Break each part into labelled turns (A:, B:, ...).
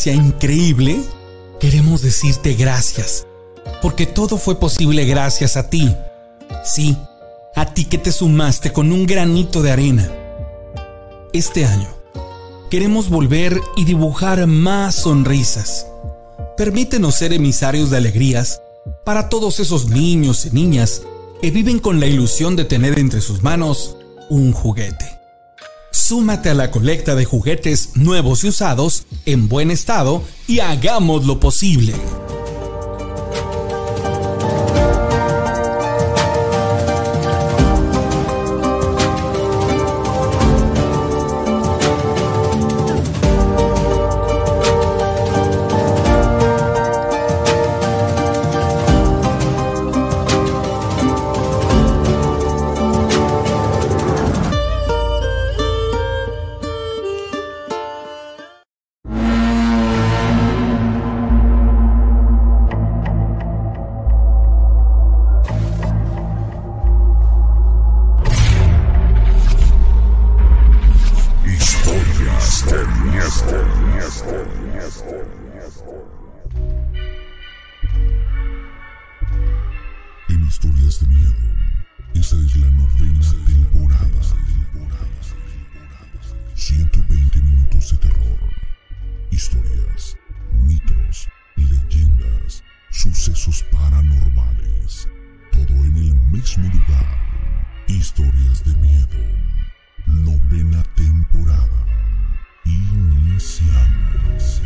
A: noticia increíble, queremos decirte gracias, porque todo fue posible gracias a ti. Sí, a ti que te sumaste con un granito de arena. Este año, queremos volver y dibujar más sonrisas. Permítenos ser emisarios de alegrías para todos esos niños y niñas que viven con la ilusión de tener entre sus manos un juguete. Súmate a la colecta de juguetes nuevos y usados en buen estado y hagamos lo posible.
B: En Historias de Miedo, esta es la 9ª temporada. 120 minutos de terror. Historias, mitos, leyendas, sucesos paranormales. Todo en el mismo lugar. Historias de Miedo, 9ª temporada. Iniciamos.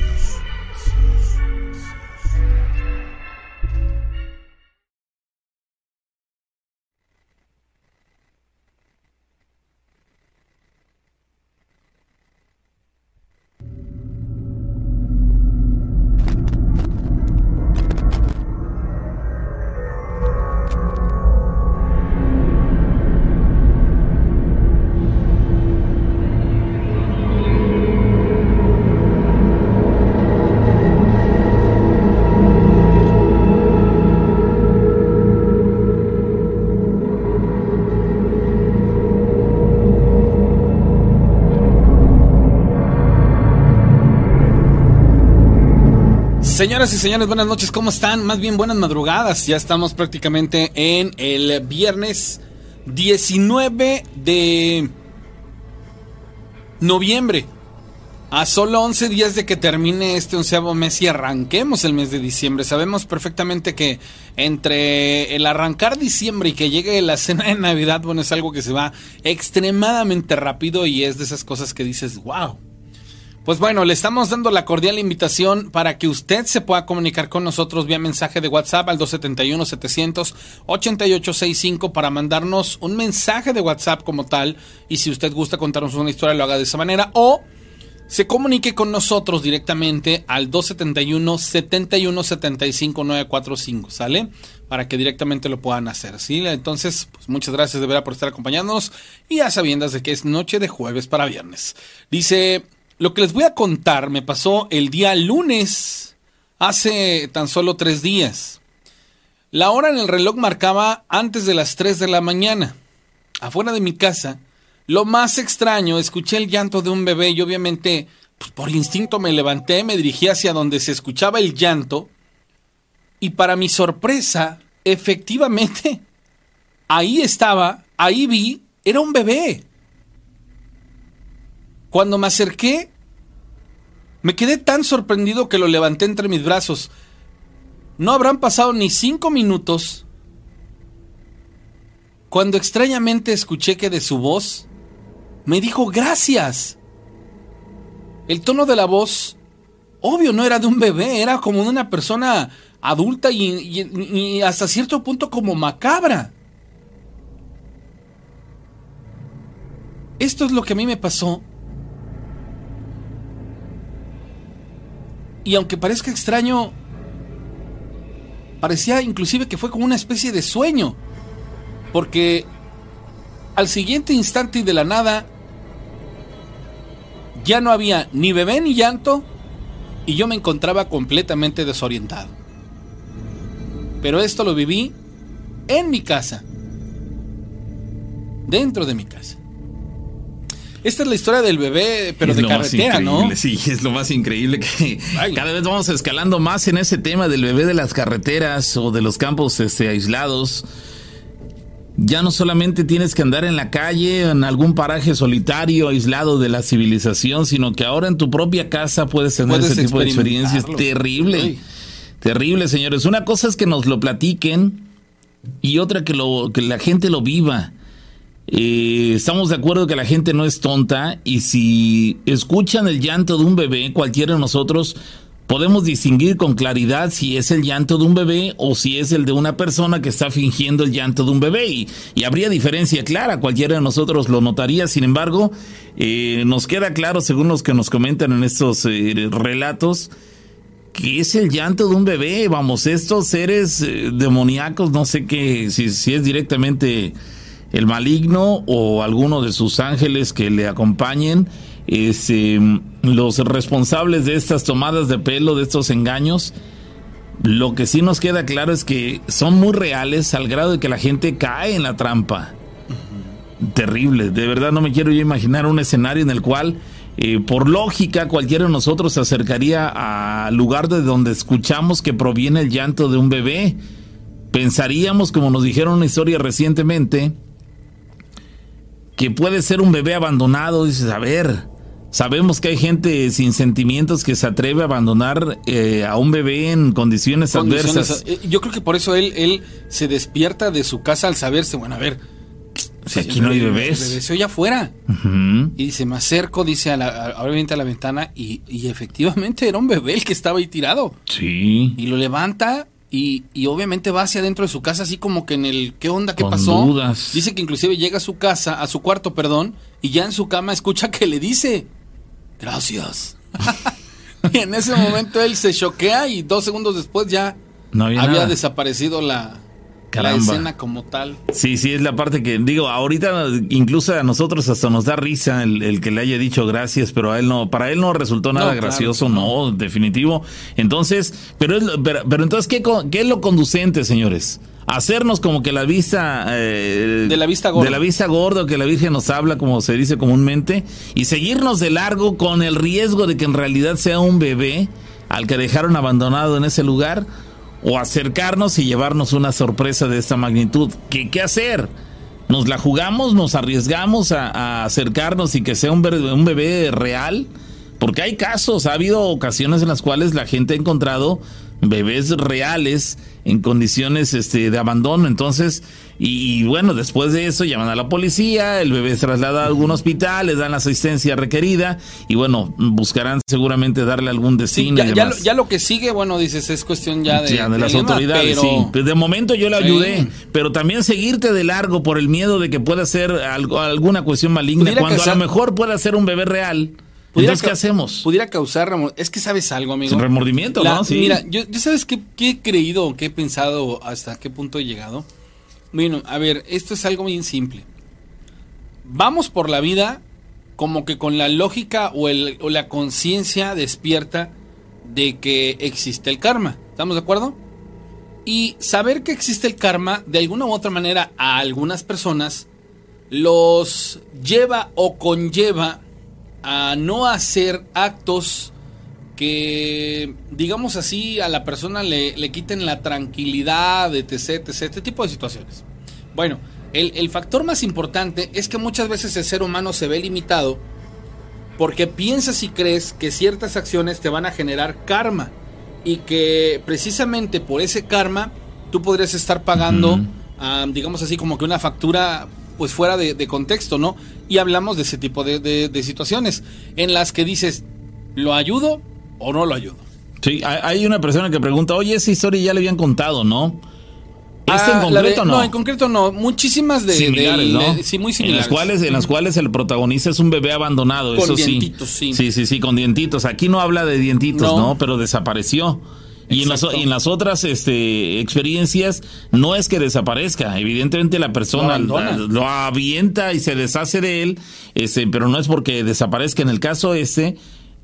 A: Señoras y señores, buenas noches, ¿cómo están? Más bien buenas madrugadas, ya estamos prácticamente en el viernes 19 de noviembre. A solo 11 días de que termine este 11º mes y arranquemos el mes de diciembre. Sabemos perfectamente que entre el arrancar diciembre y que llegue la cena de Navidad, bueno, es algo que se va extremadamente rápido y es de esas cosas que dices, wow. Pues bueno, le estamos dando la cordial invitación para que usted se pueda comunicar con nosotros vía mensaje de WhatsApp al 271-700-8865 para mandarnos un mensaje de WhatsApp como tal, y si usted gusta contarnos una historia lo haga de esa manera, o se comunique con nosotros directamente al 271-7175-945, ¿sale? Para que directamente lo puedan hacer, ¿sí? Entonces, pues muchas gracias de verdad por estar acompañándonos y a sabiendas de que es noche de jueves para viernes. Dice... Lo que les voy a contar me pasó el día lunes, hace tan solo 3 días. La hora en el reloj marcaba antes de las 3 de la mañana. Afuera de mi casa, lo más extraño, escuché el llanto de un bebé y obviamente, pues por instinto me levanté, me dirigí hacia donde se escuchaba el llanto y para mi sorpresa, efectivamente, ahí estaba, ahí vi, era un bebé. Cuando me acerqué, me quedé tan sorprendido que lo levanté entre mis brazos. No habrán pasado ni 5 minutos cuando extrañamente escuché que de su voz me dijo gracias. El tono de la voz, obvio, no era de un bebé, era como de una persona adulta y hasta cierto punto como macabra. Esto es lo que a mí me pasó. Y aunque parezca extraño, parecía inclusive que fue como una especie de sueño. Porque al siguiente instante y de la nada, ya no había ni bebé ni llanto y yo me encontraba completamente desorientado. Pero esto lo viví en mi casa. Dentro de mi casa. Esta es la historia del bebé, pero
C: es
A: de carretera, ¿no?
C: Sí, es lo más increíble que cada vez vamos escalando más en ese tema del bebé de las carreteras o de los campos aislados. Ya no solamente tienes que andar en la calle, en algún paraje solitario, aislado de la civilización, sino que ahora en tu propia casa puedes tener ese tipo de experiencias. Terrible. Ay. Terrible, señores. Una cosa es que nos lo platiquen y otra que la gente lo viva. Estamos de acuerdo que la gente no es tonta y si escuchan el llanto de un bebé, cualquiera de nosotros podemos distinguir con claridad si es el llanto de un bebé o si es el de una persona que está fingiendo el llanto de un bebé y habría diferencia clara, cualquiera de nosotros lo notaría. Sin embargo, nos queda claro, según los que nos comentan en estos relatos, que es el llanto de un bebé. Vamos, estos seres demoníacos, no sé qué, si es directamente el maligno o alguno de sus ángeles que le acompañen, los responsables de estas tomadas de pelo, de estos engaños. Lo que sí nos queda claro es que son muy reales al grado de que la gente cae en la trampa. Terrible, de verdad no me quiero yo imaginar un escenario en el cual por lógica cualquiera de nosotros se acercaría al lugar de donde escuchamos que proviene el llanto de un bebé. Pensaríamos, como nos dijeron una historia recientemente, que puede ser un bebé abandonado. Dices, a ver, sabemos que hay gente sin sentimientos que se atreve a abandonar a un bebé en condiciones adversas.
A: Yo creo que por eso él se despierta de su casa al saberse, bueno, a ver,
C: si aquí no hay bebés.
A: El bebé se oye afuera. Uh-huh. Y dice, me acerco, dice, obviamente a la ventana, y efectivamente era un bebé el que estaba ahí tirado.
C: Sí.
A: Y lo levanta. Y obviamente va hacia adentro de su casa así como que en el ¿qué onda? ¿Qué
C: con
A: pasó?
C: Dudas.
A: Dice que inclusive llega a su casa, a su cuarto, perdón, y ya en su cama escucha que le dice gracias. Y en ese momento él se choquea y 2 segundos después ya había desaparecido la escena como tal.
C: Sí, es la parte que digo, ahorita incluso a nosotros hasta nos da risa el que le haya dicho gracias, pero a él no, para él no resultó nada gracioso, no, definitivo. Entonces, pero entonces ¿qué es lo conducente, señores? Hacernos como que la vista
A: de la vista gorda.
C: De la vista gorda, que la Virgen nos habla, como se dice comúnmente, y seguirnos de largo con el riesgo de que en realidad sea un bebé al que dejaron abandonado en ese lugar. O acercarnos y llevarnos una sorpresa de esta magnitud. ¿Qué hacer? ¿Nos la jugamos? ¿Nos arriesgamos a acercarnos y que sea un bebé real? Porque hay casos, ha habido ocasiones en las cuales la gente ha encontrado bebés reales en condiciones de abandono. Entonces, y bueno, después de eso llaman a la policía, el bebé es trasladado a algún hospital, les dan la asistencia requerida y bueno, buscarán seguramente darle algún destino.
A: Sí, ya lo que sigue, bueno, dices, es cuestión ya de
C: las autoridades, pero... sí. Pues de momento yo le ayudé, pero también seguirte de largo por el miedo de que pueda ser alguna cuestión maligna, cuando a lo mejor pueda ser un bebé real. Entonces, ¿qué hacemos?
A: Pudiera causar es que sabes algo, amigo.
C: Es un remordimiento, ¿no? Sí.
A: Mira, yo sabes qué he creído, qué he pensado, hasta qué punto he llegado. Bueno, a ver, esto es algo bien simple. Vamos por la vida como que con la lógica o la conciencia despierta de que existe el karma. ¿Estamos de acuerdo? Y saber que existe el karma, de alguna u otra manera, a algunas personas los lleva o conlleva a no hacer actos que, digamos así, a la persona le quiten la tranquilidad, etc, este tipo de situaciones. Bueno, el factor más importante es que muchas veces el ser humano se ve limitado porque piensas y crees que ciertas acciones te van a generar karma y que precisamente por ese karma tú podrías estar pagando, digamos así, como que una factura pues fuera de contexto, ¿no? Y hablamos de ese tipo de situaciones en las que dices, ¿lo ayudo o no lo ayudo?
C: Sí, hay una persona que pregunta, oye, esa historia ya le habían contado, ¿no? ¿Este en concreto no?
A: No, en concreto no. Muchísimas
C: similares, ¿no?
A: Sí, muy similares.
C: En las cuales el protagonista es un bebé abandonado,
A: con
C: eso
A: dientitos,
C: sí. Sí, con dientitos. Aquí no habla de dientitos, ¿no? Pero desapareció. Y en las otras experiencias no es que desaparezca, evidentemente la persona lo avienta y se deshace de él, pero no es porque desaparezca. En el caso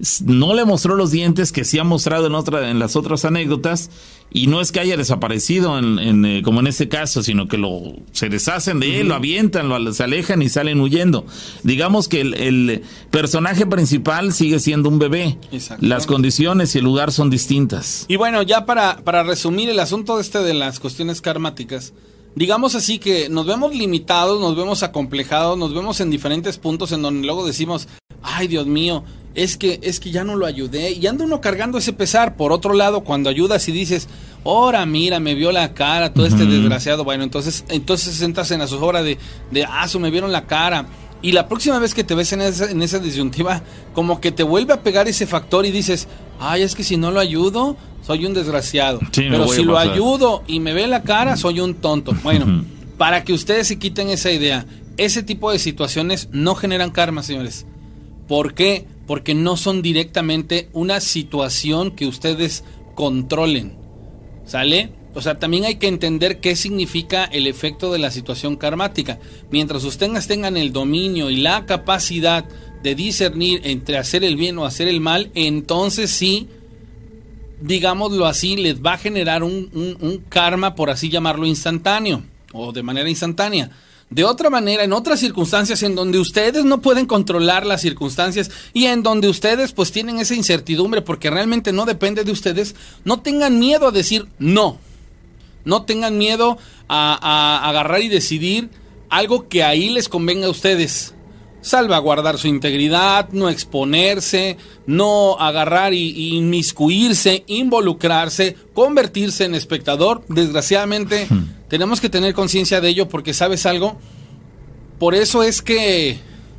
C: no le mostró los dientes que sí ha mostrado en las otras anécdotas, y no es que haya desaparecido como en este caso, sino que se deshacen de él, lo avientan, se alejan y salen huyendo. Digamos que el personaje principal sigue siendo un bebé. Las condiciones y el lugar son distintas.
A: Y bueno, ya para resumir el asunto de las cuestiones karmáticas, digamos así que nos vemos limitados, nos vemos acomplejados, nos vemos en diferentes puntos en donde luego decimos, ay, Dios mío, es que ya no lo ayudé, y anda uno cargando ese pesar. Por otro lado, cuando ayudas y dices, ahora mira, me vio la cara todo este desgraciado, bueno, entonces entras en la zozobra de me vieron la cara, y la próxima vez que te ves en esa disyuntiva, como que te vuelve a pegar ese factor y dices, ay, es que si no lo ayudo, soy un desgraciado, sí, pero si lo ayudo y me ve la cara, soy un tonto. Bueno, para que ustedes se quiten esa idea, ese tipo de situaciones no generan karma, señores. ¿Por qué? Porque no son directamente una situación que ustedes controlen, ¿sale? O sea, también hay que entender qué significa el efecto de la situación karmática. Mientras ustedes tengan el dominio y la capacidad de discernir entre hacer el bien o hacer el mal, entonces sí, digámoslo así, les va a generar un karma, por así llamarlo, instantáneo o de manera instantánea. De otra manera, en otras circunstancias en donde ustedes no pueden controlar las circunstancias y en donde ustedes pues tienen esa incertidumbre porque realmente no depende de ustedes, no tengan miedo a decir no. No tengan miedo a agarrar y decidir algo que ahí les convenga a ustedes. Salvaguardar su integridad, no exponerse, no agarrar y inmiscuirse, involucrarse, convertirse en espectador. Desgraciadamente tenemos que tener conciencia de ello porque, ¿sabes algo? Por eso es que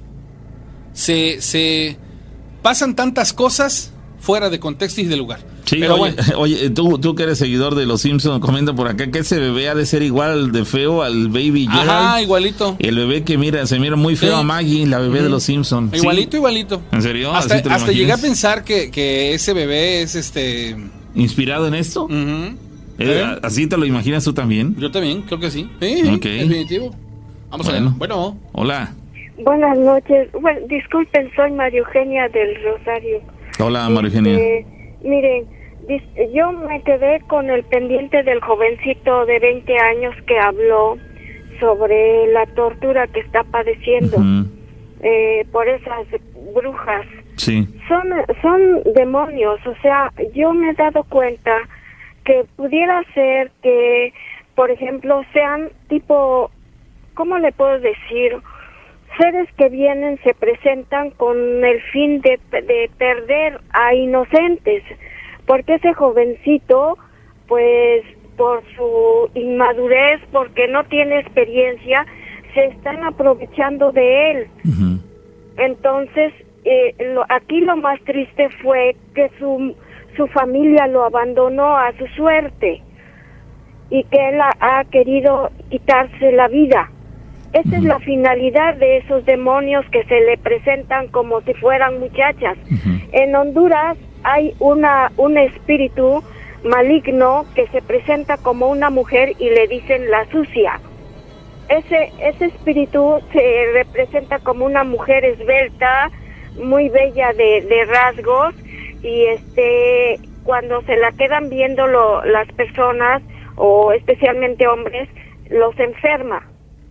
A: se pasan tantas cosas fuera de contexto y de lugar.
C: Sí, pero oye, tú que eres seguidor de los Simpsons, comenta por acá que ese bebé ha de ser igual de feo al Baby Gerald.
A: Ajá, igualito.
C: El bebé que se mira muy feo a Maggie, la bebé de los Simpsons.
A: Igualito.
C: ¿En serio?
A: Hasta llegué a pensar que ese bebé es
C: ¿inspirado en esto? ¿Así te lo imaginas tú también?
A: Yo también, creo que sí. Sí, definitivo. Vamos a ver. Bueno.
C: Hola.
D: Buenas noches. Bueno, disculpen, soy María Eugenia del Rosario.
C: Hola, María Eugenia.
D: Miren, yo me quedé con el pendiente del jovencito de 20 años que habló sobre la tortura que está padeciendo por esas brujas.
C: Sí.
D: Son demonios, o sea, yo me he dado cuenta que pudiera ser que, por ejemplo, sean tipo, ¿cómo le puedo decir? Seres que vienen, se presentan con el fin de perder a inocentes, porque ese jovencito, pues, por su inmadurez, porque no tiene experiencia, se están aprovechando de él. Entonces, aquí lo más triste fue que su familia lo abandonó a su suerte y que él ha querido quitarse la vida. Esa es la finalidad de esos demonios que se le presentan como si fueran muchachas. En Honduras hay un espíritu maligno que se presenta como una mujer y le dicen la sucia. Ese espíritu se representa como una mujer esbelta, muy bella de rasgos, y cuando se la quedan viendo las personas, o especialmente hombres, los enferma.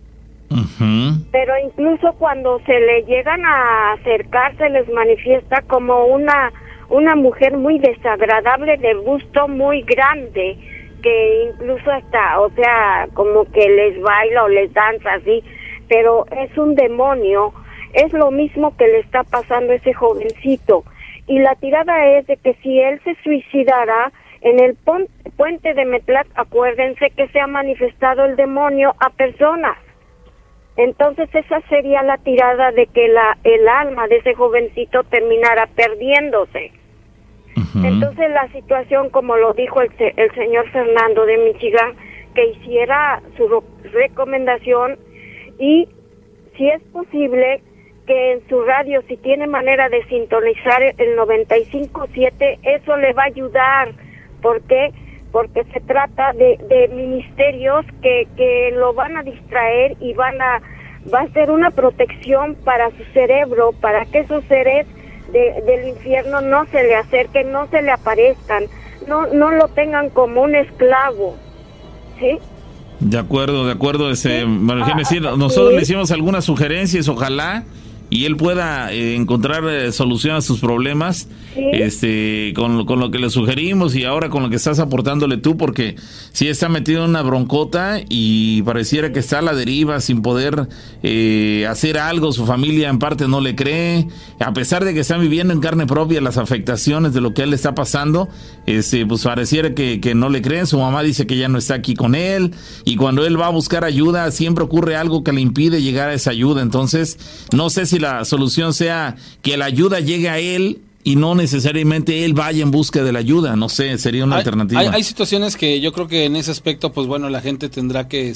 D: Pero incluso cuando se le llegan a acercar, se les manifiesta como una mujer muy desagradable, de gusto muy grande, que incluso hasta, o sea, como que les baila o les danza así, pero es un demonio. Es lo mismo que le está pasando a ese jovencito. Y la tirada es de que si él se suicidara en el puente de Metlac, acuérdense que se ha manifestado el demonio a personas. Entonces esa sería la tirada de que el alma de ese jovencito terminara perdiéndose. Entonces la situación, como lo dijo el señor Fernando de Michigan, que hiciera su recomendación, y si es posible que en su radio, si tiene manera de sintonizar el 95.7, eso le va a ayudar. ¿Por qué? Porque se trata de ministerios que lo van a distraer y va a ser una protección para su cerebro, para que esos seres del infierno no se le acerquen, no se le aparezcan, no lo tengan como un esclavo, ¿sí?
C: De acuerdo,
D: Sí.
C: nosotros
D: Sí.
C: le hicimos algunas sugerencias, ojalá y él pueda encontrar solución a sus problemas,
D: Sí.
C: con lo que le sugerimos y ahora con lo que estás aportándole tú, porque sí está metido en una broncota y pareciera que está a la deriva sin poder hacer algo. Su familia en parte no le cree, a pesar de que están viviendo en carne propia las afectaciones de lo que a él le está pasando. Pues pareciera que no le creen. Su mamá dice que ya no está aquí con él, y cuando él va a buscar ayuda siempre ocurre algo que le impide llegar a esa ayuda. Entonces no sé si la solución sea que la ayuda llegue a él y no necesariamente él vaya en busca de la ayuda. No sé, sería una alternativa.
A: Hay situaciones que yo creo que en ese aspecto, pues bueno, la gente tendrá que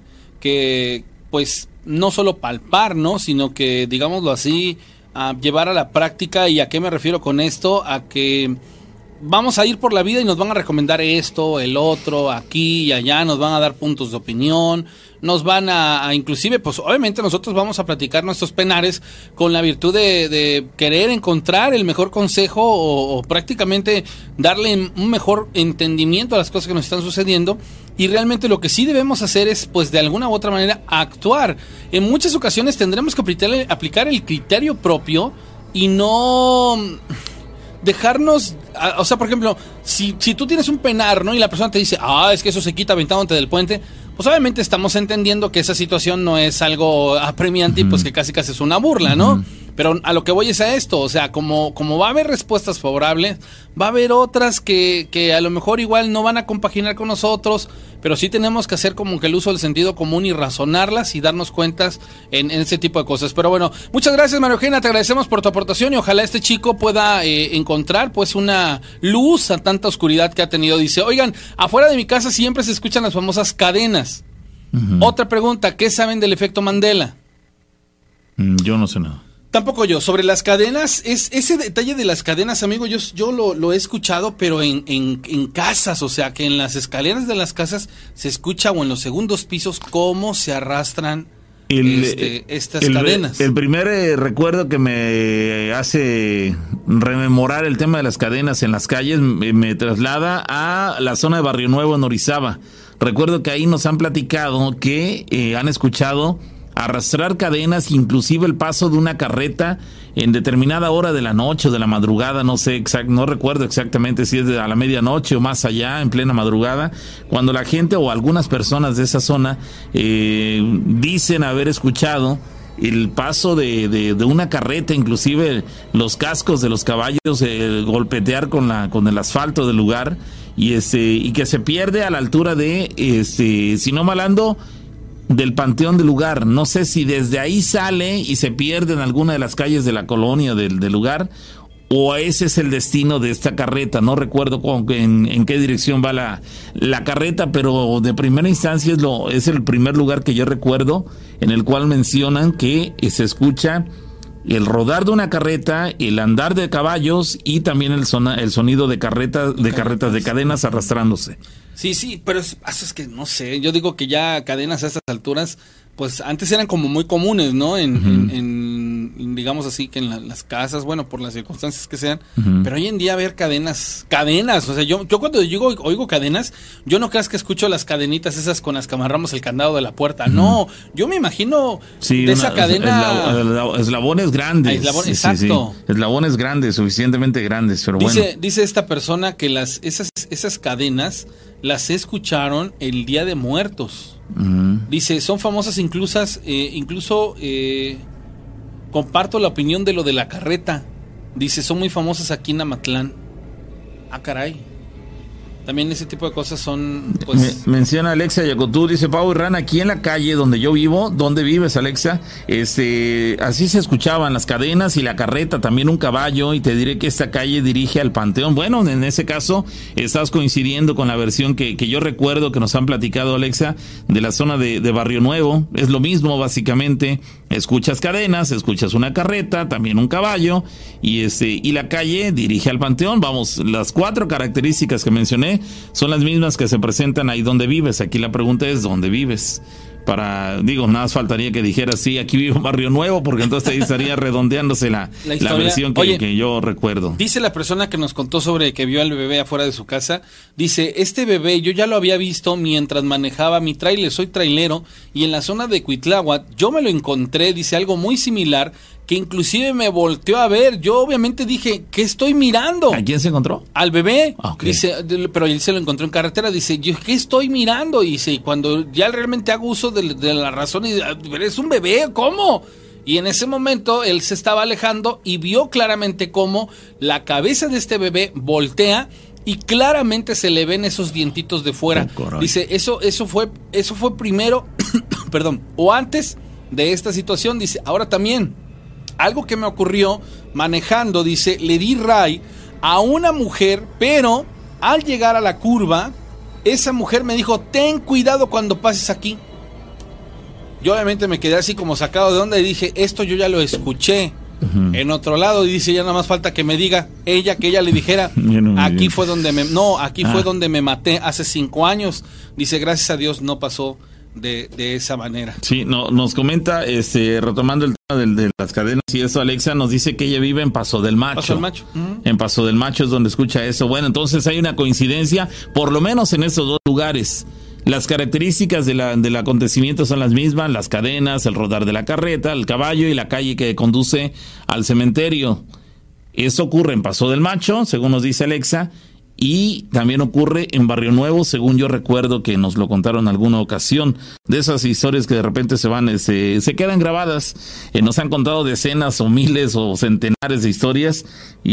A: pues no solo palpar, ¿no? Sino que, digámoslo así, llevar a la práctica. ¿Y a qué me refiero con esto? A que vamos a ir por la vida y nos van a recomendar esto, el otro, aquí y allá, nos van a dar puntos de opinión, nos van a inclusive, pues obviamente nosotros vamos a platicar nuestros penares con la virtud de querer encontrar el mejor consejo o prácticamente darle un mejor entendimiento a las cosas que nos están sucediendo. Y realmente lo que sí debemos hacer es, pues de alguna u otra manera, actuar. En muchas ocasiones tendremos que aplicar el criterio propio y no dejarnos, o sea, por ejemplo, si tú tienes un penar, ¿no? Y la persona te dice, es que eso se quita aventándote del puente, pues obviamente estamos entendiendo que esa situación no es algo apremiante y pues que casi es una burla, ¿no? Pero a lo que voy es a esto, o sea, como va a haber respuestas favorables, va a haber otras que a lo mejor igual no van a compaginar con nosotros, pero sí tenemos que hacer como que el uso del sentido común y razonarlas y darnos cuentas en ese tipo de cosas. Pero bueno, muchas gracias, María Eugenia, te agradecemos por tu aportación y ojalá este chico pueda encontrar pues una luz a tanta oscuridad que ha tenido. Dice, oigan, afuera de mi casa siempre se escuchan las famosas cadenas. Otra pregunta, ¿qué saben del efecto Mandela?
C: Yo no sé nada.
A: Tampoco yo. Sobre las cadenas, ese detalle de las cadenas, amigo, yo lo he escuchado, pero en casas, o sea, que en las escaleras de las casas se escucha, o en los segundos pisos, cómo se arrastran estas cadenas.
C: El primer recuerdo que me hace rememorar el tema de las cadenas en las calles me traslada a la zona de Barrio Nuevo en Orizaba. Recuerdo que ahí nos han platicado que han escuchado arrastrar cadenas, inclusive el paso de una carreta en determinada hora de la noche o de la madrugada, no sé no recuerdo exactamente si es a la medianoche o más allá, en plena madrugada, cuando la gente o algunas personas de esa zona dicen haber escuchado el paso de una carreta, inclusive los cascos de los caballos golpetear con el asfalto del lugar, y que se pierde a la altura de, si no mal ando, del panteón del lugar. No sé si desde ahí sale y se pierde en alguna de las calles de la colonia del lugar, o ese es el destino de esta carreta. No recuerdo en qué dirección va la carreta, pero de primera instancia es el primer lugar que yo recuerdo en el cual mencionan que se escucha el rodar de una carreta, el andar de caballos y también el sonido de cadenas arrastrándose.
A: Sí, pero es que no sé, yo digo que ya cadenas a estas alturas, pues antes eran como muy comunes, ¿no? En digamos así, que en las casas, bueno, por las circunstancias que sean, pero hoy en día ver cadenas, o sea, yo cuando oigo cadenas, yo no creas que escucho las cadenitas esas con las que amarramos el candado de la puerta, no, yo me imagino esa cadena...
C: Eslabones grandes.
A: Exacto.
C: Sí. Eslabones grandes, suficientemente grandes, pero bueno.
A: Dice esta persona que esas cadenas las escucharon el Día de Muertos. Dice, son famosas incluso comparto la opinión de lo de la carreta. Dice, son muy famosas aquí en Amatlán. Caray. También ese tipo de cosas son, pues...
C: Menciona Alexa Yacotú, dice Pau y Ran, aquí en la calle donde yo vivo, ¿dónde vives, Alexa? Así se escuchaban las cadenas y la carreta, también un caballo, y te diré que esta calle dirige al panteón. Bueno, en ese caso, estás coincidiendo con la versión que yo recuerdo que nos han platicado, Alexa, de la zona de Barrio Nuevo. Es lo mismo, básicamente. Escuchas cadenas, escuchas una carreta, también un caballo, y la calle dirige al panteón. Vamos, las 4 características que mencioné son las mismas que se presentan ahí donde vives. Aquí la pregunta es, ¿dónde vives? digo, nada más faltaría que dijera, sí, aquí vivo en Barrio Nuevo, porque entonces ahí estaría redondeándose la versión que yo recuerdo.
A: Dice la persona que nos contó sobre que vio al bebé afuera de su casa, dice, este bebé yo ya lo había visto mientras manejaba mi tráiler, soy trailero, y en la zona de Cuitláhuac yo me lo encontré, dice, algo muy similar, que inclusive me volteó a ver. Yo obviamente dije, ¿qué estoy mirando?
C: ¿A quién se encontró?
A: Al bebé.
C: Okay.
A: Dice, pero él se lo encontró en carretera. Dice, ¿qué estoy mirando? Y dice, y cuando ya realmente hago uso de la razón, y es un bebé, ¿cómo? Y en ese momento él se estaba alejando y vio claramente cómo la cabeza de este bebé voltea y claramente se le ven esos dientitos de fuera.
C: Oh,
A: dice, eso fue primero, perdón, o antes de esta situación. Dice, ahora también. Algo que me ocurrió manejando, dice, le di ray a una mujer, pero al llegar a la curva, esa mujer me dijo, ten cuidado cuando pases aquí. Yo obviamente me quedé así como sacado de onda y dije, esto yo ya lo escuché en otro lado. Y dice, ya nada más falta que me diga ella, que ella le dijera, aquí fue donde fue donde me maté hace 5 años. Dice, gracias a Dios no pasó de esa manera.
C: Sí, nos comenta, retomando el tema de las cadenas y eso, Alexa nos dice que ella vive en Paso del Macho.
A: Paso del Macho.
C: En Paso del Macho es donde escucha eso. Bueno, entonces hay una coincidencia, por lo menos en esos dos lugares. Las características del acontecimiento son las mismas, las cadenas, el rodar de la carreta, el caballo y la calle que conduce al cementerio. Esto ocurre en Paso del Macho, según nos dice Alexa, y también ocurre en Barrio Nuevo, según yo recuerdo que nos lo contaron en alguna ocasión, de esas historias que de repente se quedan grabadas. Nos han contado decenas o miles o centenares de historias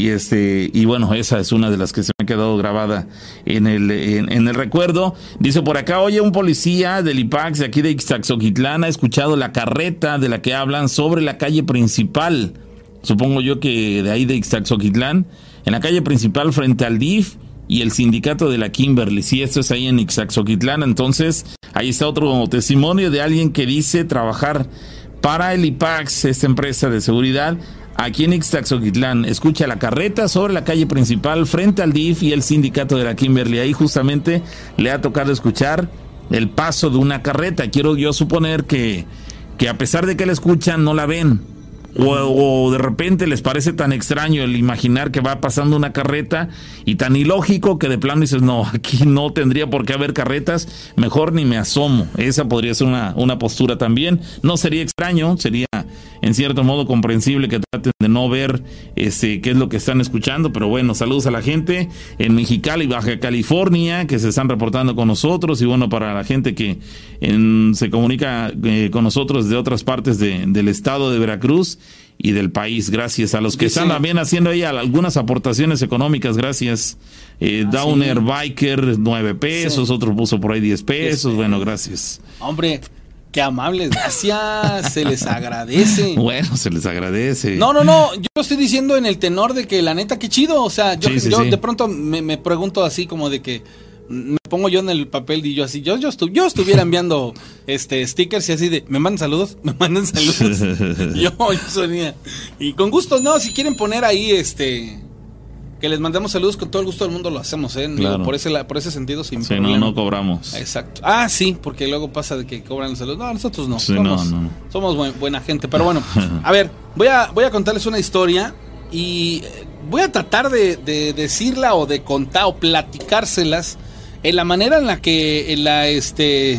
C: y bueno, esa es una de las que se me ha quedado grabada en el recuerdo. Dice por acá, oye, un policía del IPAX de aquí de Ixtaxoquitlán ha escuchado la carreta de la que hablan sobre la calle principal, supongo yo que de ahí de Ixtaxoquitlán, en la calle principal frente al DIF y el sindicato de la Kimberly. Si esto es ahí en Ixtaxoquitlán, entonces ahí está otro testimonio de alguien que dice trabajar para el IPAX, esta empresa de seguridad, aquí en Ixtaxoquitlán. Escucha la carreta sobre la calle principal frente al DIF y el sindicato de la Kimberly. Ahí justamente le ha tocado escuchar el paso de una carreta. Quiero yo suponer que a pesar de que la escuchan, no la ven. O de repente les parece tan extraño el imaginar que va pasando una carreta y tan ilógico que de plano dices, no, aquí no tendría por qué haber carretas, mejor ni me asomo. Esa podría ser una postura también. No sería extraño, sería en cierto modo comprensible que traten de no ver qué es lo que están escuchando, pero bueno, saludos a la gente en Mexicali, Baja California, que se están reportando con nosotros, y bueno, para la gente que se comunica con nosotros de otras partes del estado de Veracruz y del país. Gracias a los que están también haciendo ahí algunas aportaciones económicas. Gracias. Downer Biker, 9 pesos, otro puso por ahí 10 pesos. Bueno, gracias.
A: Hombre, qué amables, gracias, se les agradece.
C: Bueno, se les agradece.
A: No, yo estoy diciendo en el tenor de que la neta, qué chido. O sea, yo de pronto me pregunto así como de que me pongo yo en el papel y yo así, yo estuviera enviando stickers y así de, me mandan saludos. yo sonía. Y con gusto, no, si quieren poner ahí que les mandemos saludos, con todo el gusto del mundo lo hacemos, claro. Digo, por ese sentido sin problema.
C: No cobramos.
A: Exacto. Sí, porque luego pasa de que cobran los saludos. No, nosotros no.
C: Sí,
A: somos buena gente, pero bueno. A ver, voy a contarles una historia y voy a tratar de decirla o de contar o platicárselas en la manera en la que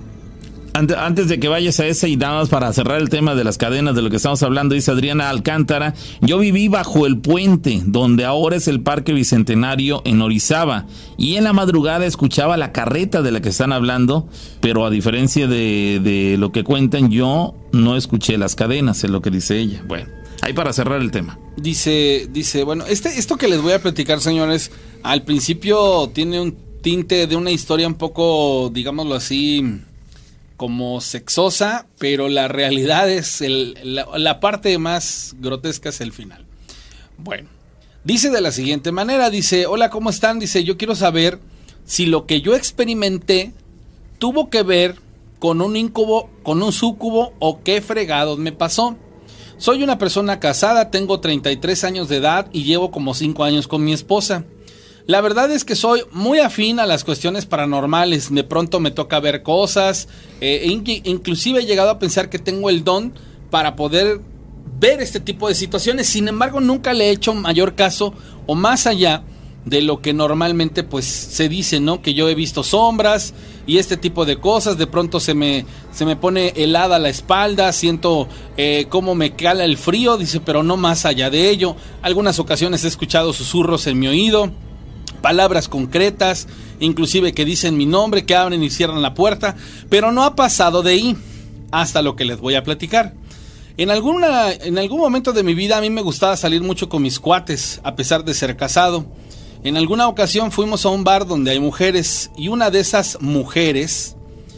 C: Antes de que vayas a ese y nada más para cerrar el tema de las cadenas de lo que estamos hablando, dice Adriana Alcántara, yo viví bajo el puente donde ahora es el Parque Bicentenario en Orizaba y en la madrugada escuchaba la carreta de la que están hablando, pero a diferencia de lo que cuentan, yo no escuché las cadenas, es lo que dice ella. Bueno, ahí para cerrar el tema.
A: Dice, bueno, esto que les voy a platicar, señores, al principio tiene un tinte de una historia un poco, digámoslo así, como sexosa, pero la realidad es la parte más grotesca es el final. Bueno, dice de la siguiente manera, dice, hola, ¿cómo están? Dice, yo quiero saber si lo que yo experimenté tuvo que ver con un incubo, con un súcubo o qué fregados me pasó. Soy una persona casada, tengo 33 años de edad y llevo como 5 años con mi esposa. La verdad es que soy muy afín a las cuestiones paranormales. De pronto me toca ver cosas. Inclusive he llegado a pensar que tengo el don para poder ver este tipo de situaciones. Sin embargo, nunca le he hecho mayor caso o más allá de lo que normalmente pues se dice, ¿no? Que yo he visto sombras y este tipo de cosas. De pronto se me pone helada la espalda, siento cómo me cala el frío, dice, pero no más allá de ello. Algunas ocasiones he escuchado susurros en mi oído, palabras concretas, inclusive que dicen mi nombre, que abren y cierran la puerta, pero no ha pasado de ahí hasta lo que les voy a platicar. En algún momento de mi vida a mí me gustaba salir mucho con mis cuates, a pesar de ser casado. En alguna ocasión fuimos a un bar donde hay mujeres y una de esas mujeres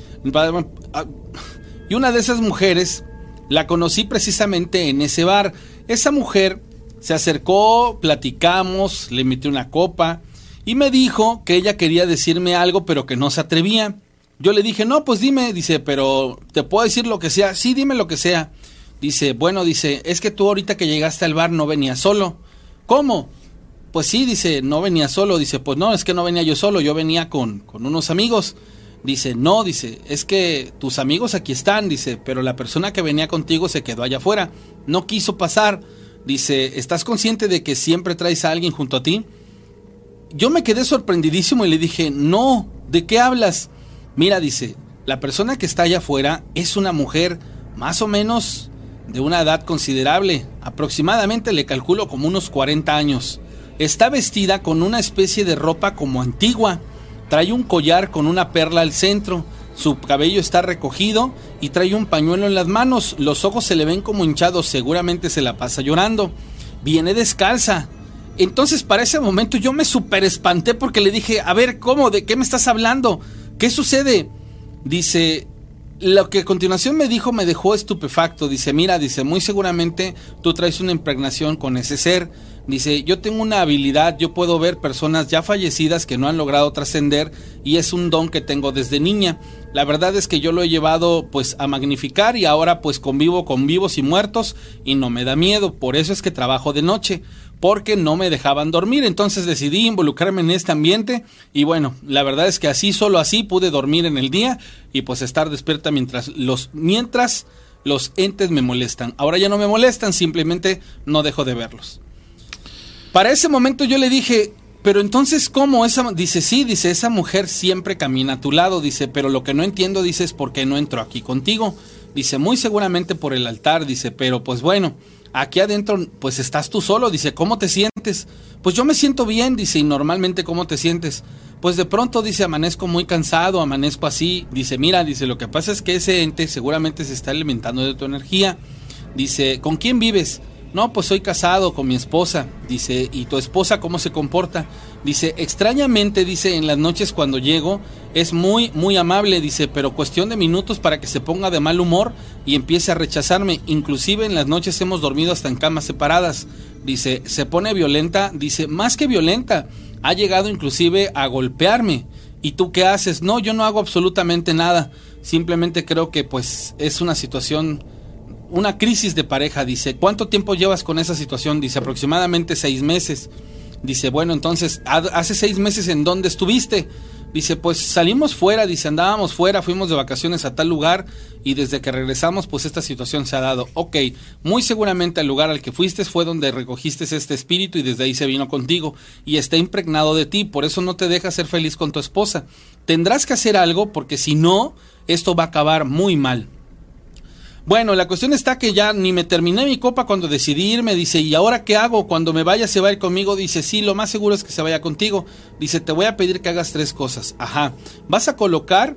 A: la conocí precisamente en ese bar. Esa mujer se acercó, platicamos, le metí una copa y me dijo que ella quería decirme algo pero que no se atrevía. Yo le dije, no, pues dime, dice, pero ¿te puedo decir lo que sea? Sí, dime lo que sea. Dice, bueno, dice, es que tú ahorita que llegaste al bar no venías solo. ¿Cómo? Pues sí, dice, no venía solo. Dice, pues no, es que no venía yo solo, yo venía con unos amigos. Dice, no, dice, es que tus amigos aquí están, dice, pero la persona que venía contigo se quedó allá afuera, no quiso pasar. Dice, ¿estás consciente de que siempre traes a alguien junto a ti? Yo me quedé sorprendidísimo y le dije, no, ¿de qué hablas? Mira, dice, la persona que está allá afuera es una mujer más o menos de una edad considerable, aproximadamente le calculo como unos 40 años. Está vestida con una especie de ropa como antigua, trae un collar con una perla al centro, su cabello está recogido y trae un pañuelo en las manos, los ojos se le ven como hinchados, seguramente se la pasa llorando, viene descalza. Entonces para ese momento yo me súper espanté porque le dije, a ver, ¿cómo? ¿De qué me estás hablando? ¿Qué sucede? Dice, lo que a continuación me dijo me dejó estupefacto. Dice, mira, dice, muy seguramente tú traes una impregnación con ese ser. Dice, yo tengo una habilidad, yo puedo ver personas ya fallecidas que no han logrado trascender y es un don que tengo desde niña. La verdad es que yo lo he llevado pues a magnificar y ahora pues convivo con vivos y muertos y no me da miedo. Por eso es que trabajo de noche, porque no me dejaban dormir. Entonces decidí involucrarme en este ambiente y bueno, la verdad es que así, solo así pude dormir en el día y pues estar despierta mientras los entes me molestan. Ahora ya no me molestan, simplemente no dejo de verlos. Para ese momento yo le dije, pero entonces ¿cómo? Dice, sí, dice, esa mujer siempre camina a tu lado, dice, pero lo que no entiendo, dice, es por qué no entró aquí contigo. Dice, muy seguramente por el altar, dice, pero pues bueno, aquí adentro pues estás tú solo, dice, ¿cómo te sientes? Pues yo me siento bien, dice, y normalmente ¿cómo te sientes? Pues de pronto, dice, amanezco muy cansado, amanezco así. Dice, mira, dice, lo que pasa es que ese ente seguramente se está alimentando de tu energía. Dice, ¿con quién vives? No, pues soy casado con mi esposa. Dice, ¿y tu esposa cómo se comporta? Dice, extrañamente, dice, en las noches cuando llego es muy, muy amable, dice, pero cuestión de minutos para que se ponga de mal humor y empiece a rechazarme. Inclusive en las noches hemos dormido hasta en camas separadas. Dice, se pone violenta, dice, más que violenta, ha llegado inclusive a golpearme. ¿Y tú qué haces? No, yo no hago absolutamente nada. Simplemente creo que pues es una situación, una crisis de pareja. Dice, ¿cuánto tiempo llevas con esa situación? Dice, aproximadamente 6 meses. Dice, bueno, entonces, ¿hace 6 meses en dónde estuviste? Dice, pues salimos fuera, dice, andábamos fuera, fuimos de vacaciones a tal lugar y desde que regresamos, pues esta situación se ha dado. Ok, muy seguramente el lugar al que fuiste fue donde recogiste este espíritu y desde ahí se vino contigo y está impregnado de ti, por eso no te deja ser feliz con tu esposa. Tendrás que hacer algo porque si no, esto va a acabar muy mal. Bueno, la cuestión está que ya ni me terminé mi copa cuando decidí irme. Dice, ¿y ahora qué hago? Cuando me vaya, ¿se va a ir conmigo? Dice, sí, lo más seguro es que se vaya contigo. Dice, te voy a pedir que hagas 3 cosas. Ajá, vas a colocar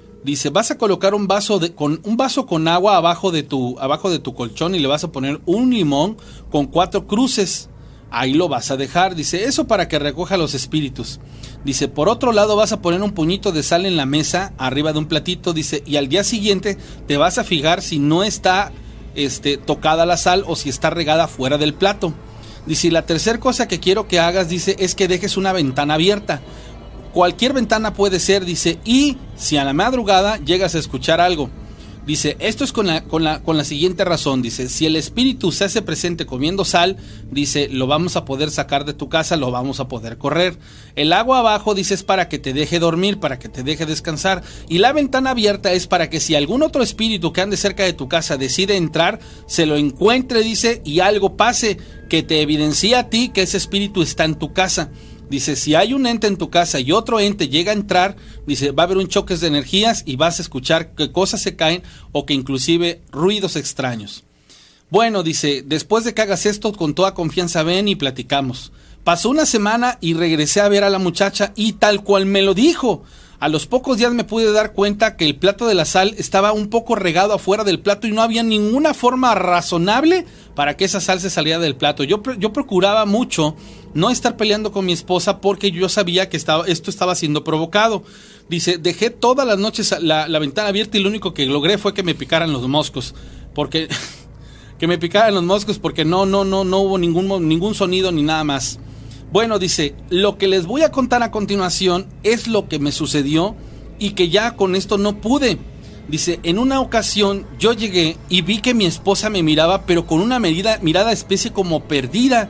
A: un vaso con agua abajo de tu colchón y le vas a poner un limón con 4 cruces. Ahí lo vas a dejar. Dice, eso para que recoja los espíritus. Dice, por otro lado vas a poner un puñito de sal en la mesa, arriba de un platito, dice, y al día siguiente te vas a fijar si no está tocada la sal o si está regada fuera del plato. Dice, y la tercera cosa que quiero que hagas, dice, es que dejes una ventana abierta. Cualquier ventana puede ser, dice, y si a la madrugada llegas a escuchar algo, Dice, esto es con la siguiente razón. Dice, si el espíritu se hace presente comiendo sal, dice, lo vamos a poder sacar de tu casa, lo vamos a poder correr. El agua abajo, dice, es para que te deje dormir, para que te deje descansar. Y la ventana abierta es para que si algún otro espíritu que ande cerca de tu casa decide entrar, se lo encuentre, dice, y algo pase que te evidencie a ti que ese espíritu está en tu casa. Dice, si hay un ente en tu casa y otro ente llega a entrar, dice, va a haber un choque de energías y vas a escuchar que cosas se caen o que inclusive ruidos extraños. Bueno, dice, después de que hagas esto, con toda confianza ven y platicamos. Pasó una semana y regresé a ver a la muchacha y tal cual me lo dijo. A los pocos días me pude dar cuenta que el plato de la sal estaba un poco regado afuera del plato y no había ninguna forma razonable para que esa sal se saliera del plato. Yo procuraba mucho no estar peleando con mi esposa porque yo sabía que esto estaba siendo provocado. Dice, dejé todas las noches la ventana abierta y lo único que logré fue que me picaran los moscos. Porque que me picaran los moscos porque no hubo ningún sonido ni nada más. Bueno, dice, lo que les voy a contar a continuación es lo que me sucedió y que ya con esto no pude. Dice, en una ocasión yo llegué y vi que mi esposa me miraba, pero con una mirada especie como perdida.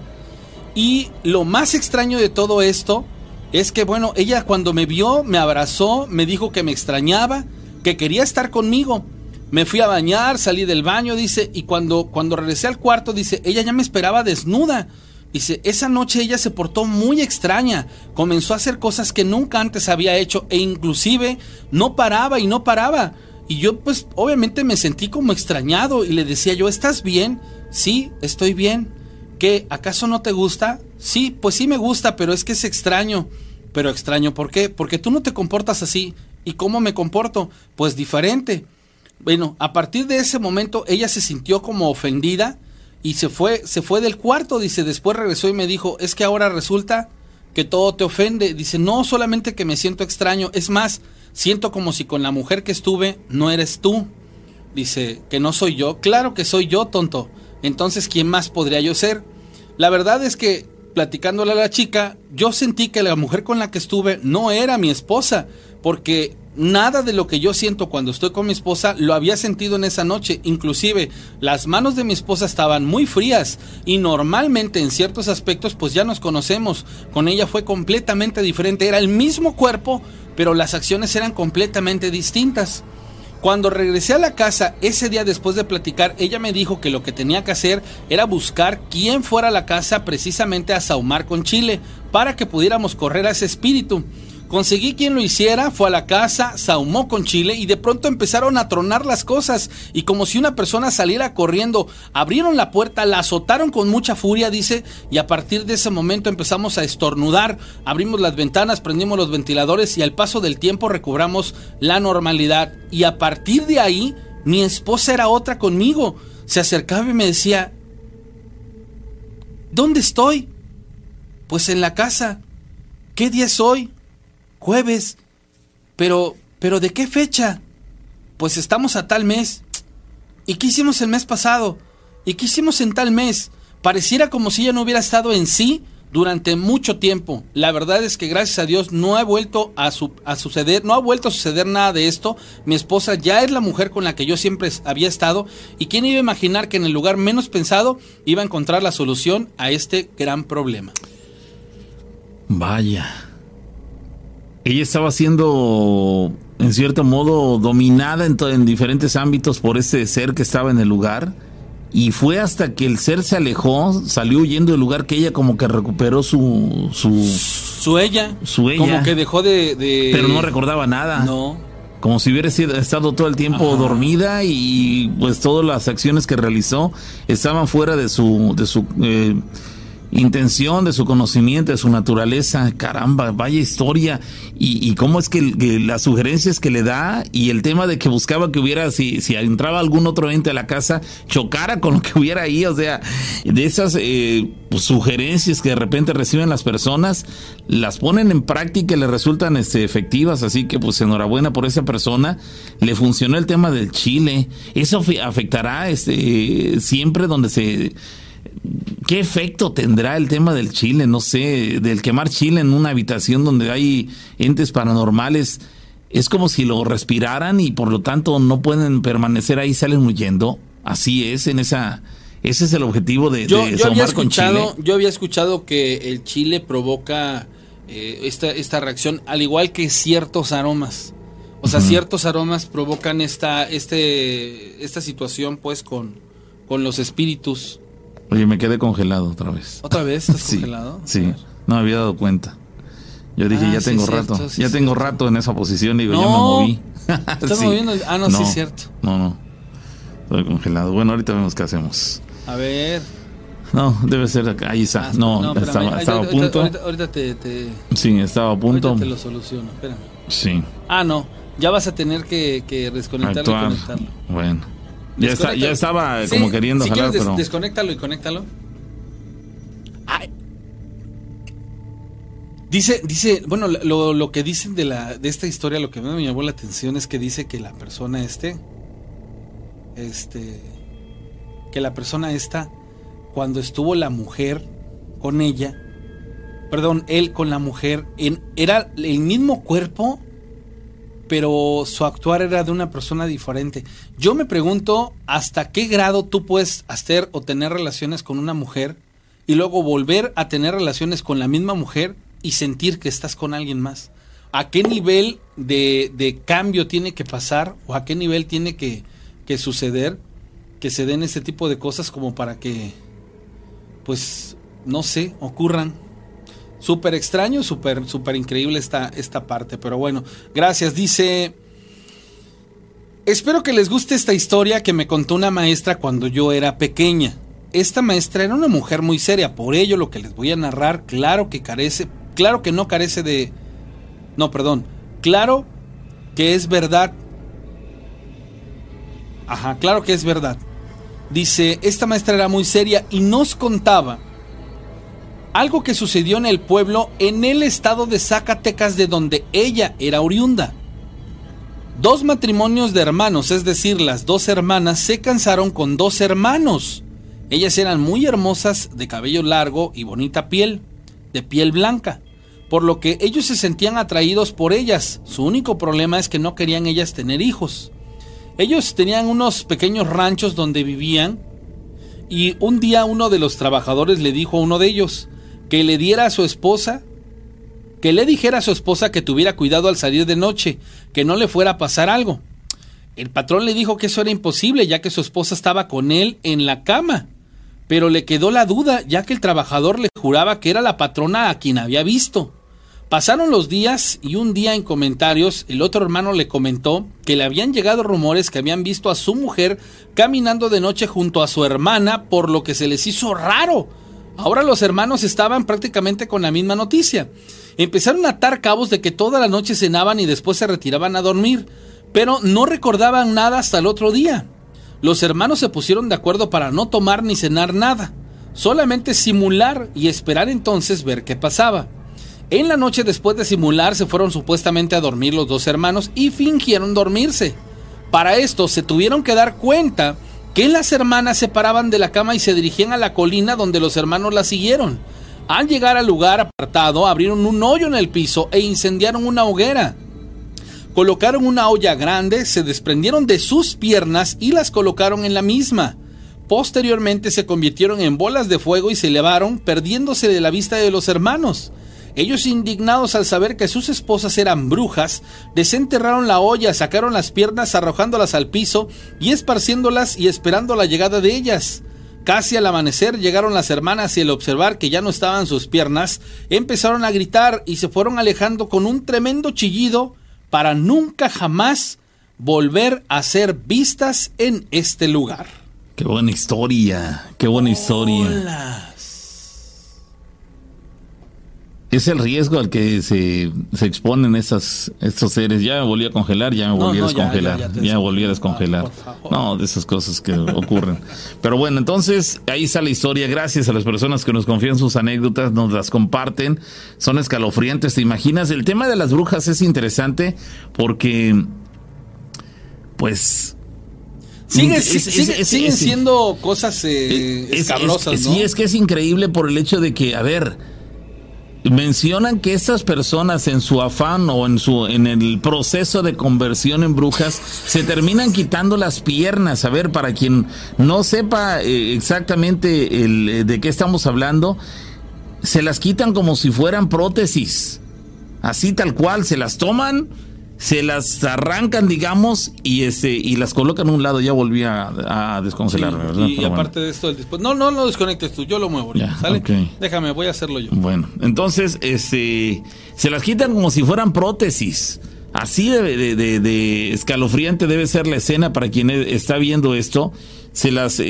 A: Y lo más extraño de todo esto es que, bueno, ella cuando me vio, me abrazó, me dijo que me extrañaba, que quería estar conmigo. Me fui a bañar, salí del baño, dice, y cuando regresé al cuarto, dice, ella ya me esperaba desnuda. Dice, esa noche ella se portó muy extraña, comenzó a hacer cosas que nunca antes había hecho e inclusive no paraba. Y yo pues obviamente me sentí como extrañado y le decía yo, ¿estás bien? Sí, estoy bien. ¿Qué? ¿Acaso no te gusta? Sí, pues sí me gusta, pero es que es extraño. ¿Pero extraño por qué? Porque tú no te comportas así. ¿Y cómo me comporto? Pues diferente. Bueno, a partir de ese momento ella se sintió como ofendida y se fue del cuarto, dice, después regresó y me dijo, es que ahora resulta que todo te ofende. Dice, no solamente que me siento extraño, es más, siento como si con la mujer que estuve no eres tú. Dice, que no soy yo. Claro que soy yo, tonto. Entonces, ¿quién más podría yo ser? La verdad es que, platicándole a la chica, yo sentí que la mujer con la que estuve no era mi esposa, porque nada de lo que yo siento cuando estoy con mi esposa lo había sentido en esa noche. Inclusive las manos de mi esposa estaban muy frías y normalmente en ciertos aspectos pues ya nos conocemos. Con ella fue completamente diferente, era el mismo cuerpo pero las acciones eran completamente distintas. Cuando regresé a la casa ese día después de platicar, ella me dijo que lo que tenía que hacer era buscar quién fuera a la casa precisamente a sahumar con chile para que pudiéramos correr a ese espíritu. Conseguí quien lo hiciera, fue a la casa, sahumó con chile y de pronto empezaron a tronar las cosas y como si una persona saliera corriendo, abrieron la puerta, la azotaron con mucha furia, dice, y a partir de ese momento empezamos a estornudar, abrimos las ventanas, prendimos los ventiladores y al paso del tiempo recobramos la normalidad. Y a partir de ahí, mi esposa era otra conmigo, se acercaba y me decía, ¿dónde estoy? Pues en la casa. ¿Qué día es hoy? Jueves. Pero ¿de qué fecha? Pues estamos a tal mes. ¿Y qué hicimos el mes pasado? ¿Y qué hicimos en tal mes? Pareciera como si ella no hubiera estado en sí durante mucho tiempo. La verdad es que gracias a Dios no ha vuelto a suceder nada de esto. Mi esposa ya es la mujer con la que yo siempre había estado. ¿Y quién iba a imaginar que en el lugar menos pensado iba a encontrar la solución a este gran problema?
C: Vaya. Ella estaba siendo, en cierto modo, dominada en diferentes ámbitos por ese ser que estaba en el lugar. Y fue hasta que el ser se alejó, salió huyendo del lugar, que ella como que recuperó su
A: ella. Como que dejó de...
C: Pero no recordaba nada.
A: No.
C: Como si hubiera estado todo el tiempo dormida y pues todas las acciones que realizó estaban fuera de su intención, de su conocimiento, de su naturaleza. Caramba, vaya historia. Y cómo es que las sugerencias que le da y el tema de que buscaba que hubiera, si entraba algún otro ente a la casa, chocara con lo que hubiera ahí. O sea, de esas pues, sugerencias que de repente reciben las personas, las ponen en práctica y le resultan efectivas. Así que pues enhorabuena por esa persona. Le funcionó el tema del chile. Eso afectará siempre donde se... ¿Qué efecto tendrá el tema del chile? No sé, del quemar chile en una habitación donde hay entes paranormales. es como si lo respiraran y por lo tanto no pueden permanecer ahí, salen huyendo. Así es, ese es el objetivo de Xiomara con Chile.
A: Yo había escuchado que el chile provoca esta reacción, al igual que ciertos aromas. O sea, ciertos aromas provocan esta situación, pues, con los espíritus.
C: Oye, me quedé congelado otra vez.
A: ¿Otra vez estás congelado?
C: Sí, no me había dado cuenta. Yo dije, ya tengo rato. Ya tengo rato en esa posición. Digo, ya me moví.
A: ¿Estás moviendo? No, sí, es cierto.
C: No. Estoy congelado. Bueno, ahorita vemos qué hacemos.
A: A ver.
C: No, debe ser acá. Ahí está. Estaba a punto.
A: Ahorita te...
C: Sí, estaba a punto.
A: Ahorita te lo soluciono, espérame.
C: Sí.
A: No. Ya vas a tener que desconectarlo y conectarlo.
C: Bueno. Ya estaba como queriendo jalar, pero...
A: Desconéctalo y conéctalo. Ay. Dice, bueno, lo que dicen de esta historia, lo que me llamó la atención es que dice que la persona que la persona cuando estuvo la mujer con ella, él con la mujer, era el mismo cuerpo, pero su actuar era de una persona diferente. Yo me pregunto hasta qué grado tú puedes hacer o tener relaciones con una mujer y luego volver a tener relaciones con la misma mujer y sentir que estás con alguien más. ¿A qué nivel de cambio tiene que pasar o a qué nivel tiene que suceder que se den este tipo de cosas como para que, pues, no sé, ocurran? Súper extraño, súper increíble esta parte, pero bueno, gracias. Dice, espero que les guste esta historia que me contó una maestra cuando yo era pequeña. Esta maestra era una mujer muy seria, por ello lo que les voy a narrar, claro que es verdad. Claro que es verdad. Dice, esta maestra era muy seria y nos contaba algo que sucedió en el pueblo en el estado de Zacatecas, de donde ella era oriunda. 2 matrimonios de hermanos, es decir, las 2 hermanas se casaron con 2 hermanos. Ellas eran muy hermosas, de cabello largo y bonita piel, de piel blanca, por lo que ellos se sentían atraídos por ellas. Su único problema es que no querían ellas tener hijos. Ellos tenían unos pequeños ranchos donde vivían y un día uno de los trabajadores le dijo a uno de ellos que le dijera a su esposa que tuviera cuidado al salir de noche, que no le fuera a pasar algo. El patrón le dijo que eso era imposible, ya que su esposa estaba con él en la cama, pero le quedó la duda, ya que el trabajador le juraba que era la patrona a quien había visto. Pasaron los días y un día en comentarios el otro hermano le comentó que le habían llegado rumores que habían visto a su mujer caminando de noche junto a su hermana, por lo que se les hizo raro. Ahora los hermanos estaban prácticamente con la misma noticia. Empezaron a atar cabos de que toda la noche cenaban y después se retiraban a dormir, pero no recordaban nada hasta el otro día. Los hermanos se pusieron de acuerdo para no tomar ni cenar nada, solamente simular y esperar entonces ver qué pasaba. En la noche, después de simular, se fueron supuestamente a dormir los 2 hermanos y fingieron dormirse. Para esto se tuvieron que dar cuenta que las hermanas se paraban de la cama y se dirigían a la colina, donde los hermanos las siguieron. Al llegar al lugar apartado, abrieron un hoyo en el piso e incendiaron una hoguera. Colocaron una olla grande, se desprendieron de sus piernas y las colocaron en la misma. Posteriormente se convirtieron en bolas de fuego y se elevaron, perdiéndose de la vista de los hermanos. Ellos, indignados al saber que sus esposas eran brujas, desenterraron la olla, sacaron las piernas arrojándolas al piso y esparciéndolas y esperando la llegada de ellas. Casi al amanecer llegaron las hermanas y al observar que ya no estaban sus piernas, empezaron a gritar y se fueron alejando con un tremendo chillido para nunca jamás volver a ser vistas en este lugar.
C: Qué buena historia, qué buena historia.
A: Hola.
C: Es el riesgo al que se exponen estos seres. Ya me volví a congelar, ya me volví a descongelar. Ya me volví a descongelar. No, de esas cosas que ocurren. Pero bueno, entonces ahí está la historia. Gracias a las personas que nos confían sus anécdotas, nos las comparten. Son escalofriantes, ¿te imaginas? El tema de las brujas es interesante porque, pues...
A: Siguen siendo cosas escabrosas, ¿no?
C: Sí, es que es increíble por el hecho de que, a ver... mencionan que estas personas en su afán o en el proceso de conversión en brujas se terminan quitando las piernas. A ver, para quien no sepa exactamente de qué estamos hablando, se las quitan como si fueran prótesis, así tal cual, se las toman, se las arrancan, digamos, y las colocan a un lado. Ya volví a descongelar,
A: sí,
C: ¿verdad?
A: Y
C: pero
A: aparte de esto, después, no lo desconectes tú, yo lo muevo,
C: ya,
A: ¿sale?
C: Okay.
A: Déjame, voy a hacerlo yo.
C: Bueno, entonces, se las quitan como si fueran prótesis. Así de escalofriante debe ser la escena para quien está viendo esto. Se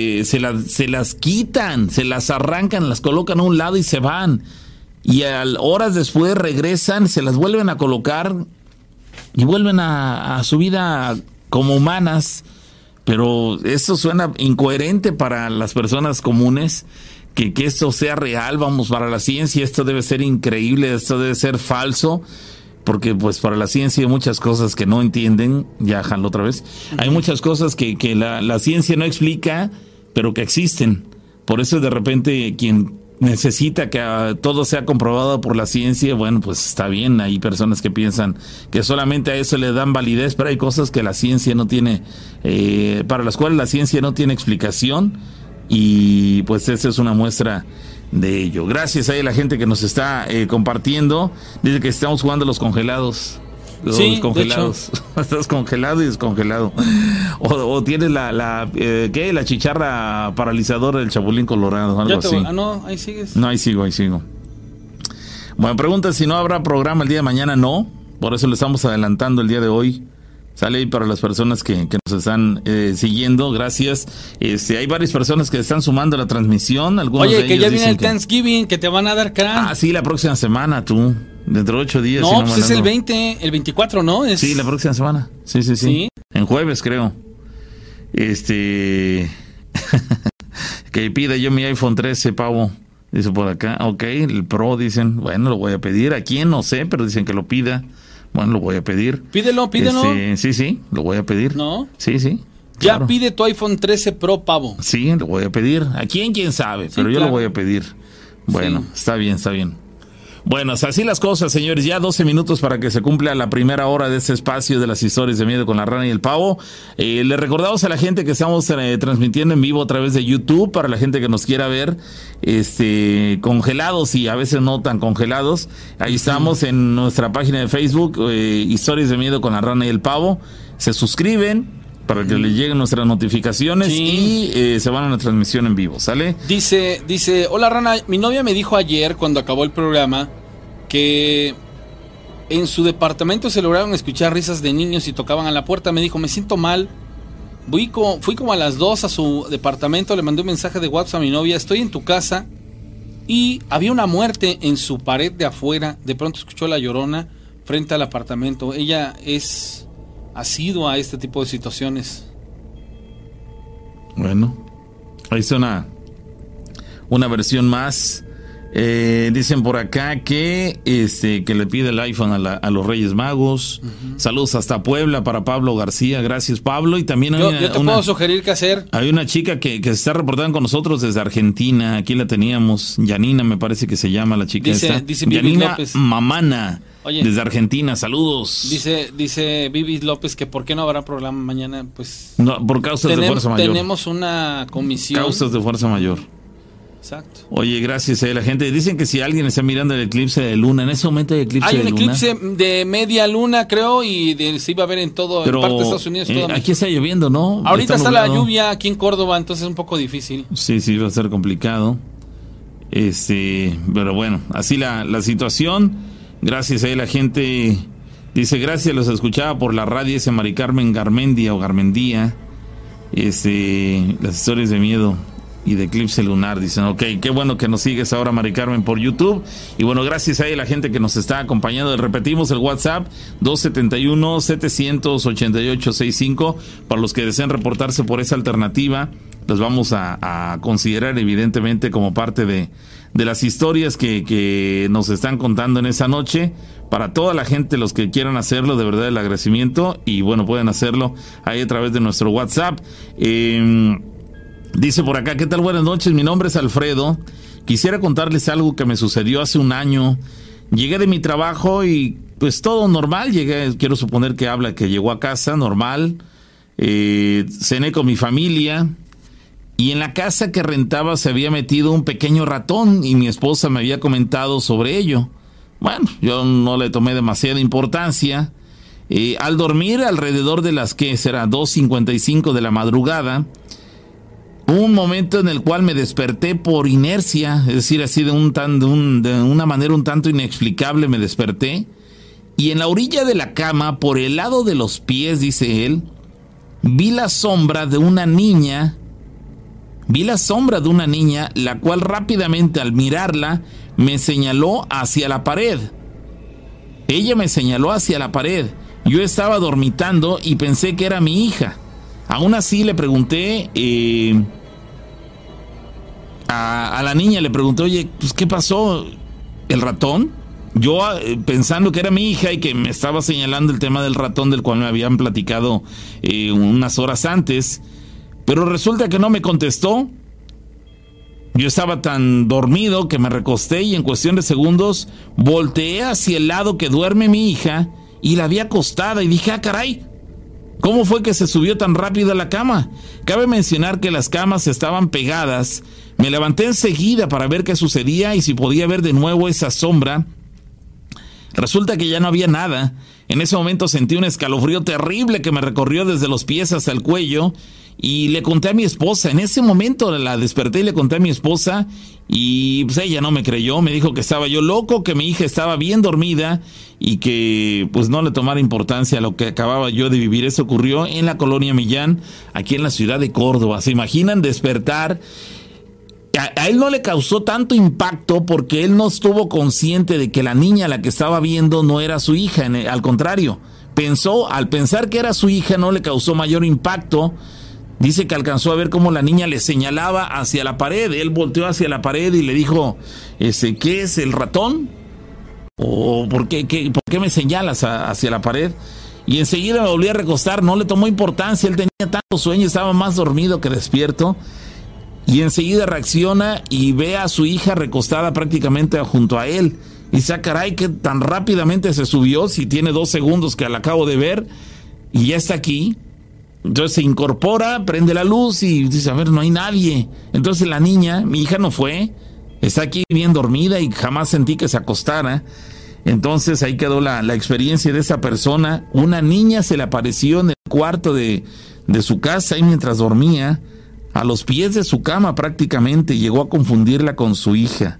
C: las quitan, se las arrancan, las colocan a un lado y se van. Y horas después regresan, se las vuelven a colocar y vuelven a su vida como humanas. Pero esto suena incoherente para las personas comunes, que esto sea real. Vamos, para la ciencia esto debe ser increíble, esto debe ser falso, porque pues para la ciencia hay muchas cosas que no entienden. Ya, jalo otra vez. Hay muchas cosas que la ciencia no explica, pero que existen. Por eso de repente quien necesita que todo sea comprobado por la ciencia, bueno, pues está bien. Hay personas que piensan que solamente a eso le dan validez, pero hay cosas que la ciencia no tiene, para las cuales la ciencia no tiene explicación, y pues esa es una muestra de ello. Gracias a la gente que nos está compartiendo. Dice que estamos jugando los congelados.
A: Sí,
C: congelados. Estás congelado y descongelado. O tienes la chicharra paralizadora del Chapulín Colorado, algo así.
A: No, ahí sigues.
C: No, ahí sigo. Bueno, pregunta si no habrá programa el día de mañana. No, por eso lo estamos adelantando el día de hoy. Sale ahí para las personas que nos están siguiendo, gracias. Hay varias personas que están sumando a la transmisión. Algunos
A: Oye,
C: de
A: que
C: ellos
A: ya viene el
C: dicen
A: Thanksgiving, que te van a dar crán.
C: Ah, sí, la próxima semana, tú. Dentro de 8 días.
A: No,
C: si
A: pues es el 20, el 24, ¿no?
C: Sí, la próxima semana. Sí. En jueves, creo. Que pida yo mi iPhone 13, pavo. Dice por acá. Ok, el Pro, dicen. Bueno, lo voy a pedir. ¿A quién? No sé, pero dicen que lo pida. Bueno, lo voy a pedir.
A: Pídelo.
C: Sí, lo voy a pedir.
A: ¿No?
C: Sí.
A: Ya
C: claro.
A: pide tu iPhone 13 Pro, pavo.
C: Sí, lo voy a pedir. ¿A quién? ¿Quién sabe? Pero yo lo voy a pedir. Bueno, sí. Está bien. Bueno, así las cosas, señores. Ya 12 minutos para que se cumpla la primera hora de este espacio de las historias de miedo con la rana y el pavo. Le recordamos a la gente que estamos transmitiendo en vivo a través de YouTube, para la gente que nos quiera ver congelados y a veces no tan congelados. Ahí estamos en nuestra página de Facebook, Historias de Miedo con la Rana y el Pavo. Se suscriben para que les lleguen nuestras notificaciones, sí. Y se van a la transmisión en vivo, ¿sale?
A: Dice, hola Rana, mi novia me dijo ayer cuando acabó el programa que en su departamento se lograron escuchar risas de niños y tocaban a la puerta. Me dijo, me siento mal. Fui como a las 2 a su departamento, le mandé un mensaje de WhatsApp a mi novia, estoy en tu casa, y había una muerte en su pared de afuera. De pronto escuchó la llorona frente al apartamento. Ella ha sido a este tipo de situaciones.
C: Bueno, ahí está una versión más. Dicen por acá que le pide el iPhone a los Reyes Magos. Saludos hasta Puebla para Pablo García. Gracias, Pablo. Y también
A: yo te puedo sugerir qué hacer.
C: Hay una chica que se está reportando con nosotros desde Argentina. Aquí la teníamos, Yanina me parece que se llama la chica
A: dice
C: Yanina
A: López.
C: Mamana.
A: Oye,
C: desde Argentina, saludos.
A: Dice Vivi López que por qué no habrá programa mañana. Pues
C: no, por causas de fuerza mayor.
A: Tenemos una comisión.
C: Causas de fuerza mayor.
A: Exacto.
C: Oye, gracias a la gente. Dicen que si alguien está mirando el eclipse de luna, en ese momento hay eclipse de luna.
A: Hay un eclipse de media luna, creo, y se iba a ver en parte de Estados Unidos.
C: Aquí está lloviendo, ¿no?
A: Ahorita está la lluvia aquí en Córdoba, entonces es un poco difícil.
C: Sí, va a ser complicado. Pero bueno, así la situación. Gracias a la gente. Dice, gracias, los escuchaba por la radio, ese Mari Carmen Garmendia o Garmendía. Las historias de miedo y de eclipse lunar. Dicen, ok, qué bueno que nos sigues ahora, Mari Carmen, por YouTube. Y bueno, gracias a la gente que nos está acompañando. Repetimos el WhatsApp 271-788-65 para los que deseen reportarse por esa alternativa. Los vamos a considerar evidentemente como parte de las historias que nos están contando en esa noche. Para toda la gente, los que quieran hacerlo, de verdad el agradecimiento. Y bueno, pueden hacerlo ahí a través de nuestro WhatsApp. Dice por acá, ¿qué tal? Buenas noches, mi nombre es Alfredo Quisiera contarles algo que me sucedió hace un año. Llegué de mi trabajo y pues todo normal. Llegué, quiero suponer que llegó a casa normal. Cené con mi familia. Y en la casa que rentaba se había metido un pequeño ratón y mi esposa me había comentado sobre ello. Bueno, yo no le tomé demasiada importancia. Al dormir alrededor de las, ¿qué será? 2:55 de la madrugada, un momento en el cual me desperté por inercia, es decir, así de una manera un tanto inexplicable me desperté, y en la orilla de la cama, por el lado de los pies, dice él, vi la sombra de una niña, la cual rápidamente al mirarla me señaló hacia la pared. Ella me señaló hacia la pared. Yo estaba dormitando y pensé que era mi hija. Aún así le pregunté a la niña, le pregunté, oye, pues ¿qué pasó? ¿El ratón? Yo pensando que era mi hija y que me estaba señalando el tema del ratón del cual me habían platicado unas horas antes, pero resulta que no me contestó. Yo estaba tan dormido que me recosté y en cuestión de segundos volteé hacia el lado que duerme mi hija y la vi acostada y dije, ah, caray, ¿cómo fue que se subió tan rápido a la cama? Cabe mencionar que las camas estaban pegadas. Me levanté enseguida para ver qué sucedía y si podía ver de nuevo esa sombra. Resulta que ya no había nada. En ese momento sentí un escalofrío terrible que me recorrió desde los pies hasta el cuello y le conté a mi esposa. En ese momento la desperté y le conté a mi esposa y pues ella no me creyó. Me dijo que estaba yo loco, que mi hija estaba bien dormida y que pues no le tomara importancia a lo que acababa yo de vivir. Eso ocurrió en la colonia Millán, aquí en la ciudad de Córdoba. ¿Se imaginan despertar? A él no le causó tanto impacto porque él no estuvo consciente de que la niña a la que estaba viendo no era su hija. Al contrario, al pensar que era su hija no le causó mayor impacto. Dice que alcanzó a ver cómo la niña le señalaba hacia la pared. Él volteó hacia la pared y le dijo, ¿qué es el ratón? ¿O por qué me señalas hacia la pared? Y enseguida me volví a recostar, no le tomó importancia, él tenía tanto sueño, estaba más dormido que despierto. Y enseguida reacciona y ve a su hija recostada prácticamente junto a él. Y dice, ah, caray, que tan rápidamente se subió, si tiene 2 segundos que la acabo de ver, y ya está aquí. Entonces se incorpora, prende la luz y dice, a ver, no hay nadie. Entonces la niña, mi hija no fue, está aquí bien dormida y jamás sentí que se acostara. Entonces ahí quedó la experiencia de esa persona. Una niña se le apareció en el cuarto de su casa y mientras dormía, a los pies de su cama prácticamente, llegó a confundirla con su hija.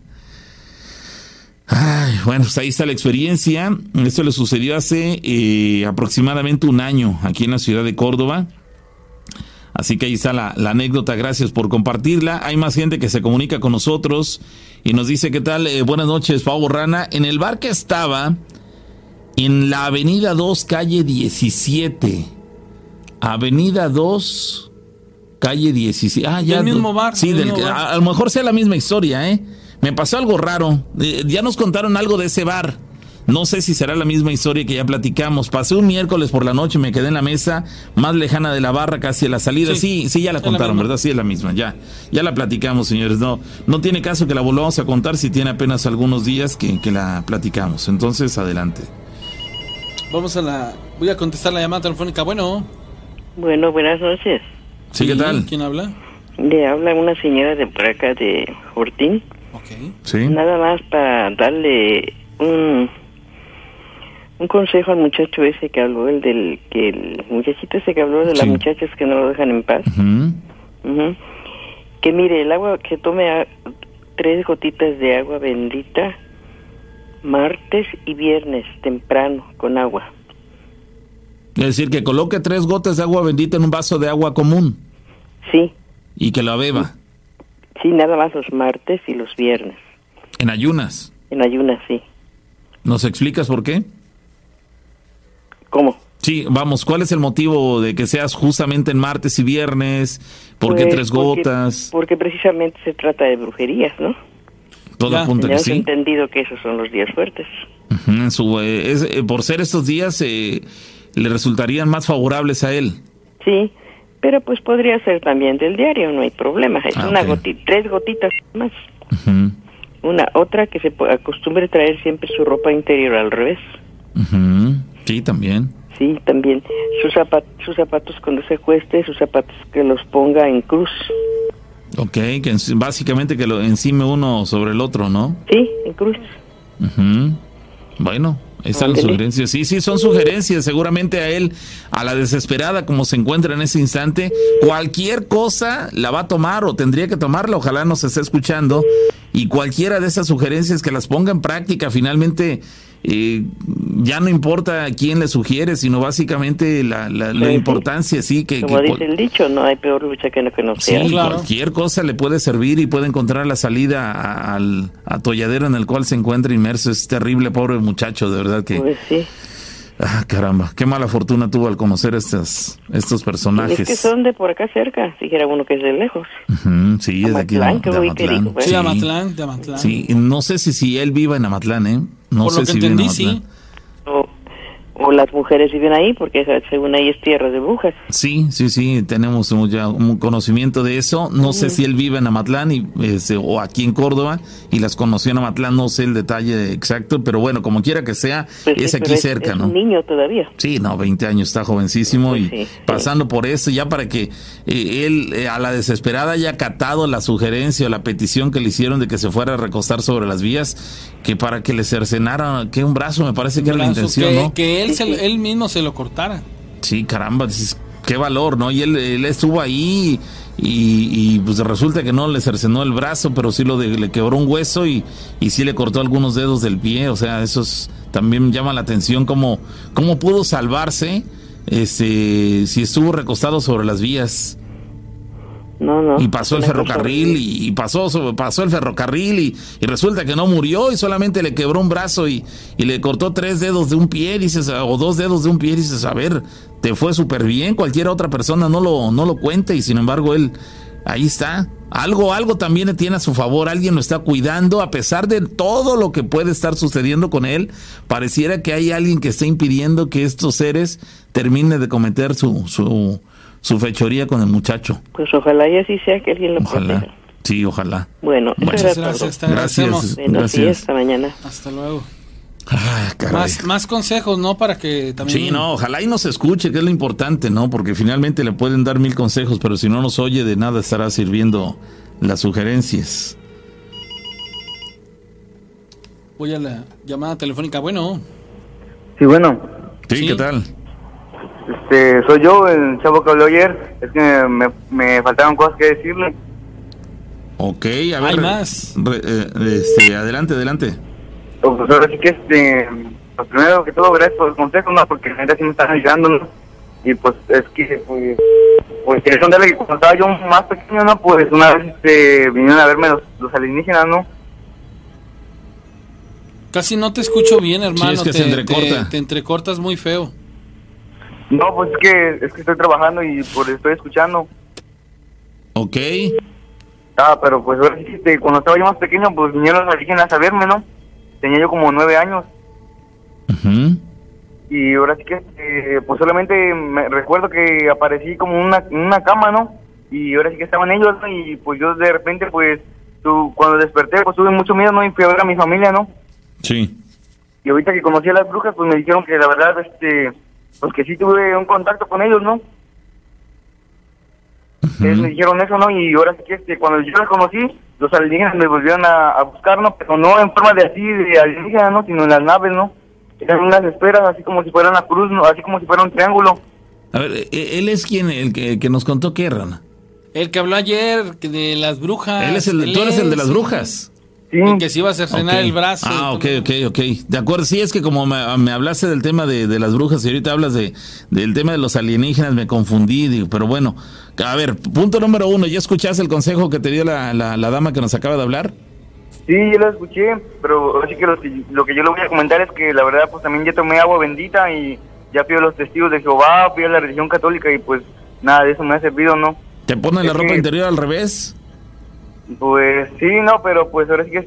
C: Ay, bueno, pues ahí está la experiencia. Esto le sucedió hace aproximadamente un año aquí en la ciudad de Córdoba. Así que ahí está la anécdota, gracias por compartirla. Hay más gente que se comunica con nosotros y nos dice, ¿qué tal? Buenas noches, Pavo Rana. En el bar que estaba en la Avenida 2, calle 17. Avenida 2... calle 17. Ah, ya.
A: Del mismo bar.
C: Sí, a lo mejor sea la misma historia, ¿eh? Me pasó algo raro. Ya nos contaron algo de ese bar. No sé si será la misma historia que ya platicamos. Pasé un miércoles por la noche, me quedé en la mesa más lejana de la barra, casi a la salida. Sí, ya la contaron, ¿verdad? Sí, es la misma. Ya la platicamos, señores. No tiene caso que la volvamos a contar si tiene apenas algunos días que la platicamos. Entonces, adelante.
A: Voy a contestar la llamada telefónica. Bueno,
E: buenas noches.
C: Sí, ¿qué tal?
A: ¿Quién habla?
E: Le habla una señora de por acá de Fortín.
A: Ok.
C: Sí.
E: Nada más para darle un consejo al muchacho ese que habló, el muchachito ese que habló de las muchachas que no lo dejan en paz. Que mire, el agua, que tome 3 gotitas de agua bendita martes y viernes temprano con agua.
C: Es decir, que coloque 3 gotas de agua bendita en un vaso de agua común.
E: Sí.
C: Y que la beba.
E: Sí, nada más los martes y los viernes.
C: ¿En ayunas?
E: En ayunas, sí.
C: ¿Nos explicas por qué?
E: ¿Cómo?
C: Sí, vamos, ¿cuál es el motivo de que seas justamente en martes y viernes? ¿Por qué 3 gotas?
E: Porque precisamente se trata de brujerías, ¿no?
C: Todo apunta que sí.
E: Entendido que esos son los días fuertes.
C: Por ser estos días... le resultarían más favorables a él.
E: Sí, Pero pues podría ser también del diario, no hay problema. Es una
C: ok.
E: 3 gotitas más.
C: Ujú,
E: Otra que se acostumbre traer siempre su ropa interior al revés.
C: ujú. Sí, también.
E: Sí, también. Sus zapatos cuando se acueste, sus zapatos que los ponga en cruz.
C: Ok, que básicamente que lo encime uno sobre el otro, ¿no?
E: Sí, en cruz.
C: Ujú. Bueno, ahí están las
E: Ándele.
C: sugerencias. Sí, sí, son sugerencias. Seguramente a él, a la desesperada como se encuentra en ese instante, cualquier cosa la va a tomar o tendría que tomarla. Ojalá nos esté escuchando. Y cualquiera de esas sugerencias que las ponga en práctica, finalmente ya no importa quién le sugiere, sino básicamente la
E: Sí,
C: importancia, sí, que
E: Como dice el dicho, no hay peor lucha que lo que no sea.
C: sí,
A: claro.
C: cualquier cosa le puede servir y puede encontrar la salida al atolladero en el cual se encuentra inmerso. Es terrible, pobre muchacho, de verdad que...
E: Pues sí.
C: Ah, caramba, qué mala fortuna tuvo al conocer estos personajes.
E: Es que son de por acá cerca, dijera uno que es de lejos.
C: Ujú, sí, es de aquí
E: Amatlán,
C: de
E: creo que
C: Amatlán.
E: dijo, pues.
A: Sí,
C: Sí,
A: de Amatlán.
C: sí, no sé si él viva en Amatlán, ¿eh? No
A: Por
C: sé
A: lo que
C: si vive en
A: entendí,
C: Amatlán.
A: sí.
E: O las mujeres viven ahí, porque según ahí es tierra de brujas.
C: Sí, tenemos ya un conocimiento de eso. No sé si él vive en Amatlán o aquí en Córdoba y las conoció en Amatlán, no sé el detalle exacto, pero bueno, como quiera que sea,
E: Pues
C: es
E: sí,
C: aquí
E: pero
C: cerca,
E: es
C: ¿no?
E: un niño todavía.
C: Sí, no, 20 años, está jovencísimo
E: Pues
C: y
E: sí,
C: pasando por eso ya para que él a la desesperada haya acatado la sugerencia o la petición que le hicieron de que se fuera a recostar sobre las vías, que para que le cercenara que un brazo, me parece que era la
A: Brazo,
C: intención, ¿no?
A: que él,
E: Sí, sí.
A: él mismo se lo cortara.
C: Sí, caramba, dices, qué valor, ¿no? Y él estuvo ahí y pues resulta que no le cercenó el brazo, pero sí le quebró un hueso y sí le cortó algunos dedos del pie. O sea, también llama la atención cómo pudo salvarse si estuvo recostado sobre las vías.
E: No.
C: Y pasó el
E: Una cosa
C: ferrocarril
E: horrible.
C: y pasó el ferrocarril y resulta que no murió y solamente le quebró un brazo y le cortó 3 dedos de un pie, dices, o 2 dedos de un pie, dices, a ver, te fue súper bien, cualquier otra persona no lo cuenta y sin embargo él, ahí está, algo también le tiene a su favor, alguien lo está cuidando a pesar de todo lo que puede estar sucediendo con él, pareciera que hay alguien que está impidiendo que estos seres terminen de cometer su fechoría con el muchacho.
E: Pues ojalá y así sea, que alguien lo
C: Ojalá.
E: proteja.
C: Sí, ojalá.
E: Bueno, eso
A: Muchas
E: era todo.
A: gracias, te agradecemos.
C: Gracias.
E: Bueno, sí, hasta mañana.
A: Hasta luego.
C: Ah, caray.
A: Más consejos, ¿no? Para que también...
C: Sí, no, ojalá y nos escuche, que es lo importante, ¿no? Porque finalmente le pueden dar 1000 consejos, pero si no nos oye, de nada estará sirviendo las sugerencias.
A: Voy a la llamada telefónica. Bueno,
F: Sí, bueno,
C: Sí,
A: Sí.
C: ¿qué tal?
F: soy yo, el chavo que habló ayer. Es que me faltaron cosas que decirle.
C: Ok, a ver.
A: Hay más.
C: Adelante.
F: Pues ahora sí que pues primero que todo, gracias por los consejos, ¿no? Porque la gente sí me están ayudando, ¿no? Y pues es que, pues quería contarle que cuando estaba yo más pequeño, ¿no? Pues una vez vinieron a verme los alienígenas, ¿no?
A: casi no te escucho bien, hermano.
C: es que se entrecorta.
A: Te entrecortas muy feo.
F: No, pues es que estoy trabajando y por eso estoy escuchando.
C: Ok.
F: Pero pues ahora sí que cuando estaba yo más pequeño, pues vinieron los alienígenas a verme, ¿no? Tenía yo como 9 años.
C: Ujú.
F: Y ahora sí que, pues solamente me recuerdo que aparecí como en una cama, ¿no? Y ahora sí que estaban ellos, ¿no? Y pues yo de repente, pues, cuando desperté, pues tuve mucho miedo, ¿no? Y fui a ver a mi familia, ¿no?
C: Sí.
F: Y ahorita que conocí a las brujas, pues me dijeron que la verdad, pues que sí tuve un contacto con ellos, ¿no? Ellos me dijeron eso, ¿no? Y ahora sí que cuando yo las conocí, los alienígenas me volvieron a buscar, ¿no? Pero no en forma de alienígenas, ¿no? Sino en las naves, ¿no? Eran unas esferas, así como si fuera una cruz, ¿no? Así como si fuera un triángulo.
C: A ver, él es el que nos contó qué, Rana.
A: El que habló ayer de las brujas.
C: Tú eres el de las brujas.
F: Sí.
A: El que se iba a cercenar
C: Ok.
A: el brazo.
C: Ok. De acuerdo, sí, es que como me hablaste del tema de las brujas y ahorita hablas del tema de los alienígenas, me confundí, digo, pero bueno. A ver, punto número 1, ¿ya escuchaste el consejo que te dio la dama que nos acaba de hablar?
F: Sí, yo lo escuché, pero así que lo que yo le voy a comentar es que la verdad, pues también ya tomé agua bendita y ya fui a los testigos de Jehová, fui a la religión católica y pues nada de eso me ha servido, ¿no?
C: ¿Te ponen la
F: Es
C: ropa
F: que-
C: interior al revés?
F: Pues sí, no, pero pues ahora sí que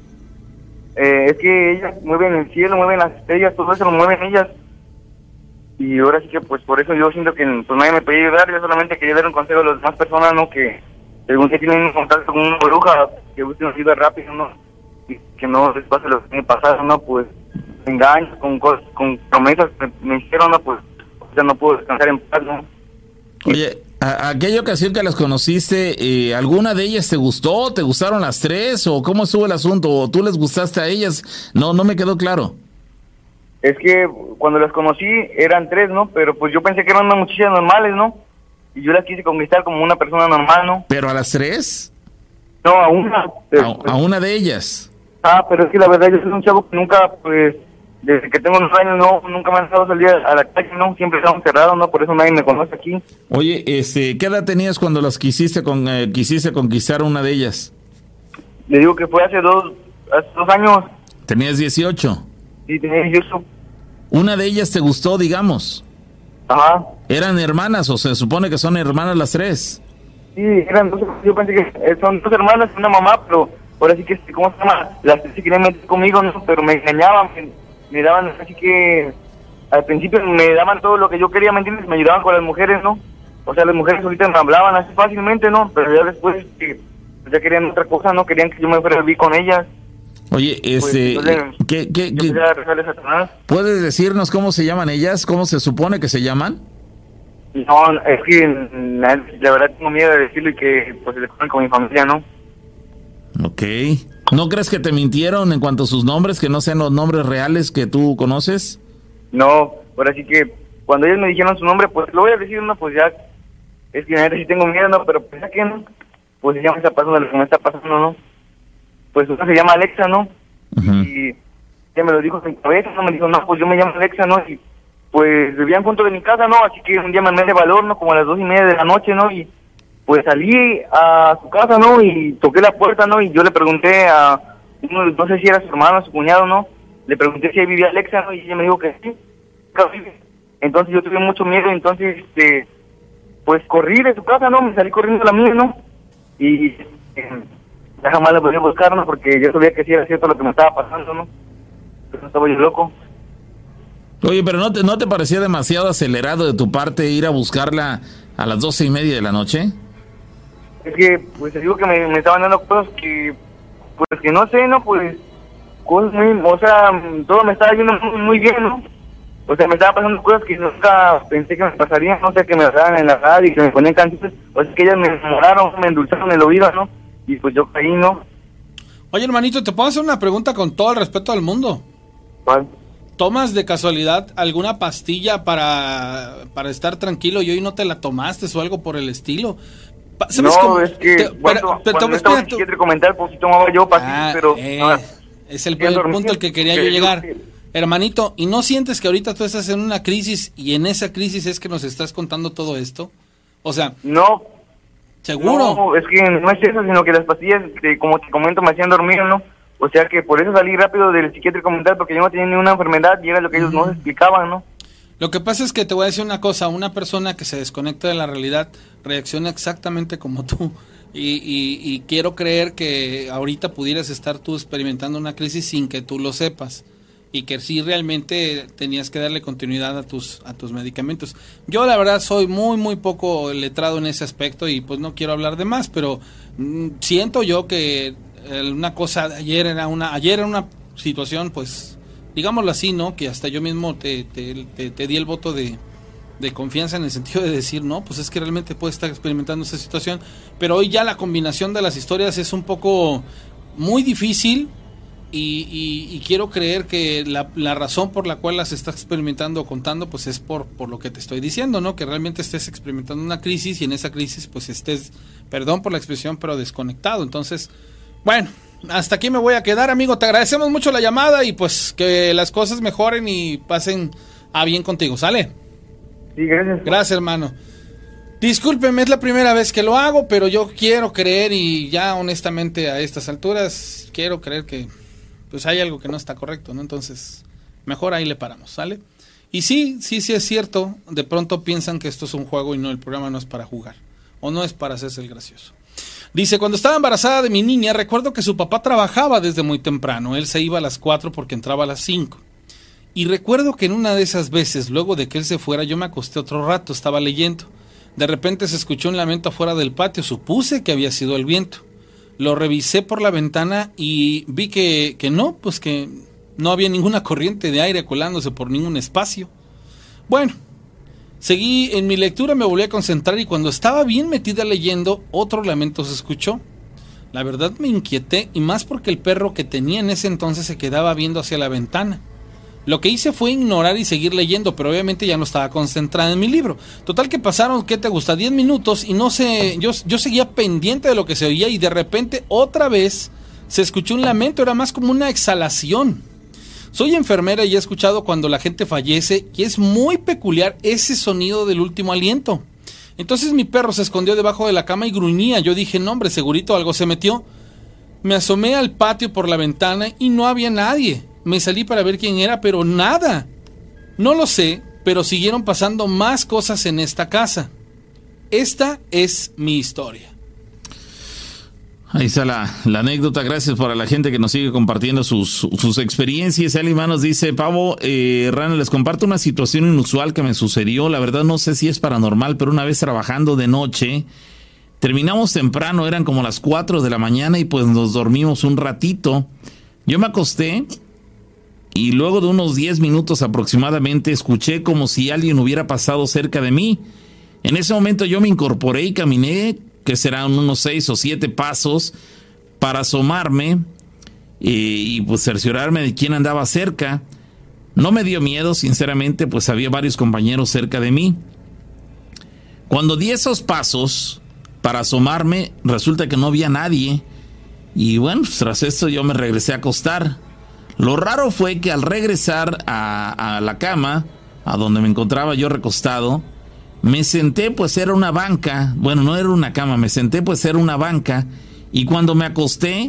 F: es que ellas mueven el cielo, mueven las estrellas, todo eso lo mueven ellas. Y ahora sí que pues por eso yo siento que pues nadie me podía ayudar, yo solamente quería dar un consejo a las demás personas, ¿no? Que algún día tienen un contacto con una bruja, que busquen ayuda rápido, ¿no? Y que no les pase lo que me pasaron, ¿no? Pues engaños, con promesas que me hicieron, ¿no? Pues ya no puedo descansar en paz, ¿no?
C: Oye, aquella ocasión que las conociste, ¿alguna de ellas te gustó? ¿Te gustaron las tres? ¿O cómo estuvo el asunto? ¿O tú les gustaste a ellas? No me quedó claro.
F: Es que cuando las conocí eran 3, ¿no? Pero pues yo pensé que eran unas muchachas normales, ¿no? Y yo las quise conquistar como una persona normal, ¿no?
C: ¿Pero a las 3?
F: No, a una.
C: A una de ellas.
F: Pero es que la verdad yo soy un chavo que nunca, pues, desde que tengo unos años, nunca me han dejado salir a la calle, ¿no? Siempre estamos cerrados, ¿no? Por eso nadie me conoce aquí.
C: Oye, ¿qué edad tenías cuando las quisiste conquistar a una de ellas?
F: Le digo que fue hace dos años.
C: ¿Tenías 18?
F: Sí, tenía 18.
C: ¿Una de ellas te gustó, digamos?
F: Ajá.
C: ¿Eran hermanas o se supone que son hermanas las 3?
F: Sí, eran dos, yo pensé que son 2 hermanas y una mamá, pero ahora sí que, ¿cómo se llama? Las 3 se querían meter conmigo, ¿no? Pero me engañaban, me daban, así que al principio me daban todo lo que yo quería, ¿me entiendes? Me ayudaban con las mujeres, ¿no? O sea, las mujeres ahorita me hablaban así fácilmente, ¿no? Pero ya después, ya querían otra cosa, ¿no? Querían que yo me fuera a vivir con ellas.
C: Oye, ¿qué puedes decirnos cómo se llaman ellas? ¿Cómo se supone que se llaman?
F: No, es que la verdad tengo miedo de decirlo y que pues se le con mi familia, ¿no?
C: Ok. ¿No crees que te mintieron en cuanto a sus nombres, que no sean los nombres reales que tú conoces?
F: No, ahora sí que cuando ellos me dijeron su nombre, pues lo voy a decir, ¿no? Pues ya, es que la sí tengo miedo, ¿no? Pero pues ya que no, pues ya me está pasando lo que me está pasando, ¿no? Pues una se llama Alexa, ¿no? Uh-huh. Y ella me lo dijo en mi cabeza, ¿no? Me dijo, no, pues yo me llamo Alexa, ¿no? Y pues vivían junto de mi casa, ¿no? Así que un día me armé de valor, ¿no? Como a las 2:30 de la noche, ¿no? Y pues salí a su casa, ¿no? Y toqué la puerta, ¿no? Y yo le pregunté a uno, no sé si era su hermano o su cuñado, ¿no? Le pregunté si ahí vivía Alexa, ¿no? Y ella me dijo que sí. Entonces yo tuve mucho miedo, entonces, pues corrí de su casa, ¿no? Me salí corriendo a la mía, ¿no? Y ya jamás la podía buscar, ¿no? Porque yo sabía que sí era cierto lo que me estaba pasando, ¿no? Pero estaba yo loco.
C: Oye, pero ¿no te parecía demasiado acelerado de tu parte ir a buscarla a las 12:30 de la noche?
F: Es que, pues te digo que me estaban dando cosas que, pues que no sé, ¿no? Pues, cosas muy, o sea, todo me estaba yendo muy bien, ¿no? O sea, me estaban pasando cosas que nunca pensé que me pasarían, no sé, que me daban en la radio y que me ponían canciones, o sea, que ellas me enamoraron, me endulzaron el oído, ¿no? Y pues yo caí, ¿no?
A: Oye, hermanito, ¿te puedo hacer una pregunta con todo el respeto del mundo?
F: ¿Cuál?
A: ¿Tomas de casualidad alguna pastilla para estar tranquilo y hoy no te la tomaste o algo por el estilo?
F: ¿Sabes no, cómo? Es que cuando estaba en psiquiátrico mental, pues sí tomaba yo pastillas, pero...
A: es el punto al que quería yo llegar. Hermanito, ¿y no sientes que ahorita tú estás en una crisis y en esa crisis es que nos estás contando todo esto? O sea...
F: No.
A: ¿Seguro?
F: No, es que no es eso, sino que las pastillas, como te comento, me hacían dormir, ¿no? O sea que por eso salí rápido del psiquiátrico mental, porque yo no tenía ninguna enfermedad y era lo que ellos no explicaban, ¿no?
A: Lo que pasa es que te voy a decir una cosa, una persona que se desconecta de la realidad reacciona exactamente como tú y quiero creer que ahorita pudieras estar tú experimentando una crisis sin que tú lo sepas y que sí realmente tenías que darle continuidad a tus medicamentos. Yo la verdad soy muy poco letrado en ese aspecto y pues no quiero hablar de más, pero siento yo que una cosa ayer era una situación, pues digámoslo así, ¿no? Que hasta yo mismo te di el voto de confianza en el sentido de decir, no, pues es que realmente puedes estar experimentando esa situación, pero hoy ya la combinación de las historias es un poco muy difícil y quiero creer que la razón por la cual las estás experimentando o contando, pues es por lo que te estoy diciendo, ¿no? Que realmente estés experimentando una crisis y en esa crisis pues estés, perdón por la expresión, pero desconectado. Entonces, bueno, hasta aquí me voy a quedar, amigo. Te agradecemos mucho la llamada y pues que las cosas mejoren y pasen a bien contigo, ¿sale?
F: Sí, gracias.
A: Gracias, hermano. Discúlpeme, es la primera vez que lo hago, pero yo quiero creer y ya honestamente a estas alturas quiero creer que pues hay algo que no está correcto, ¿no? Entonces, mejor ahí le paramos, ¿sale? Y sí es cierto, de pronto piensan que esto es un juego y no, el programa no es para jugar o no es para hacerse el gracioso. Dice, cuando estaba embarazada de mi niña, recuerdo que su papá trabajaba desde muy temprano. Él se iba a las 4 porque entraba a las 5. Y recuerdo que en una de esas veces, luego de que él se fuera, yo me acosté otro rato, estaba leyendo. De repente se escuchó un lamento afuera del patio, supuse que había sido el viento. Lo revisé por la ventana y vi que no, pues que no había ninguna corriente de aire colándose por ningún espacio. Bueno, seguí en mi lectura, me volví a concentrar y cuando estaba bien metida leyendo, otro lamento se escuchó. La verdad me inquieté y más porque el perro que tenía en ese entonces se quedaba viendo hacia la ventana. Lo que hice fue ignorar y seguir leyendo, pero obviamente ya no estaba concentrada en mi libro. Total que pasaron, ¿qué te gusta? 10 minutos y no sé, yo seguía pendiente de lo que se oía y de repente otra vez se escuchó un lamento, era más como una exhalación. Soy enfermera y he escuchado cuando la gente fallece y es muy peculiar ese sonido del último aliento. Entonces mi perro se escondió debajo de la cama y gruñía. Yo dije, no hombre, segurito algo se metió. Me asomé al patio por la ventana y no había nadie. Me salí para ver quién era, pero nada. No lo sé, pero siguieron pasando más cosas en esta casa. Esta es mi historia.
C: Ahí está la anécdota. Gracias para la gente que nos sigue compartiendo sus experiencias. Alima nos dice, Pavo, Rana, les comparto una situación inusual que me sucedió. La verdad no sé si es paranormal, pero una vez trabajando de noche, terminamos temprano, eran como las 4 de la mañana y pues nos dormimos un ratito. Yo me acosté y luego de unos 10 minutos aproximadamente escuché como si alguien hubiera pasado cerca de mí. En ese momento yo me incorporé y caminé, que serán unos 6 o 7 pasos, para asomarme y pues cerciorarme de quién andaba cerca. No me dio miedo, sinceramente, pues había varios compañeros cerca de mí. Cuando di esos pasos para asomarme, resulta que no había nadie. Y bueno, pues tras esto yo me regresé a acostar. Lo raro fue que al regresar a la cama, a donde me encontraba yo recostado, me senté, pues era una banca. Bueno, no era una cama, me senté, pues era una banca. Y cuando me acosté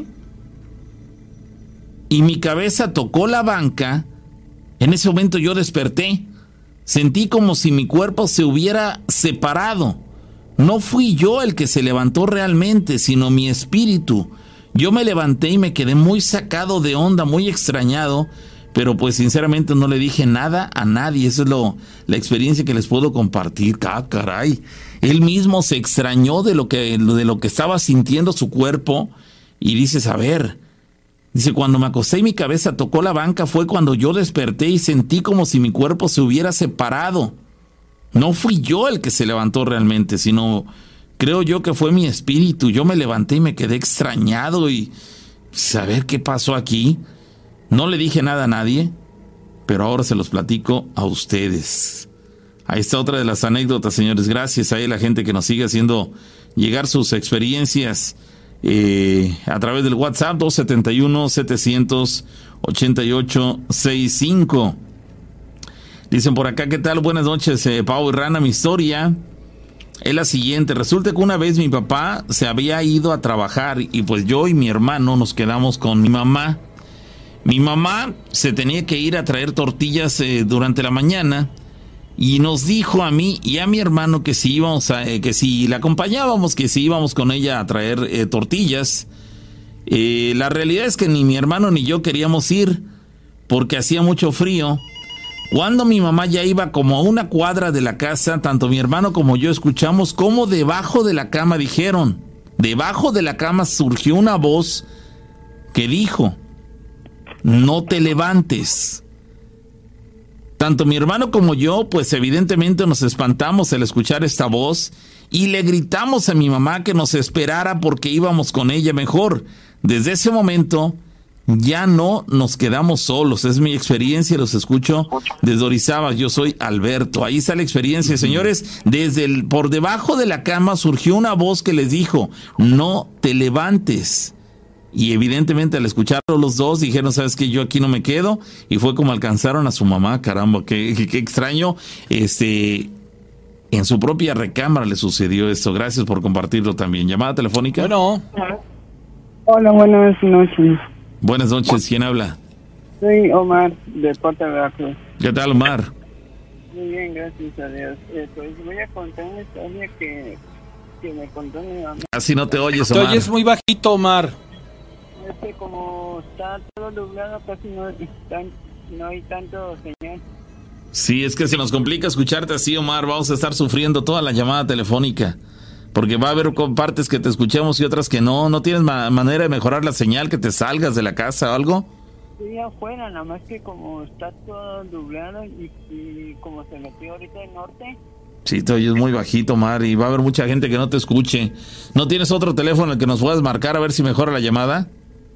C: y mi cabeza tocó la banca, en ese momento yo desperté. Sentí como si mi cuerpo se hubiera separado. No fui yo el que se levantó realmente, sino mi espíritu. Yo me levanté y me quedé muy sacado de onda, muy extrañado, pero pues sinceramente no le dije nada a nadie. Esa es la experiencia que les puedo compartir. ¡Ah, caray! Él mismo se extrañó de lo que estaba sintiendo su cuerpo y dices, a ver, dice, cuando me acosté y mi cabeza tocó la banca fue cuando yo desperté y sentí como si mi cuerpo se hubiera separado. No fui yo el que se levantó realmente, sino creo yo que fue mi espíritu. Yo me levanté y me quedé extrañado y saber qué pasó aquí. No le dije nada a nadie, pero ahora se los platico a ustedes. Ahí está otra de las anécdotas, señores. Gracias a la gente que nos sigue haciendo llegar sus experiencias a través del WhatsApp 271-788-65. Dicen por acá, ¿qué tal? Buenas noches, Pau y Rana. Mi historia es la siguiente. Resulta que una vez mi papá se había ido a trabajar y pues yo y mi hermano nos quedamos con mi mamá. Mi mamá se tenía que ir a traer tortillas durante la mañana y nos dijo a mí y a mi hermano que si la acompañábamos, que si íbamos con ella a traer tortillas. La realidad es que ni mi hermano ni yo queríamos ir porque hacía mucho frío. Cuando mi mamá ya iba como a una cuadra de la casa, tanto mi hermano como yo escuchamos cómo debajo de la cama dijeron, debajo de la cama surgió una voz que dijo, no te levantes. Tanto mi hermano como yo, pues evidentemente nos espantamos al escuchar esta voz y le gritamos a mi mamá que nos esperara porque íbamos con ella mejor. Desde ese momento ya no nos quedamos solos. Es mi experiencia, los escucho desde Orizaba. Yo soy Alberto. Ahí está la experiencia, señores. Por debajo de la cama surgió una voz que les dijo, no te levantes. Y evidentemente al escucharlo los dos dijeron, ¿sabes qué? Yo aquí no me quedo. Y fue como alcanzaron a su mamá. Caramba, qué extraño. En su propia recámara le sucedió esto. Gracias por compartirlo también. ¿Llamada telefónica?
A: Bueno.
G: Hola, buenas noches.
C: Buenas noches, ¿quién habla?
G: Soy Omar, de Puerto Veracruz.
C: ¿Qué tal, Omar?
G: Muy bien, gracias a Dios. Pues voy a contar una historia que me contó mi mamá.
C: Así no te oyes, Omar.
A: Te oyes muy bajito, Omar.
G: Es que como está todo nublado, casi no están no hay tanto señal.
C: Sí, es que se nos complica escucharte así, Omar. Vamos a estar sufriendo toda la llamada telefónica. Porque va a haber partes que te escuchemos y otras que no. ¿No tienes manera de mejorar la señal, que te salgas de la casa o algo?
G: Sí, afuera, nada más que como está todo nublado y como se metió ahorita el norte.
C: Sí, te oyes muy bajito, Omar, y va a haber mucha gente que no te escuche. ¿No tienes otro teléfono al que nos puedas marcar a ver si mejora la llamada?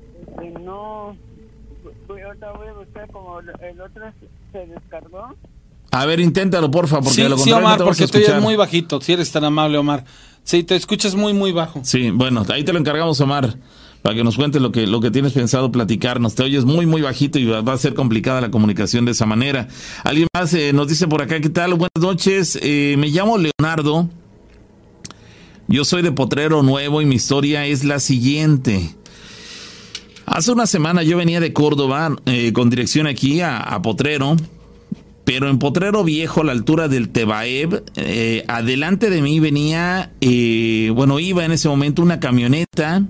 G: No, ahorita voy a buscar como el otro se descargó.
C: A ver, inténtalo, porfa, porque
A: sí,
C: de lo
A: sí,
C: contrario
A: Omar,
C: no te
A: porque
C: vas a
A: te oyes
C: escuchar.
A: muy bajito, si eres tan amable, Omar. Sí, te escuchas muy, muy bajo.
C: Sí, bueno, ahí te lo encargamos, Omar, para que nos cuentes lo que tienes pensado platicarnos. Te oyes muy, muy bajito y va a ser complicada la comunicación de esa manera. Alguien más nos dice por acá, ¿qué tal? Buenas noches, me llamo Leonardo. Yo soy de Potrero Nuevo y mi historia es la siguiente. Hace una semana yo venía de Córdoba con dirección aquí a Potrero, pero en Potrero Viejo, a la altura del Tebaeb, adelante de mí venía, iba en ese momento una camioneta,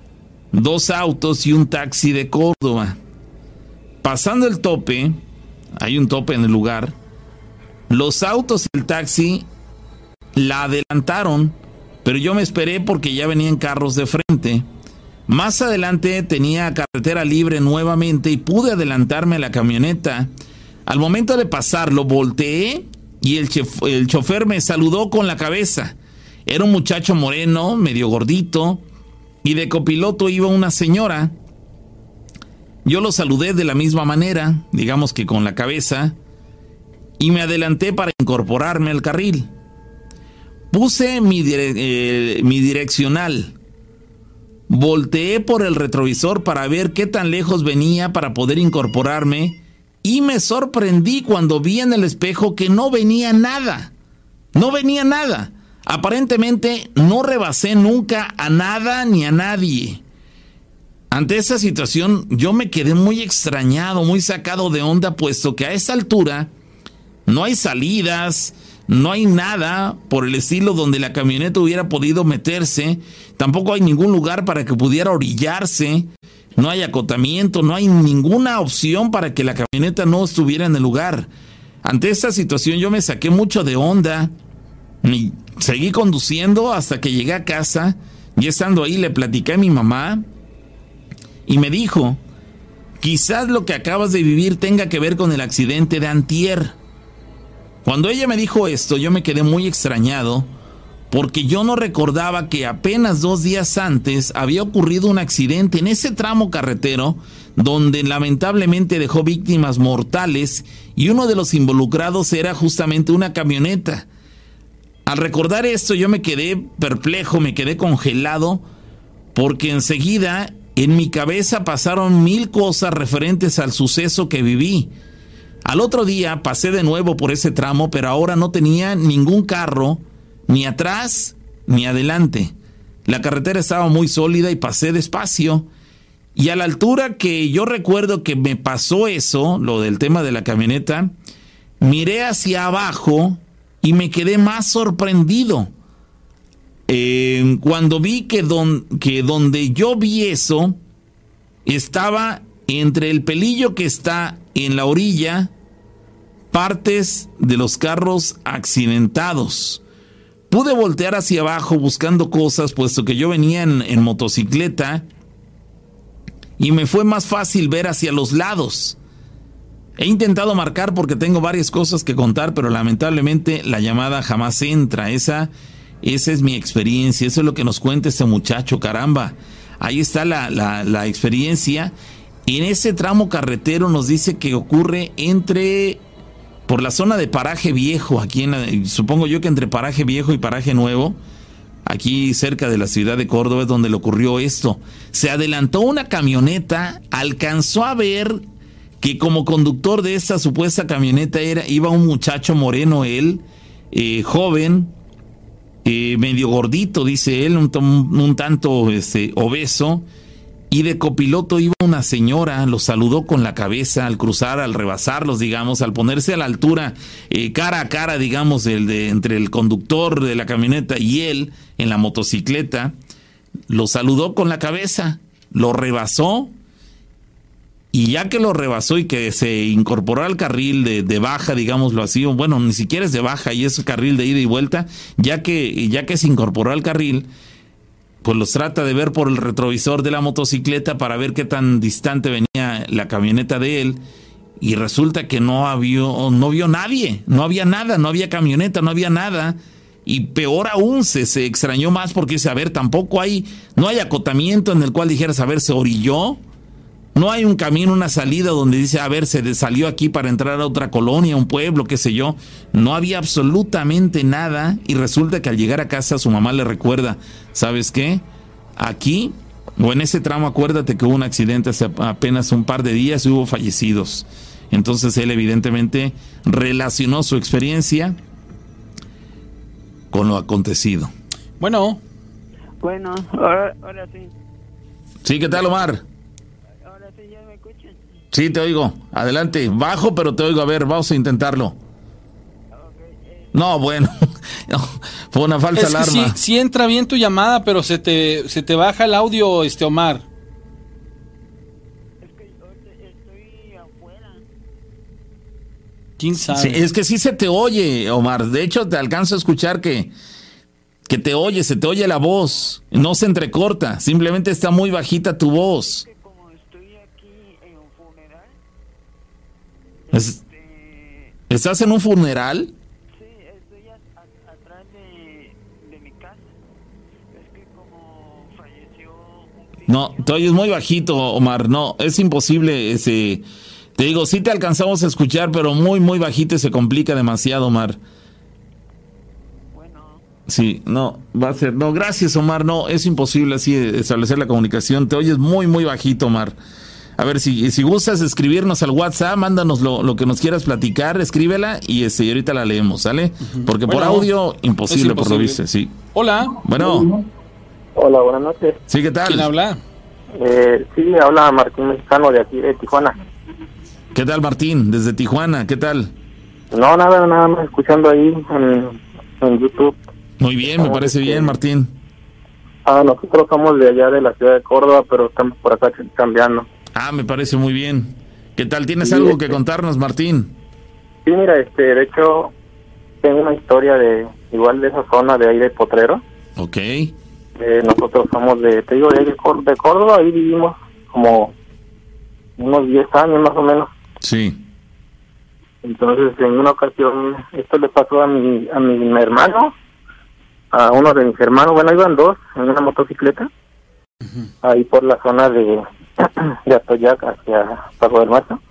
C: 2 autos y un taxi de Córdoba. Pasando el tope, hay un tope en el lugar, los autos y el taxi la adelantaron, pero yo me esperé porque ya venían carros de frente. Más adelante tenía carretera libre nuevamente y pude adelantarme a la camioneta. Al momento de pasarlo, volteé y el chofer me saludó con la cabeza. Era un muchacho moreno, medio gordito, y de copiloto iba una señora. Yo lo saludé de la misma manera, digamos que con la cabeza, y me adelanté para incorporarme al carril. Puse mi direccional. Volteé por el retrovisor para ver qué tan lejos venía para poder incorporarme y me sorprendí cuando vi en el espejo que no venía nada. No venía nada. Aparentemente no rebasé nunca a nada ni a nadie. Ante esa situación yo me quedé muy extrañado, muy sacado de onda, puesto que a esa altura no hay salidas, no hay nada por el estilo donde la camioneta hubiera podido meterse, tampoco hay ningún lugar para que pudiera orillarse, no hay acotamiento, no hay ninguna opción para que la camioneta no estuviera en el lugar. Ante esta situación yo me saqué mucho de onda y seguí conduciendo hasta que llegué a casa. Y estando ahí le platiqué a mi mamá y me dijo: quizás lo que acabas de vivir tenga que ver con el accidente de antier. Cuando ella me dijo esto, yo me quedé muy extrañado, porque yo no recordaba que apenas 2 días antes había ocurrido un accidente en ese tramo carretero, donde lamentablemente dejó víctimas mortales, y uno de los involucrados era justamente una camioneta. Al recordar esto, yo me quedé perplejo, me quedé congelado, porque enseguida en mi cabeza pasaron 1000 cosas referentes al suceso que viví. Al otro día pasé de nuevo por ese tramo, pero ahora no tenía ningún carro, ni atrás ni adelante. La carretera estaba muy sólida y pasé despacio. Y a la altura que yo recuerdo que me pasó eso, lo del tema de la camioneta, miré hacia abajo y me quedé más sorprendido. Cuando vi que donde yo vi eso, estaba entre el pelillo que está en la orilla, partes de los carros accidentados. Pude voltear hacia abajo buscando cosas, puesto que yo venía en motocicleta, y me fue más fácil ver hacia los lados. He intentado marcar porque tengo varias cosas que contar, pero lamentablemente la llamada jamás entra. Esa es mi experiencia, eso es lo que nos cuenta este muchacho, caramba. Ahí está la experiencia. En ese tramo carretero nos dice que ocurre por la zona de Paraje Viejo, aquí supongo yo que entre Paraje Viejo y Paraje Nuevo, aquí cerca de la ciudad de Córdoba es donde le ocurrió esto. Se adelantó una camioneta, alcanzó a ver que como conductor de esta supuesta camioneta iba un muchacho moreno, él, joven, medio gordito, dice él, un tanto obeso, y de copiloto iba una señora. Lo saludó con la cabeza al cruzar, al rebasarlos, digamos, al ponerse a la altura, cara a cara, digamos, entre el conductor de la camioneta y él en la motocicleta. Lo saludó con la cabeza, lo rebasó y ya que lo rebasó y que se incorporó al carril de baja, digámoslo así, o bueno, ni siquiera es de baja y es carril de ida y vuelta, ya que se incorporó al carril, pues los trata de ver por el retrovisor de la motocicleta para ver qué tan distante venía la camioneta de él, y resulta que no vio nadie, no había nada, no había camioneta, no había nada. Y peor aún, se extrañó más porque dice, a ver, no hay acotamiento en el cual dijeras, a ver, se orilló. No hay un camino, una salida donde dice, a ver, se salió aquí para entrar a otra colonia, un pueblo, qué sé yo. No había absolutamente nada, y resulta que al llegar a casa su mamá le recuerda, ¿sabes qué? Aquí, o en ese tramo, acuérdate que hubo un accidente hace apenas un par de días y hubo fallecidos. Entonces él evidentemente relacionó su experiencia con lo acontecido.
A: Bueno,
G: ahora sí.
C: Sí, ¿qué tal, Omar?
G: Ahora sí, ¿ya me escuchan?
C: Sí, te oigo. Adelante. Bajo, pero te oigo. A ver, vamos a intentarlo. No, bueno. No, fue una falsa alarma.
A: Sí entra bien tu llamada, pero se te baja el audio, Omar.
G: Es que estoy afuera.
A: ¿Quién sabe?
C: Sí, es que sí se te oye, Omar. De hecho, te alcanzo a escuchar que se te oye la voz. No se entrecorta. Simplemente está muy bajita tu voz.
G: Es que como estoy aquí en un funeral.
C: ¿Estás en un funeral?
G: Sí, estoy atrás de mi casa. Es que como falleció un tío.
C: No, te oyes muy bajito, Omar. No, es imposible ese. Te digo, sí te alcanzamos a escuchar, pero muy, muy bajito y se complica demasiado, Omar.
G: Bueno.
C: Sí, no, va a ser. No, gracias, Omar. No, es imposible así establecer la comunicación. Te oyes muy, muy bajito, Omar. A ver, si gustas escribirnos al WhatsApp, mándanos lo que nos quieras platicar, escríbela y ahorita la leemos, ¿sale? Porque por audio, imposible, por lo visto, sí.
A: Hola.
C: Bueno.
F: Hola, buenas noches.
C: Sí, ¿qué tal?
A: ¿Quién habla?
F: Sí, habla Martín Mexicano de aquí, de Tijuana.
C: ¿Qué tal, Martín? Desde Tijuana, ¿qué tal?
F: No, nada más escuchando ahí en YouTube.
C: Muy bien, me parece bien, Martín.
F: Nosotros somos de allá de la ciudad de Córdoba, pero estamos por acá cambiando.
C: Me parece muy bien. ¿Qué tal? ¿Tienes algo que contarnos, Martín?
F: Sí, mira, de hecho, tengo una historia igual de esa zona de ahí de Potrero.
C: Ok.
F: Nosotros somos de Córdoba, ahí vivimos como unos 10 años más o menos.
C: Sí.
F: Entonces, en una ocasión, esto le pasó a mi hermano, a uno de mis hermanos, bueno, iban dos en una motocicleta, ahí por la zona de Atoyac hacia Paso del Macho.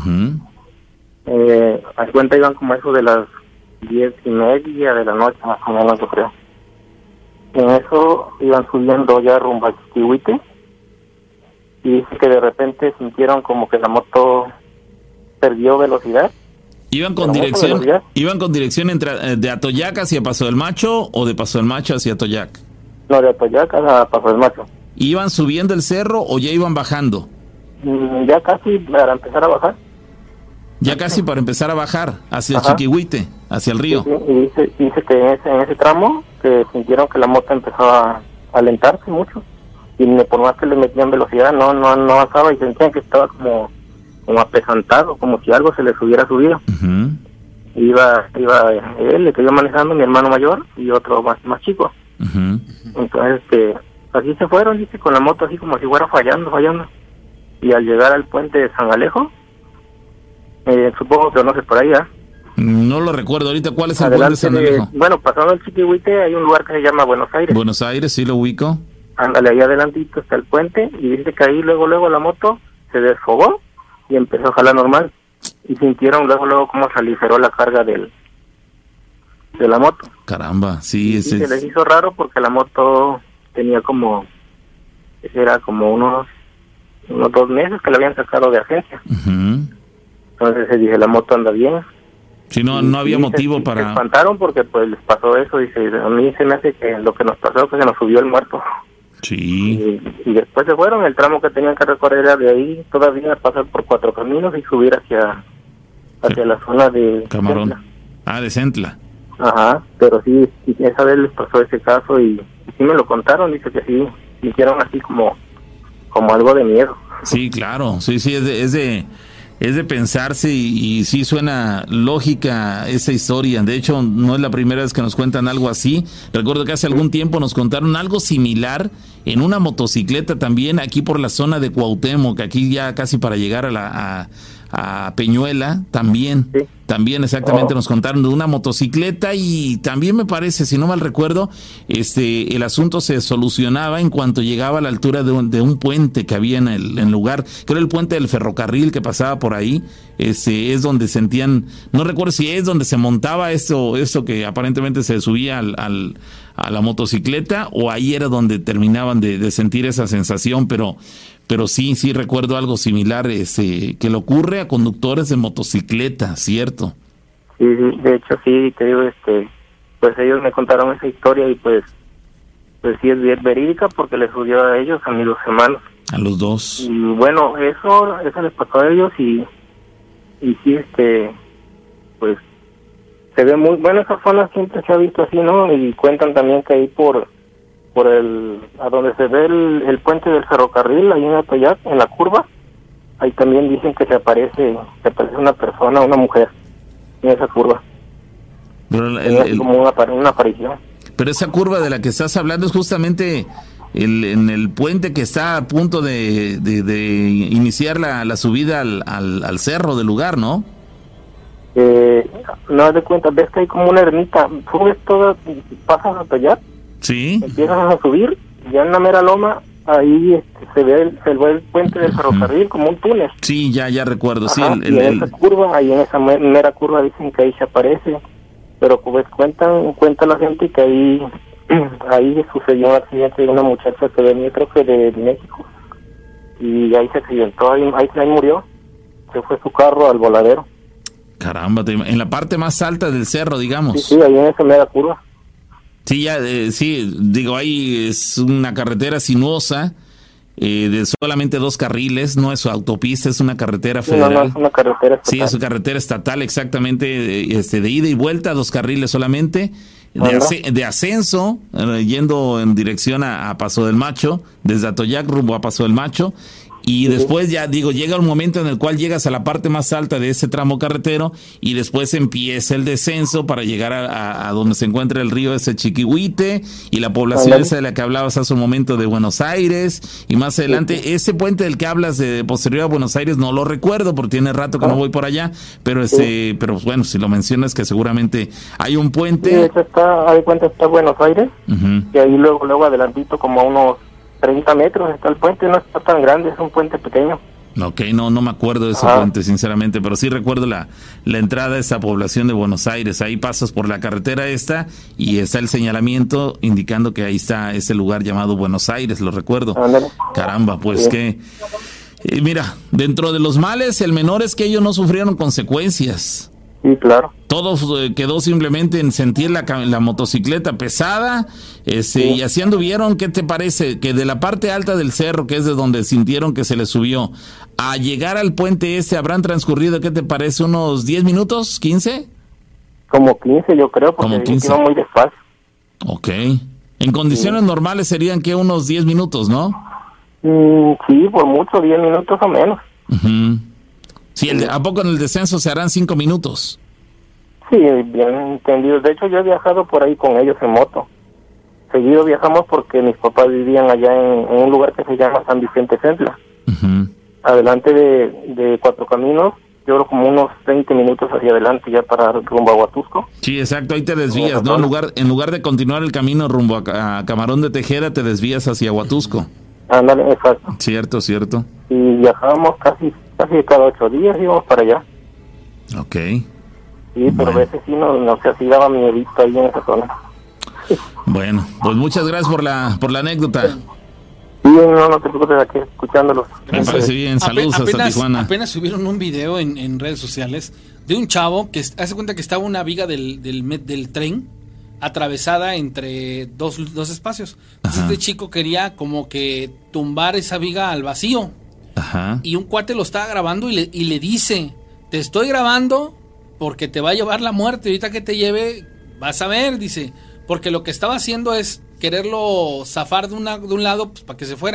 F: A cuenta iban como eso de las 10:30 de la noche, más o menos, yo creo. En eso iban subiendo ya rumbo a Chiquihuite, y dice que de repente sintieron como que la moto perdió velocidad.
C: ¿Iban con dirección entre de Atoyac hacia Paso del Macho o de Paso del Macho hacia Atoyac?
F: No, de Atoyac a Paso del Macho.
C: ¿Iban subiendo el cerro o ya iban bajando?
F: Ya casi para empezar a bajar.
C: Ya casi para empezar a bajar hacia el Chiquihuite, hacia el río.
F: Sí, y dice que en ese tramo que sintieron que la moto empezó a alentarse mucho, y por más que le metían velocidad no avanzaba, y sentían que estaba como apesantado, como si algo se les hubiera subido. Iba él, el que iba manejando, mi hermano mayor, y otro más chico. Entonces así se fueron, dice, con la moto así como si fuera fallando, y al llegar al puente de San Alejo, supongo que no sé por ahí,
C: no lo recuerdo ahorita. ¿Cuál es el puente de San Alejo?
F: Bueno, pasando el Chiquihuite hay un lugar que se llama Buenos Aires.
C: Buenos Aires, sí lo ubico.
F: Ándale, ahí adelantito está el puente, y dice que ahí luego la moto se desfogó y empezó a jalar normal, y sintieron luego cómo se aligeró la carga de la moto.
C: Caramba, sí.
F: Y se les hizo raro porque la moto tenía era como unos 2 meses que la habían sacado de agencia. Entonces se dije, la moto anda bien.
C: Sí, no había motivo para...
F: Se espantaron porque pues les pasó eso, dice, a mí se me hace que lo que nos pasó que se nos subió el muerto.
C: Sí.
F: Y después se fueron, el tramo que tenían que recorrer era de ahí, todavía pasar por 4 caminos y subir hacia la zona de
C: Camarón.
F: Centla.
C: De Centla.
F: Ajá, pero sí, esa vez les pasó ese caso y sí me lo contaron, dice que sí, hicieron así como algo de miedo.
C: Sí, claro, sí, es de pensarse y sí suena lógica esa historia. De hecho, no es la primera vez que nos cuentan algo así. Recuerdo que hace algún tiempo nos contaron algo similar en una motocicleta también aquí por la zona de Cuauhtémoc, aquí ya casi para llegar a Peñuela, también exactamente nos contaron de una motocicleta y también me parece, si no mal recuerdo, el asunto se solucionaba en cuanto llegaba a la altura de un puente que había en el lugar, creo el puente del ferrocarril que pasaba por ahí, es donde sentían, no recuerdo si es donde se montaba esto que aparentemente se subía a la motocicleta o ahí era donde terminaban de sentir esa sensación, pero sí recuerdo algo similar que le ocurre a conductores de motocicleta, ¿cierto?
H: Sí, de hecho sí, te digo, pues ellos me contaron esa historia y pues sí es bien verídica porque les sucedió a ellos, a mis dos hermanos.
C: A los dos.
H: Y bueno, eso les pasó a ellos y sí, pues se ve muy, bueno, esa zona siempre se ha visto así, ¿no? Y cuentan también que ahí por a donde se ve el puente del ferrocarril, ahí en Atoyac, en la curva, ahí también dicen que se aparece una persona, una mujer, en esa curva.
C: Pero
H: es como una aparición.
C: Pero esa curva de la que estás hablando es justamente en el puente que está a punto de iniciar la subida al cerro del lugar, ¿no?
H: No das de cuenta, ves que hay como una ermita, subes toda, pasas a Atoyac,
C: sí,
H: empiezas a subir, ya en la mera loma, ahí se ve el puente del ferrocarril como un túnel.
C: Sí, ya recuerdo.
H: Ajá,
C: sí,
H: y en esa curva, ahí en esa mera curva dicen que ahí se aparece, pero pues cuenta la gente que ahí sucedió un accidente de una muchacha que venía, creo que de México, y ahí se accidentó, ahí murió, se fue su carro al voladero.
C: Caramba, en la parte más alta del cerro, digamos.
H: Sí, ahí en esa mera curva.
C: Sí, digo, ahí es una carretera sinuosa, de solamente 2 carriles, no es autopista, es una carretera federal.
H: No, es una carretera estatal.
C: Sí, es una carretera estatal, exactamente, de ida y vuelta, 2 carriles solamente, de ascenso, yendo en dirección a Paso del Macho, desde Atoyac rumbo a Paso del Macho. Y después ya llega un momento en el cual llegas a la parte más alta de ese tramo carretero y después empieza el descenso para llegar a donde se encuentra el río ese Chiquihuite y la población esa de la que hablabas hace un momento de Buenos Aires y más adelante ese puente del que hablas de posterior a Buenos Aires no lo recuerdo porque tiene rato que no voy por allá, pero pero bueno, si lo mencionas que seguramente hay un puente.
H: Sí, de hecho está Buenos Aires y ahí luego adelantito como a unos 30 metros está el puente, no está tan grande, es un puente pequeño.
C: Ok, no me acuerdo de ese puente, sinceramente, pero sí recuerdo la entrada a esa población de Buenos Aires. Ahí pasas por la carretera y está el señalamiento indicando que ahí está ese lugar llamado Buenos Aires, lo recuerdo. Caramba, pues que... mira, dentro de los males, el menor es que ellos no sufrieron consecuencias.
H: Sí, claro.
C: Todo quedó simplemente en sentir la motocicleta pesada, y así anduvieron. ¿Qué te parece? Que de la parte alta del cerro, que es de donde sintieron que se les subió, a llegar al puente habrán transcurrido, ¿qué te parece? ¿Unos 10 minutos? ¿15?
H: Como 15 yo creo, porque iba muy despacio.
C: Ok. En condiciones normales serían que unos 10 minutos, ¿no?
H: Sí, por mucho, 10 minutos o menos.
C: Sí, ¿a poco en el descenso se harán 5 minutos?
H: Sí, bien entendido. De hecho, yo he viajado por ahí con ellos en moto. Seguido viajamos porque mis papás vivían allá en un lugar que se llama San Vicente Centla. Adelante de Cuatro Caminos, yo creo como unos 20 minutos hacia adelante ya para rumbo a Huatusco.
C: Sí, exacto, ahí te desvías, ¿no? En lugar de continuar el camino rumbo a Camarón de Tejeda, te desvías hacia Huatusco.
H: Ándale, exacto.
C: Cierto.
H: Y viajábamos casi cada 8 días íbamos para allá.
C: Ok.
H: Sí, pero a veces sí no sé, así daba miedito ahí en esa zona.
C: Bueno, pues muchas gracias por la anécdota.
H: Sí, no te preocupes, aquí escuchándolos.
C: Me parece bien, saludos hasta Tijuana.
A: Apenas subieron un video en redes sociales de un chavo que hace cuenta que estaba una viga del tren atravesada entre dos espacios. Entonces este chico quería como que tumbar esa viga al vacío. Y un cuate lo estaba grabando y le dice: te estoy grabando porque te va a llevar la muerte, ahorita que te lleve vas a ver, dice, porque lo que estaba haciendo es quererlo zafar de un lado pues, para que se fuera,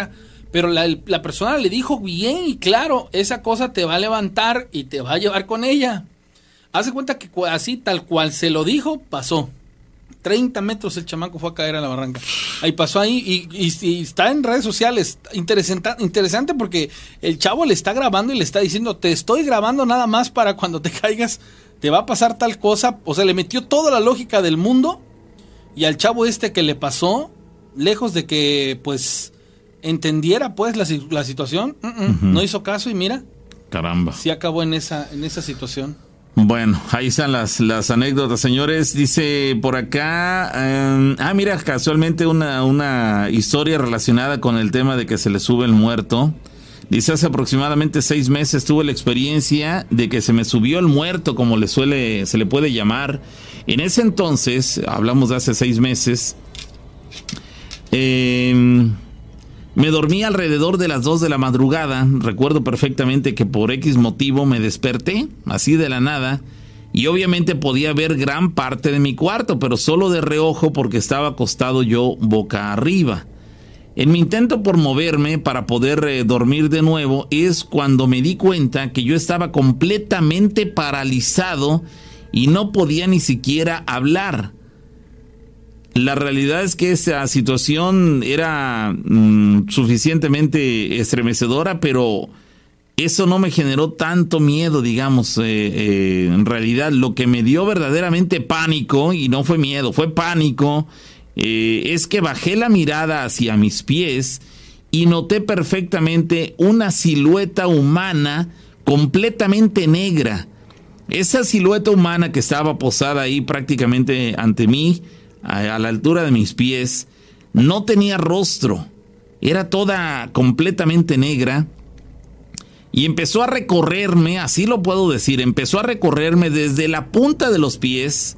A: pero la persona le dijo bien y claro, esa cosa te va a levantar y te va a llevar con ella. Hace cuenta que así, tal cual se lo dijo, pasó. 30 metros el chamaco fue a caer a la barranca. Ahí pasó ahí y está en redes sociales. Interesante porque el chavo le está grabando y le está diciendo, te estoy grabando nada más para cuando te caigas, te va a pasar tal cosa. O sea, le metió toda la lógica del mundo y al chavo que le pasó, lejos de que pues entendiera pues la situación, no hizo caso y mira.
C: Caramba.
A: Sí acabó en esa situación.
C: Bueno, ahí están las anécdotas, señores. Dice por acá, mira, casualmente una historia relacionada con el tema de que se le sube el muerto. Dice, hace aproximadamente 6 meses tuve la experiencia de que se me subió el muerto, como se le puede llamar. En ese entonces, hablamos de hace 6 meses, me dormí alrededor de las 2 de la madrugada. Recuerdo perfectamente que por X motivo me desperté, así de la nada, y obviamente podía ver gran parte de mi cuarto, pero solo de reojo porque estaba acostado yo boca arriba. En mi intento por moverme para poder dormir de nuevo es cuando me di cuenta que yo estaba completamente paralizado y no podía ni siquiera hablar. La realidad es que esa situación era suficientemente estremecedora, pero eso no me generó tanto miedo, digamos. En realidad, lo que me dio verdaderamente pánico, y no fue miedo, fue pánico, es que bajé la mirada hacia mis pies y noté perfectamente una silueta humana completamente negra. Esa silueta humana que estaba posada ahí prácticamente ante mí, a la altura de mis pies, no tenía rostro, era toda completamente negra y empezó a recorrerme, así lo puedo decir, empezó a recorrerme desde la punta de los pies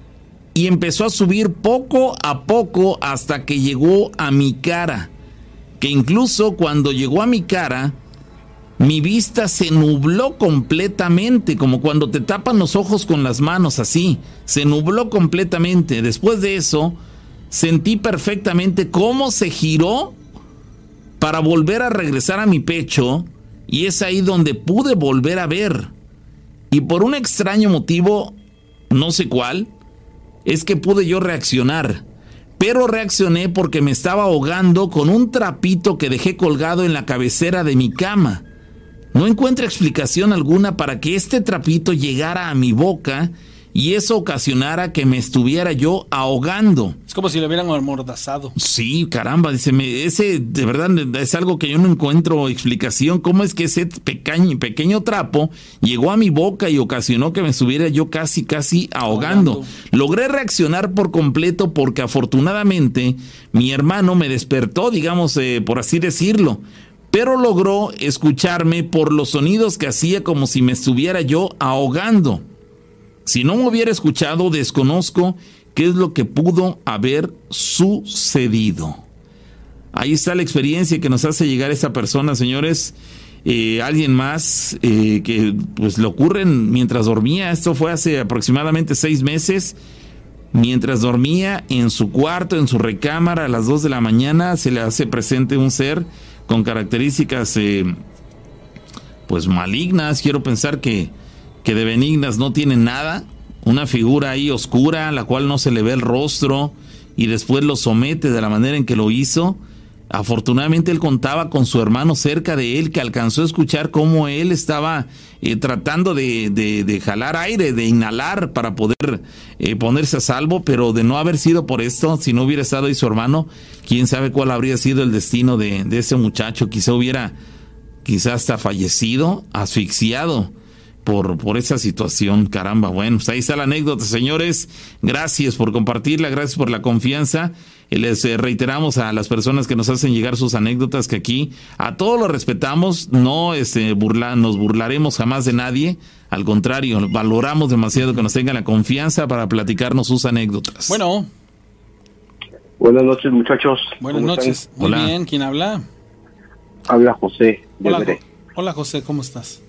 C: y empezó a subir poco a poco hasta que llegó a mi cara, que incluso cuando llegó a mi cara, mi vista se nubló completamente, como cuando te tapan los ojos con las manos, así, se nubló completamente. Después de eso, sentí perfectamente cómo se giró para volver a regresar a mi pecho, y es ahí donde pude volver a ver. Y por un extraño motivo, no sé cuál, es que pude yo reaccionar. Pero reaccioné porque me estaba ahogando con un trapito que dejé colgado en la cabecera de mi cama. No encuentro explicación alguna para que este trapito llegara a mi boca y eso ocasionara que me estuviera yo ahogando.
A: Es como si le hubieran amordazado.
C: Sí, caramba, dice, ese de verdad es algo que yo no encuentro explicación. ¿Cómo es que ese pequeño trapo llegó a mi boca y ocasionó que me estuviera yo casi ahogando? Logré reaccionar por completo porque afortunadamente mi hermano me despertó, digamos, por así decirlo, pero logró escucharme por los sonidos que hacía como si me estuviera yo ahogando. Si no me hubiera escuchado, desconozco qué es lo que pudo haber sucedido. Ahí está la experiencia que nos hace llegar esta persona, señores. Alguien más que pues le ocurre mientras dormía. Esto fue hace aproximadamente 6 meses. Mientras dormía en su cuarto, en su recámara, a las 2 de la mañana, se le hace presente un ser con características pues malignas. Quiero pensar que de benignas no tiene nada. Una figura ahí oscura, a la cual no se le ve el rostro, y después lo somete de la manera en que lo hizo. Afortunadamente él contaba con su hermano cerca de él, que alcanzó a escuchar cómo él estaba tratando de jalar aire, de inhalar para poder ponerse a salvo, pero de no haber sido por esto, si no hubiera estado ahí su hermano, quién sabe cuál habría sido el destino de ese muchacho. Quizá hasta fallecido, asfixiado por esa situación. Caramba, bueno, pues ahí está la anécdota, señores. Gracias por compartirla, gracias por la confianza. Les reiteramos a las personas que nos hacen llegar sus anécdotas que aquí a todos los respetamos, no nos burlaremos jamás de nadie, al contrario, valoramos demasiado que nos tengan la confianza para platicarnos sus anécdotas.
A: Bueno.
I: Buenas noches, muchachos.
A: Buenas noches. Muy
C: Hola.
A: bien, ¿quién habla?
I: Habla José.
A: Hola, José, ¿cómo estás?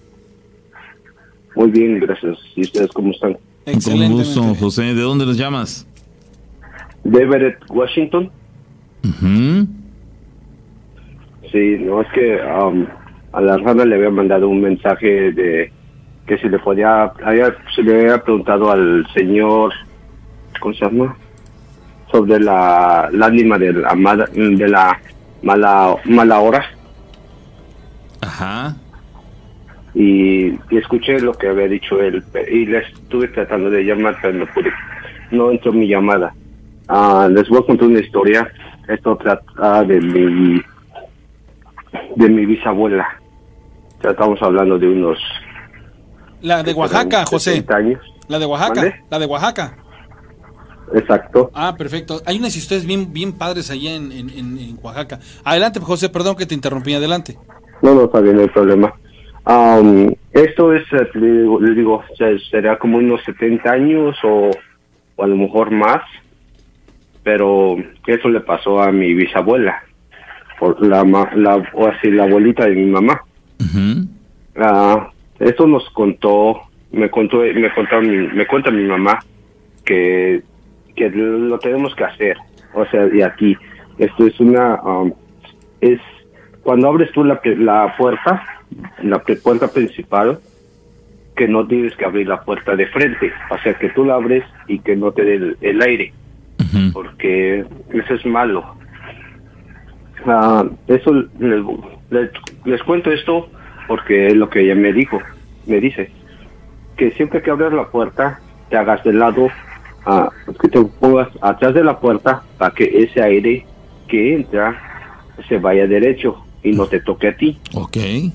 I: Muy bien, gracias. ¿Y ustedes cómo están?
C: Con gusto, José. ¿De dónde los llamas?
I: De Everett, Washington. Sí, no, es que a la rana le había mandado un mensaje de que si le podía, se le había preguntado al señor, ¿cómo se llama? Sobre la ánima de la mala hora.
C: Ajá.
I: Y escuché lo que había dicho él y le estuve tratando de llamar, pero no pude, no entró mi llamada. Les voy a contar una historia. Esto trata de mi bisabuela. Ya estamos hablando de unos...
A: La de Oaxaca, José.
I: Años.
A: La de Oaxaca.
I: ¿Mande?
A: La de Oaxaca.
I: Exacto.
A: Ah, perfecto. Hay unas historias bien padres allá en Oaxaca. Adelante, José, perdón que te interrumpí, adelante.
I: No, está bien, no hay problema. Esto es, le digo, sería como unos 70 años o a lo mejor más, pero eso le pasó a mi bisabuela, por la abuelita de mi mamá.
C: Uh-huh.
I: Esto nos contó, me cuenta mi mamá que lo tenemos que hacer, o sea, de aquí. Esto es es cuando abres tú la puerta, la puerta principal, que no tienes que abrir la puerta de frente, o sea, que tú la abres y que no te dé el aire,
C: uh-huh,
I: porque eso es malo. Eso les cuento esto porque es lo que ella me dice, que siempre que abres la puerta, te hagas de lado, que te pongas atrás de la puerta para que ese aire que entra se vaya derecho y no te toque a ti.
C: Okay.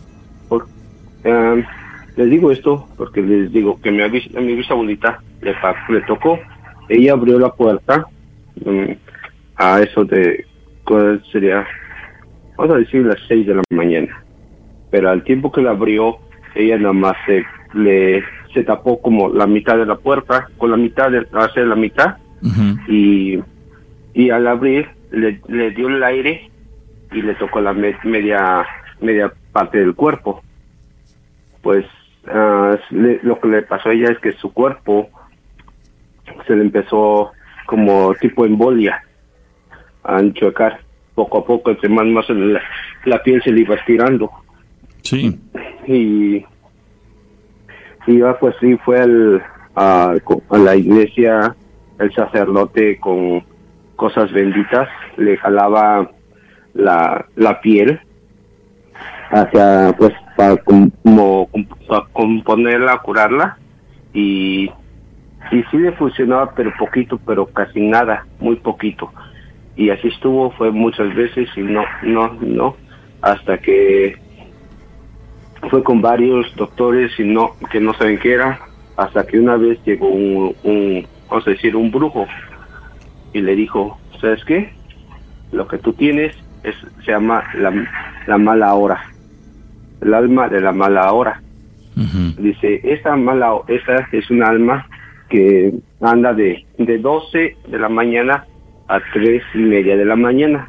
I: Les digo esto porque les digo que a mi bisabuelita le tocó. Ella abrió la puerta a eso de, ¿cuál sería? Vamos a decir las 6 de la mañana. Pero al tiempo que la abrió, ella nada más se tapó como la mitad de la puerta, con la mitad hacia la mitad,
C: uh-huh,
I: y al abrir le dio el aire y le tocó la media parte del cuerpo. Pues lo que le pasó a ella es que su cuerpo se le empezó como tipo embolia a enchuecar poco a poco, entre más la piel se le iba estirando.
C: Sí.
I: Y ya pues sí fue a la iglesia, el sacerdote con cosas benditas le jalaba la piel hacia, pues, para componerla, curarla, y sí le funcionaba, pero poquito, pero casi nada, muy poquito. Y así estuvo, fue muchas veces y no, hasta que fue con varios doctores y que no saben qué era, hasta que una vez llegó vamos a decir, un brujo, y le dijo, ¿sabes qué? Lo que tú tienes se llama la mala hora, el alma de la mala hora.
C: uh-huh,
I: Dice, esa es un alma que anda de 12 de la mañana a 3:30 de la mañana.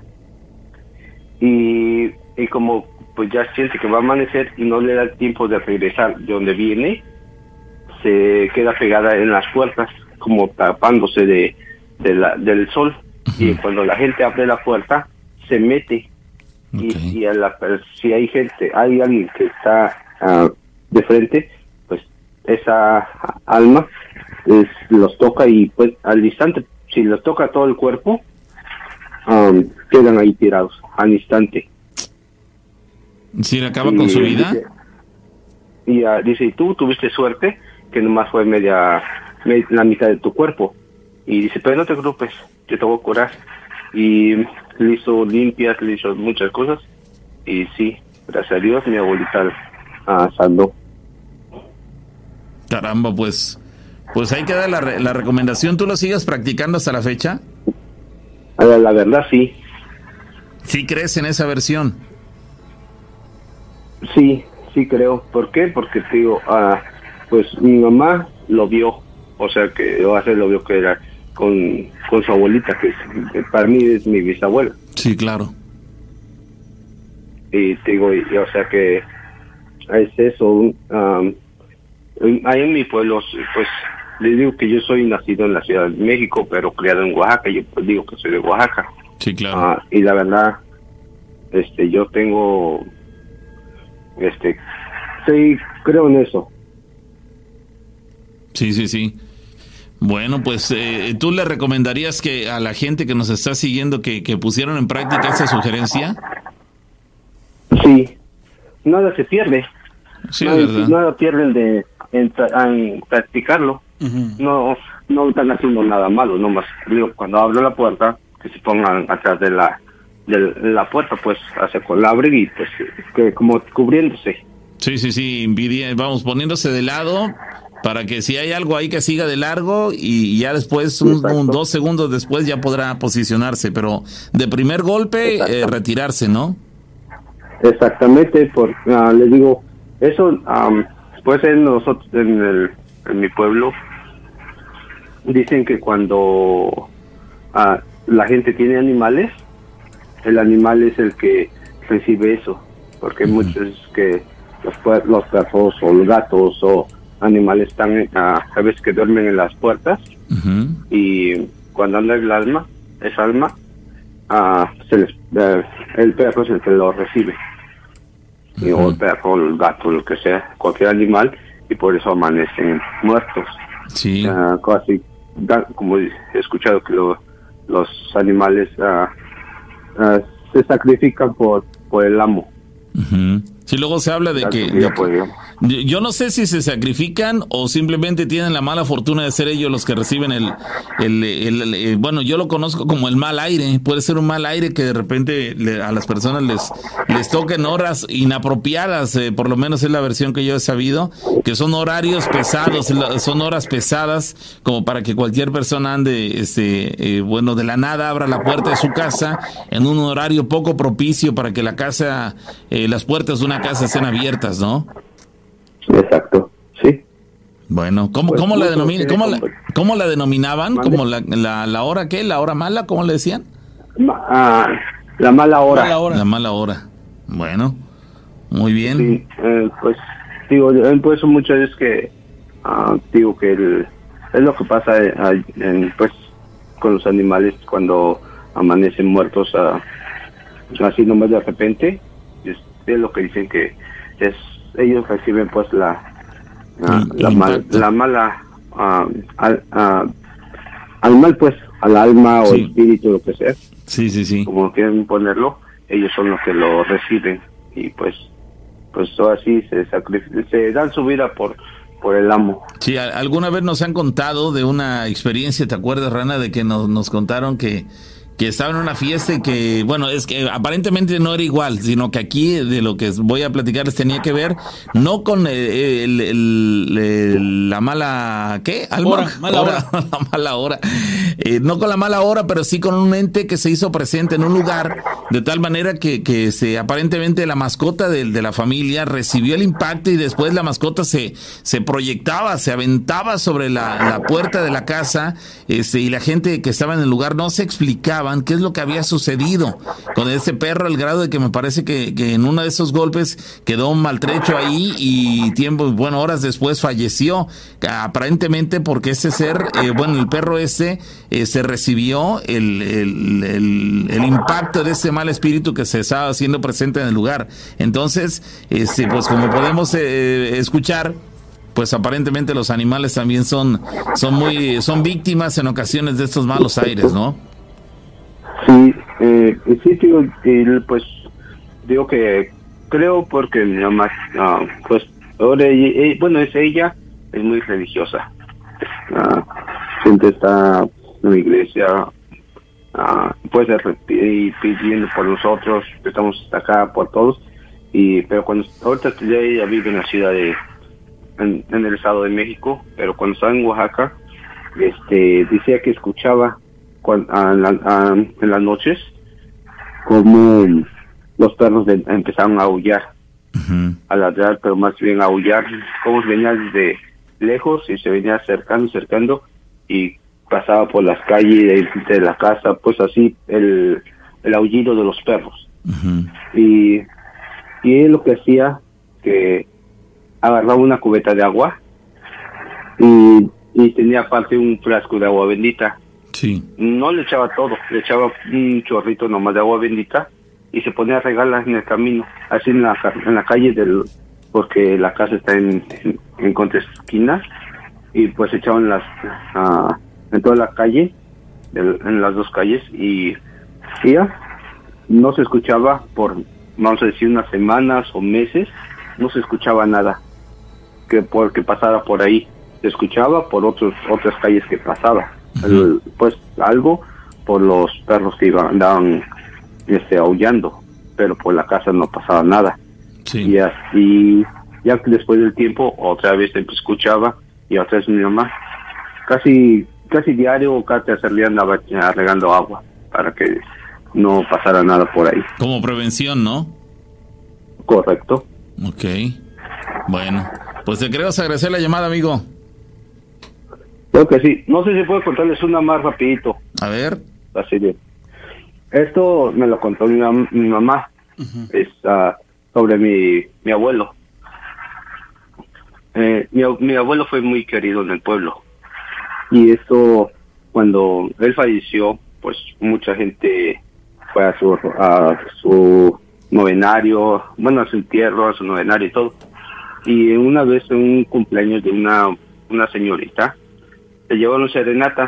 I: Y como pues ya siente que va a amanecer y no le da el tiempo de regresar de donde viene, se queda pegada en las puertas, como tapándose del sol.
C: uh-huh,
I: Y cuando la gente abre la puerta, se mete.
C: okay,
I: Y si hay alguien que está de frente, pues esa alma los toca y pues al instante, si los toca todo el cuerpo, quedan ahí tirados al instante.
C: ¿Sí le acaba con su vida?
I: Dice, y tú tuviste suerte que nomás fue la mitad de tu cuerpo. Y dice, pero no te preocupes, yo te voy a curar. Y le hizo limpias, le hizo muchas cosas. Y sí, gracias a Dios, mi abuelita sanó.
C: Caramba, pues ahí queda la recomendación. ¿Tú lo sigues practicando hasta la fecha?
I: La verdad, sí.
C: ¿Sí crees en esa versión?
I: Sí creo. ¿Por qué? Porque te digo, pues mi mamá lo vio, o sea que lo vio que era con su abuelita, que para mí es mi bisabuela.
C: Sí, claro.
I: Y te digo, o sea que es eso. Ahí en mi pueblo, pues les digo que yo soy nacido en la Ciudad de México, pero criado en Oaxaca. Yo pues digo que soy de Oaxaca.
C: Sí, claro.
I: Y la verdad, yo tengo, sí, creo en eso.
C: Sí. Bueno, pues ¿tú le recomendarías que a la gente que nos está siguiendo que pusieran en práctica esta sugerencia?
I: Sí, nada se pierde.
C: Sí, ¿verdad?
I: Nada pierden en practicarlo. No están haciendo nada malo, nomás digo, cuando abro la puerta, que se pongan atrás de la puerta, pues hacia con la abren y pues que como cubriéndose.
C: Sí, vamos poniéndose de lado para que si hay algo ahí que siga de largo y ya después, 2 segundos después ya podrá posicionarse, pero de primer golpe retirarse, ¿no?
I: Exactamente, les digo, eso pues nosotros en mi pueblo dicen que cuando la gente tiene animales, el animal es el que recibe eso, porque muchos que los perros o los gatos o animales están a veces que duermen en las puertas y cuando anda esa alma el perro es el que lo recibe, o el perro, o el gato, lo que sea, cualquier animal, y por eso amanecen muertos.
C: Sí.
I: Casi, como he escuchado que los animales se sacrifican por el amo.
C: Sí, luego se habla de que yo no sé si se sacrifican o simplemente tienen la mala fortuna de ser ellos los que reciben bueno, yo lo conozco como el mal aire. Puede ser un mal aire que de repente a las personas les toquen horas inapropiadas, por lo menos es la versión que yo he sabido, que son horarios pesados, son horas pesadas como para que cualquier persona ande, de la nada abra la puerta de su casa en un horario poco propicio para que la casa, las puertas de una casa estén abiertas, ¿no?
I: Exacto, sí.
C: Bueno, ¿cómo la denominaban? ¿Como la hora qué? ¿La hora mala? ¿Cómo le decían?
I: La mala hora.
C: La mala hora. Bueno, muy bien.
I: Sí, pues digo, pues muchas veces que digo que es lo que pasa pues con los animales cuando amanecen muertos así nomás de repente. Es lo que dicen que ellos reciben pues la mala al mal, pues al alma o espíritu, lo que sea.
C: Sí.
I: Como quieren ponerlo, ellos son los que lo reciben y pues así se dan su vida por el amo.
C: Sí, alguna vez nos han contado de una experiencia, ¿te acuerdas, Rana? De que nos contaron que estaba en una fiesta y que, bueno, es que aparentemente no era igual, sino que aquí de lo que voy a platicarles tenía que ver no con la mala, ¿qué? ¿Alma?
A: Mala hora.
C: La mala hora. No con la mala hora, pero sí con un ente que se hizo presente en un lugar, de tal manera que aparentemente la mascota de la familia recibió el impacto y después la mascota se proyectaba, se aventaba sobre la puerta de la casa, y la gente que estaba en el lugar no se explicaba qué es lo que había sucedido con ese perro, al grado de que me parece que en uno de esos golpes quedó maltrecho ahí y horas después falleció, aparentemente porque ese ser, el perro se recibió el impacto de ese mal espíritu que se estaba haciendo presente en el lugar. Entonces, pues como podemos escuchar, pues aparentemente los animales también son víctimas en ocasiones de estos malos aires, ¿no?
I: Sí, pues digo que creo porque mi mamá, pues ahora, es ella, es muy religiosa, siempre está en la iglesia, pues y pidiendo por nosotros, estamos acá por todos, pero cuando ahorita ella vive en la ciudad en el estado de México, pero cuando estaba en Oaxaca, decía que escuchaba en las noches como los perros empezaron a aullar, a ladrar, pero más bien a aullar, como venía desde lejos y se venía acercando y pasaba por las calles de la casa, pues así el aullido de los perros. Y él lo que hacía, que agarraba una cubeta de agua y tenía aparte un frasco de agua bendita.
C: Sí.
I: No le echaba todo, le echaba un chorrito nomás de agua bendita y se ponía a regarlas en el camino, así en la calle porque la casa está en contraesquina, y pues se echaban en toda la calle, en las dos calles, y ya no se escuchaba por, vamos a decir, unas semanas o meses, no se escuchaba nada que pasara por ahí. Se escuchaba por otras calles que pasaba, pues algo por los perros que andaban aullando, pero por la casa no pasaba nada.
C: Sí.
I: Y ya después del tiempo otra vez se escuchaba, y otra vez mi mamá casi diario, casi le andaba regando agua para que no pasara nada por ahí.
C: Como prevención, ¿no?
I: Correcto.
C: Ok. Bueno, pues te queremos agradecer la llamada, amigo.
I: Creo que sí. No sé si puedo contarles una más rapidito.
C: A ver.
I: Así de. Esto me lo contó mi mamá. Sobre mi abuelo. Mi abuelo fue muy querido en el pueblo. Y esto, cuando él falleció, pues mucha gente fue a su novenario, bueno, a su entierro, a su novenario y todo. Y una vez en un cumpleaños de una señorita, le llevaron serenata,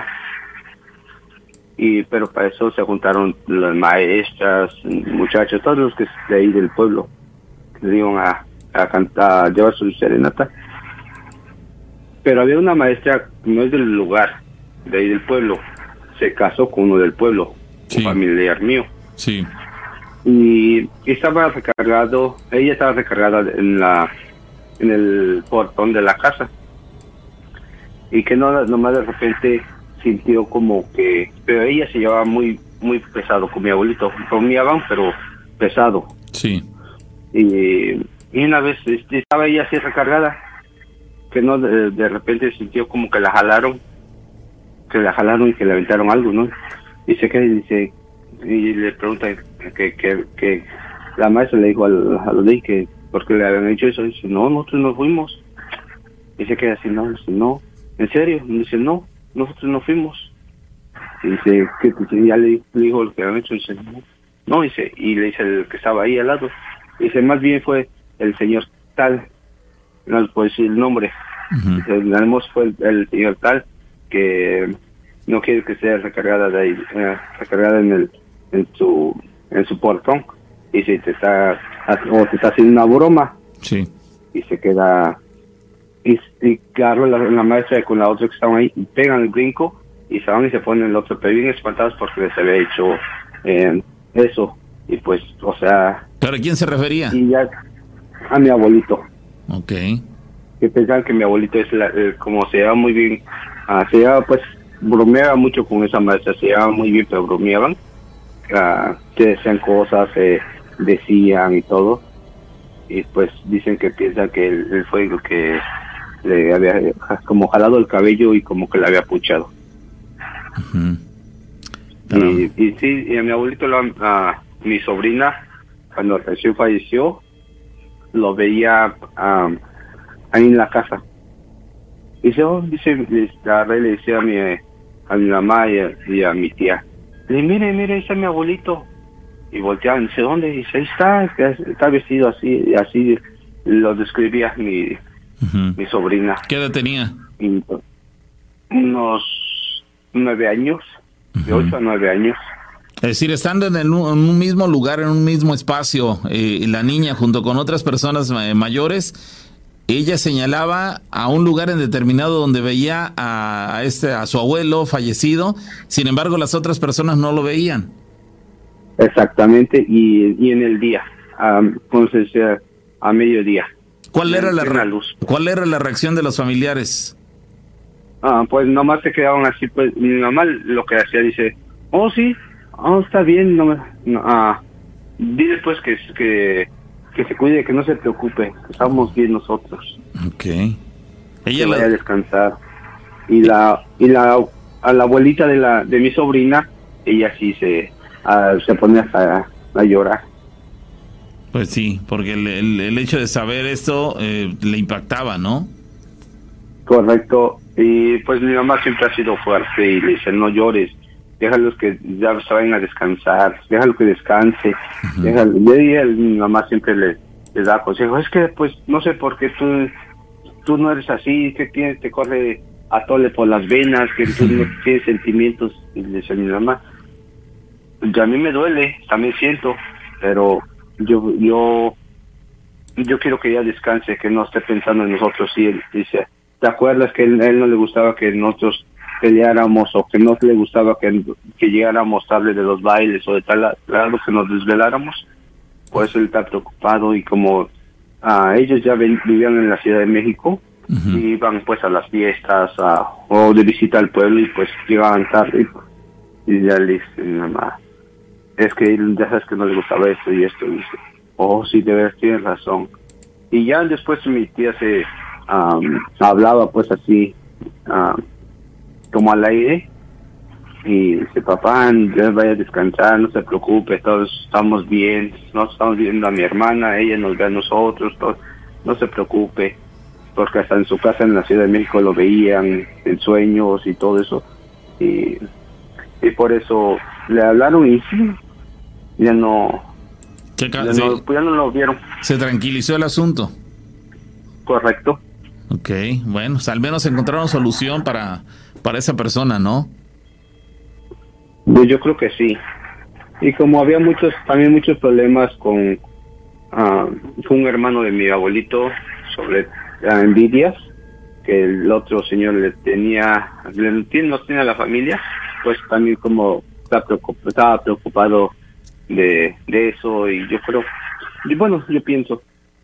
I: pero para eso se juntaron las maestras, muchachos, todos los que de ahí del pueblo, que le iban a cantar, a llevar su serenata. Pero había una maestra, no es del lugar, de ahí del pueblo, se casó con uno del pueblo,
C: sí,
I: un familiar mío.
C: Sí.
I: Y ella estaba recargada en el portón de la casa. Y que nomás de repente sintió como que, pero ella se llevaba muy muy pesado con mi abuelito, bromeaban pero pesado.
C: Sí.
I: Y una vez estaba ella así recargada, que no de repente sintió como que la jalaron y que le aventaron algo, ¿no? Y se queda y dice, y le pregunta que la maestra le dijo a los de que por qué le habían hecho eso. Y dice, no, nosotros nos fuimos. Y se queda así, no, dice, no, ¿en serio? Y dice, no, nosotros no fuimos. Y dice, ¿qué? Ya le dijo lo que habían hecho. Y dice, no, dice, y le dice el que estaba ahí al lado. Y dice, más bien fue el señor tal, no les puedo decir el nombre. Dice, fue el señor tal que no quiere que sea recargada de ahí, recargada en su portón. Y si te está haciendo una broma.
C: Sí.
I: Y se queda, y agarró la maestra con la otra que estaban ahí, y pegan el brinco y se van y se ponen el otro, pero bien espantados porque les había hecho eso. Y pues, o sea...
C: ¿Pero a quién se refería?
I: Y ya, a mi abuelito.
C: Ok.
I: Que pensaban que mi abuelito es como se llevaba muy bien, se llevaba, pues, bromeaba mucho con esa maestra, se llevaba muy bien, pero bromeaban, que decían cosas, decían y todo, y pues dicen que piensan que él fue el que le había como jalado el cabello y como que le había puchado. Y sí, y a mi abuelito, mi sobrina, cuando recién falleció, lo veía ahí en la casa. Y le decía a mi mamá y a mi tía, mire, ahí está mi abuelito. Y volteaban, dice, ¿dónde? Y dice, ahí está vestido así lo describía mi sobrina.
C: ¿Qué edad tenía?
I: Y, unos 9 años, de 8 a 9 años.
C: Es decir, estando en un mismo lugar, en un mismo espacio, la niña junto con otras personas mayores, ella señalaba a un lugar en determinado donde veía a su abuelo fallecido, sin embargo las otras personas no lo veían.
I: Exactamente, y en el día, entonces a mediodía.
C: ¿Cuál era la reacción de los familiares?
I: Pues nomás se quedaban así, pues mi mamá lo que hacía, dice, oh sí, está bien, dile pues que se cuide, que no se preocupe, que estamos bien nosotros.
C: Okay.
I: Ella vaya a descansar. Y a la abuelita de mi sobrina, ella sí se pone a llorar.
C: Pues sí, porque el hecho de saber esto le impactaba, ¿no?
I: Correcto. Y pues mi mamá siempre ha sido fuerte y le dice, no llores. déjalos que ya se vayan a descansar, déjalo que descanse, déjalo. Y mi mamá siempre les da consejo, es que pues no sé por qué tú no eres así, que te corre atole por las venas, que tú no tienes sentimientos. Y le dice a mi mamá, ya a mí me duele, también siento, pero yo quiero que ella descanse, que no esté pensando en nosotros. Y él dice, ¿te acuerdas que a él no le gustaba que nosotros peleáramos, o que no le gustaba que llegáramos tarde de los bailes o de tal lado, que nos desveláramos? Pues él está preocupado, y como ellos ya vivían en la Ciudad de México, y iban pues a las fiestas o de visita al pueblo, y pues llegaban tarde, y ya le dice mi mamá, es que él ya sabes que no le gustaba esto y esto, y dice, oh sí, de verdad tienes razón. Y ya después mi tía se hablaba pues así como al aire, y dice, papá, ya vaya a descansar, no se preocupe, todos estamos bien, nosotros estamos viendo a mi hermana, ella nos ve a nosotros, todos, no se preocupe, porque hasta en su casa en la Ciudad de México lo veían en sueños y todo eso, y por eso le hablaron, y sí, ya no lo vieron.
C: Se tranquilizó el asunto.
I: Correcto.
C: Ok, bueno, al menos encontraron solución para esa persona, ¿no?
I: Yo creo que sí. Y como había también muchos problemas con un hermano de mi abuelito sobre envidias, que el otro señor no tiene a la familia, pues también como estaba preocupado de eso, y yo creo, yo pienso.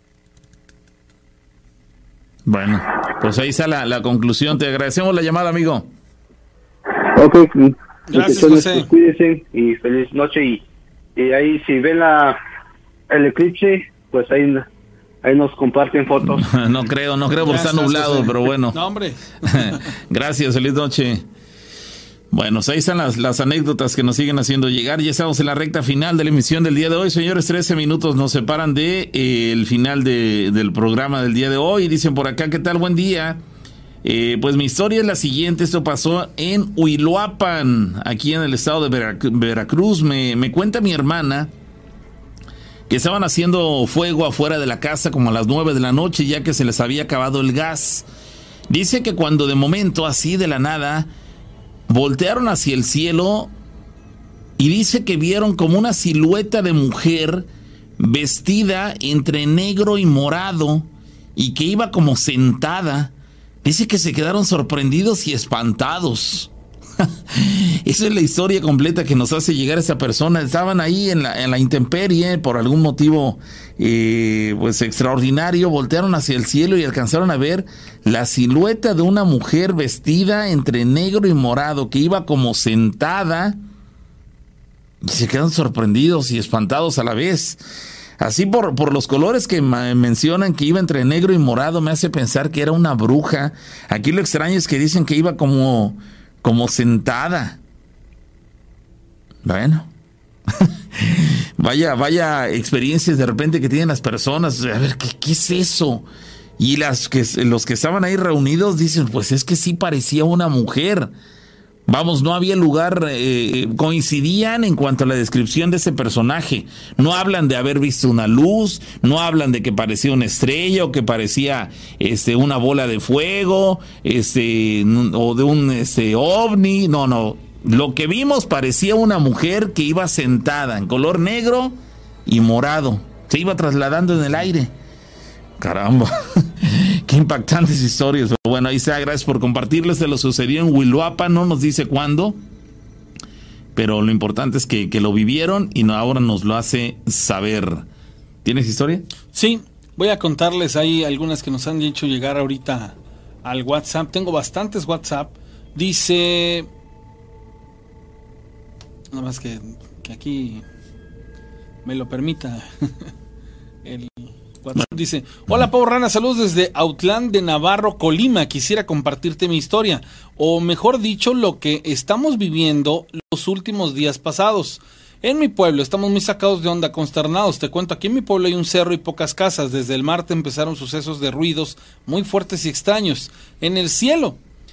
C: Bueno, pues ahí está la conclusión. Te agradecemos la llamada, amigo.
I: Ok,
A: gracias, José.
I: Pues, cuídense y feliz noche, y ahí si ven el eclipse, pues ahí nos comparten fotos.
C: No creo porque está nublado, José. Pero bueno.
A: No, hombre.
C: Gracias, feliz noche. Bueno, ahí están las anécdotas que nos siguen haciendo llegar. Ya estamos en la recta final de la emisión del día de hoy. Señores, 13 minutos nos separan de el final del programa del día de hoy. Dicen por acá, ¿qué tal? Buen día. Pues mi historia es la siguiente. Esto pasó en Huiloapan, aquí en el estado de Veracruz. Me cuenta mi hermana que estaban haciendo fuego afuera de la casa como a las 9 de la noche, ya que se les había acabado el gas. Dice que cuando de momento, así de la nada, voltearon hacia el cielo, y dice que vieron como una silueta de mujer vestida entre negro y morado, y que iba como sentada. Dice que se quedaron sorprendidos y espantados. Esa es la historia completa que nos hace llegar esa persona. Estaban ahí en la intemperie por algún motivo pues extraordinario, voltearon hacia el cielo y alcanzaron a ver la silueta de una mujer vestida entre negro y morado, que iba como sentada, y se quedan sorprendidos y espantados a la vez. Así por los colores que mencionan, que iba entre negro y morado, me hace pensar que era una bruja. Aquí lo extraño es que dicen que iba como sentada. Bueno. Vaya experiencias de repente que tienen las personas. A ver, ¿qué es eso? Y los que estaban ahí reunidos dicen, pues es que sí parecía una mujer. Vamos, no había lugar, coincidían en cuanto a la descripción de ese personaje. No hablan de haber visto una luz, no hablan de que parecía una estrella o que parecía una bola de fuego, o de un ovni. No. Lo que vimos parecía una mujer que iba sentada en color negro y morado. Se iba trasladando en el aire. Caramba, qué impactantes historias. Bueno, ahí está, gracias por compartirles. Se lo sucedió en Huiloapan, no nos dice cuándo, pero lo importante es que lo vivieron y ahora nos lo hace saber. ¿Tienes historia?
A: Sí, voy a contarles ahí algunas que nos han dicho llegar ahorita al WhatsApp. Tengo bastantes WhatsApp. Dice, nada más que aquí me lo permita el WhatsApp. Dice, hola Pau Rana, saludos desde Autlán de Navarro, Colima. Quisiera compartirte mi historia, o mejor dicho, lo que estamos viviendo los últimos días pasados. En mi pueblo estamos muy sacados de onda, consternados. Te cuento, aquí en mi pueblo hay un cerro y pocas casas. Desde el martes empezaron sucesos de ruidos muy fuertes y extraños en el cielo.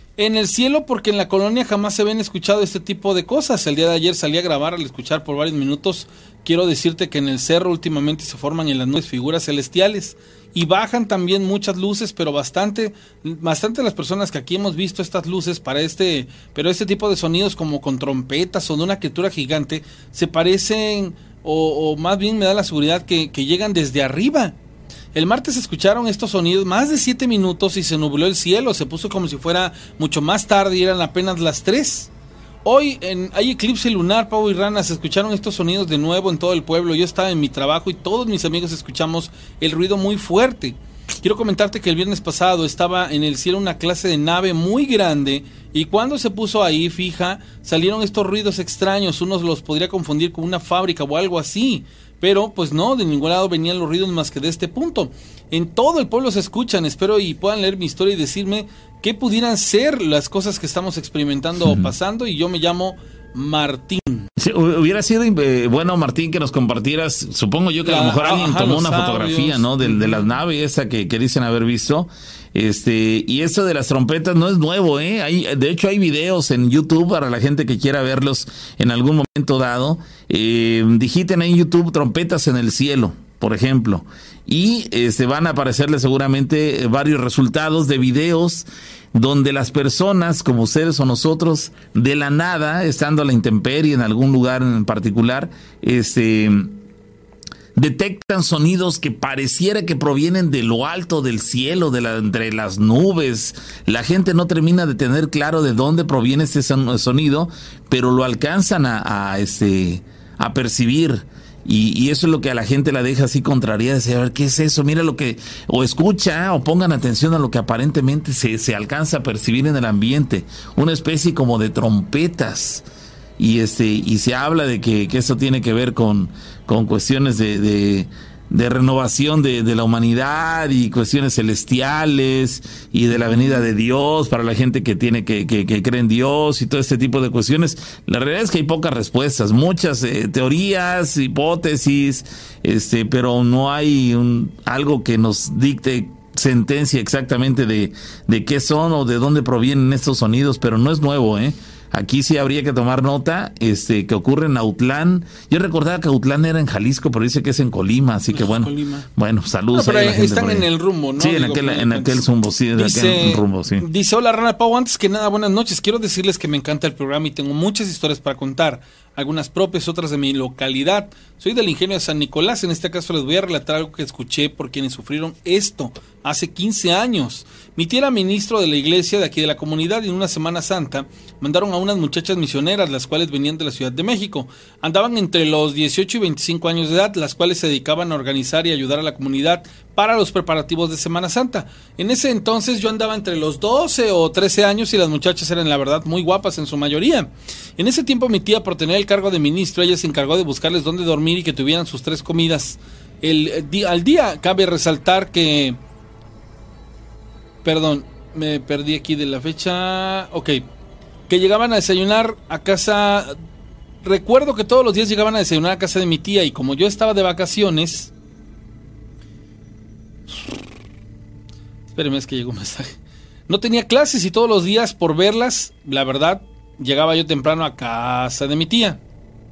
A: En el cielo, porque en la colonia jamás se habían escuchado este tipo de cosas. El día de ayer salí a grabar, al escuchar por varios minutos. Quiero decirte que en el cerro últimamente se forman en las nubes figuras celestiales y bajan también muchas luces, pero bastante las personas que aquí hemos visto estas luces pero este tipo de sonidos como con trompetas o de una criatura gigante se parecen o más bien me da la seguridad que llegan desde arriba. El martes escucharon estos sonidos más de 7 minutos y se nubló el cielo, se puso como si fuera mucho más tarde y eran apenas las 3. Hoy hay eclipse lunar, Pavo y Rana, se escucharon estos sonidos de nuevo en todo el pueblo. Yo estaba en mi trabajo y todos mis amigos escuchamos el ruido muy fuerte. Quiero comentarte que el viernes pasado estaba en el cielo una clase de nave muy grande y cuando se puso ahí fija, salieron estos ruidos extraños. Unos los podría confundir con una fábrica o algo así, pero pues no, de ningún lado venían los ruidos más que de este punto. En todo el pueblo se escuchan, espero y puedan leer mi historia y decirme qué pudieran ser las cosas que estamos experimentando o pasando. Y yo me llamo Martín.
C: Sí, hubiera sido bueno, Martín, que nos compartieras, supongo yo que a lo mejor alguien tomó una fotografía, ¿no? De la nave esa que dicen haber visto. Y eso de las trompetas no es nuevo, de hecho hay videos en YouTube para la gente que quiera verlos en algún momento dado. Digiten en YouTube trompetas en el cielo, por ejemplo, y van a aparecerles seguramente varios resultados de videos donde las personas, como ustedes o nosotros, de la nada, estando a la intemperie en algún lugar en particular, detectan sonidos que pareciera que provienen de lo alto del cielo, entre las nubes. La gente no termina de tener claro de dónde proviene ese sonido, pero lo alcanzan a percibir. Y eso es lo que a la gente la deja así contrariada, decir, a ver, ¿qué es eso? Mira lo que, o escucha, o pongan atención a lo que aparentemente se alcanza a percibir en el ambiente, una especie como de trompetas, y se habla de que eso tiene que ver con cuestiones de renovación de la humanidad y cuestiones celestiales y de la venida de Dios para la gente que cree en Dios y todo este tipo de cuestiones. La realidad es que hay pocas respuestas, muchas teorías, hipótesis, pero no hay algo que nos dicte sentencia exactamente de qué son o de dónde provienen estos sonidos, pero no es nuevo, Aquí sí habría que tomar nota, que ocurre en Autlán. Yo recordaba que Autlán era en Jalisco, pero dice que es en Colima, así que bueno. Bueno, saludos.
A: No, pero a la gente están en el rumbo, ¿no?
C: Sí, en aquel rumbo, sí, aquel rumbo, sí.
A: Dice, hola Rana Pau, antes que nada, buenas noches. Quiero decirles que me encanta el programa y tengo muchas historias para contar. Algunas propias, otras de mi localidad. Soy del ingenio de San Nicolás. En este caso les voy a relatar algo que escuché por quienes sufrieron esto hace 15 años. Mi tía era ministro de la iglesia de aquí de la comunidad y en una Semana Santa mandaron a unas muchachas misioneras, las cuales venían de la Ciudad de México. Andaban entre los 18 y 25 años de edad, las cuales se dedicaban a organizar y ayudar a la comunidad para los preparativos de Semana Santa. En ese entonces yo andaba entre los 12 o 13 años y las muchachas eran la verdad muy guapas en su mayoría. En ese tiempo mi tía, por tener el cargo de ministro, ella se encargó de buscarles dónde dormir y que tuvieran sus 3 comidas al día. Cabe resaltar que... Perdón, me perdí aquí de la fecha. Ok, que llegaban a desayunar a casa. Recuerdo que todos los días llegaban a desayunar a casa de mi tía y como yo estaba de vacaciones... Espérenme, es que llegó un mensaje. No tenía clases y todos los días por verlas, la verdad, llegaba yo temprano a casa de mi tía.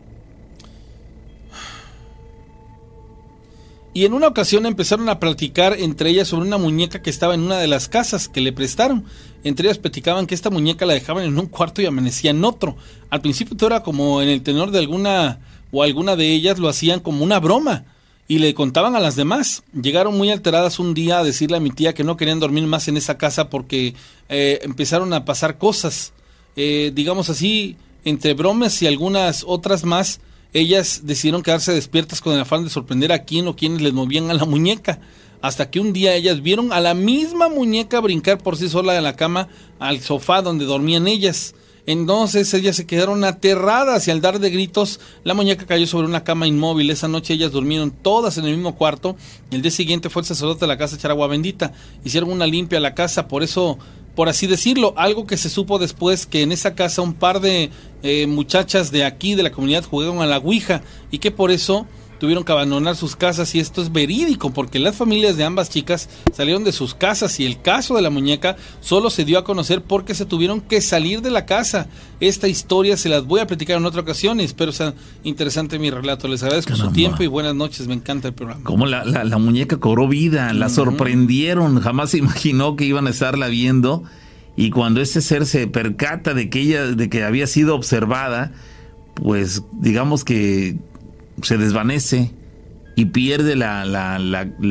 A: Y en una ocasión empezaron a platicar entre ellas sobre una muñeca que estaba en una de las casas que le prestaron. Entre ellas platicaban que esta muñeca la dejaban en un cuarto y amanecía en otro. Al principio todo era como en el tenor de alguna de ellas lo hacían como una broma y le contaban a las demás. Llegaron muy alteradas un día a decirle a mi tía que no querían dormir más en esa casa porque empezaron a pasar cosas, digamos así, entre bromas y algunas otras más. Ellas decidieron quedarse despiertas con el afán de sorprender a quién o quienes les movían a la muñeca, hasta que un día ellas vieron a la misma muñeca brincar por sí sola de la cama al sofá donde dormían ellas. Entonces ellas se quedaron aterradas y al dar de gritos la muñeca cayó sobre una cama inmóvil. Esa noche ellas durmieron todas en el mismo cuarto y el día siguiente fue el sacerdote de la casa a echar agua bendita. Hicieron una limpia a la casa, por eso, por así decirlo, algo que se supo después, que en esa casa un par de muchachas de aquí de la comunidad jugaron a la ouija y que por eso tuvieron que abandonar sus casas, y esto es verídico porque las familias de ambas chicas salieron de sus casas, y el caso de la muñeca solo se dio a conocer porque se tuvieron que salir de la casa. Esta historia se las voy a platicar en otra ocasión y espero sea interesante mi relato. Les agradezco su tiempo y buenas noches, me encanta el programa.
C: Como la muñeca cobró vida, la sorprendieron, jamás se imaginó que iban a estarla viendo, y cuando este ser se percata de que había sido observada, pues digamos que se desvanece y pierde la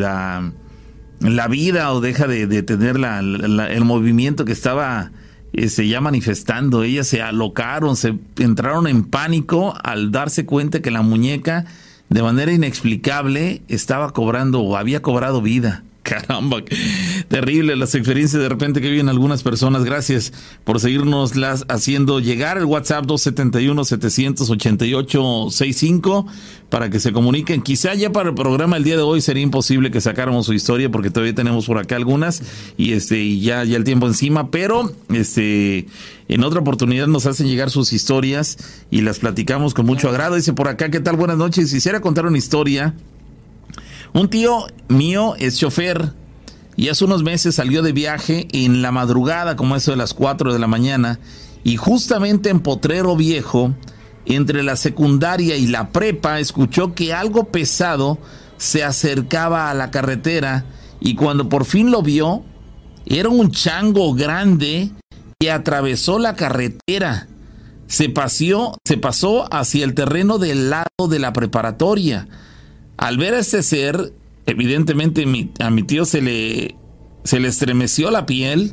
C: vida, o deja de tener el movimiento que estaba ya manifestando. Ellas se alocaron, se entraron en pánico al darse cuenta que la muñeca, de manera inexplicable, estaba cobrando o había cobrado vida. Caramba, terrible las experiencias de repente que viven algunas personas. Gracias por seguirnos haciendo llegar. El WhatsApp 271-788-65 para que se comuniquen. Quizá ya para el programa el día de hoy sería imposible que sacáramos su historia porque todavía tenemos por acá algunas y ya el tiempo encima, pero en otra oportunidad nos hacen llegar sus historias y las platicamos con mucho agrado. Dice por acá, ¿qué tal? Buenas noches. Quisiera contar una historia. Un tío mío es chofer y hace unos meses salió de viaje en la madrugada, como eso de las 4 de la mañana, y justamente en Potrero Viejo, entre la secundaria y la prepa, escuchó que algo pesado se acercaba a la carretera, y cuando por fin lo vio, era un chango grande que atravesó la carretera. Se pasó hacia el terreno del lado de la preparatoria. Al ver a este ser, evidentemente a mi tío se le estremeció la piel,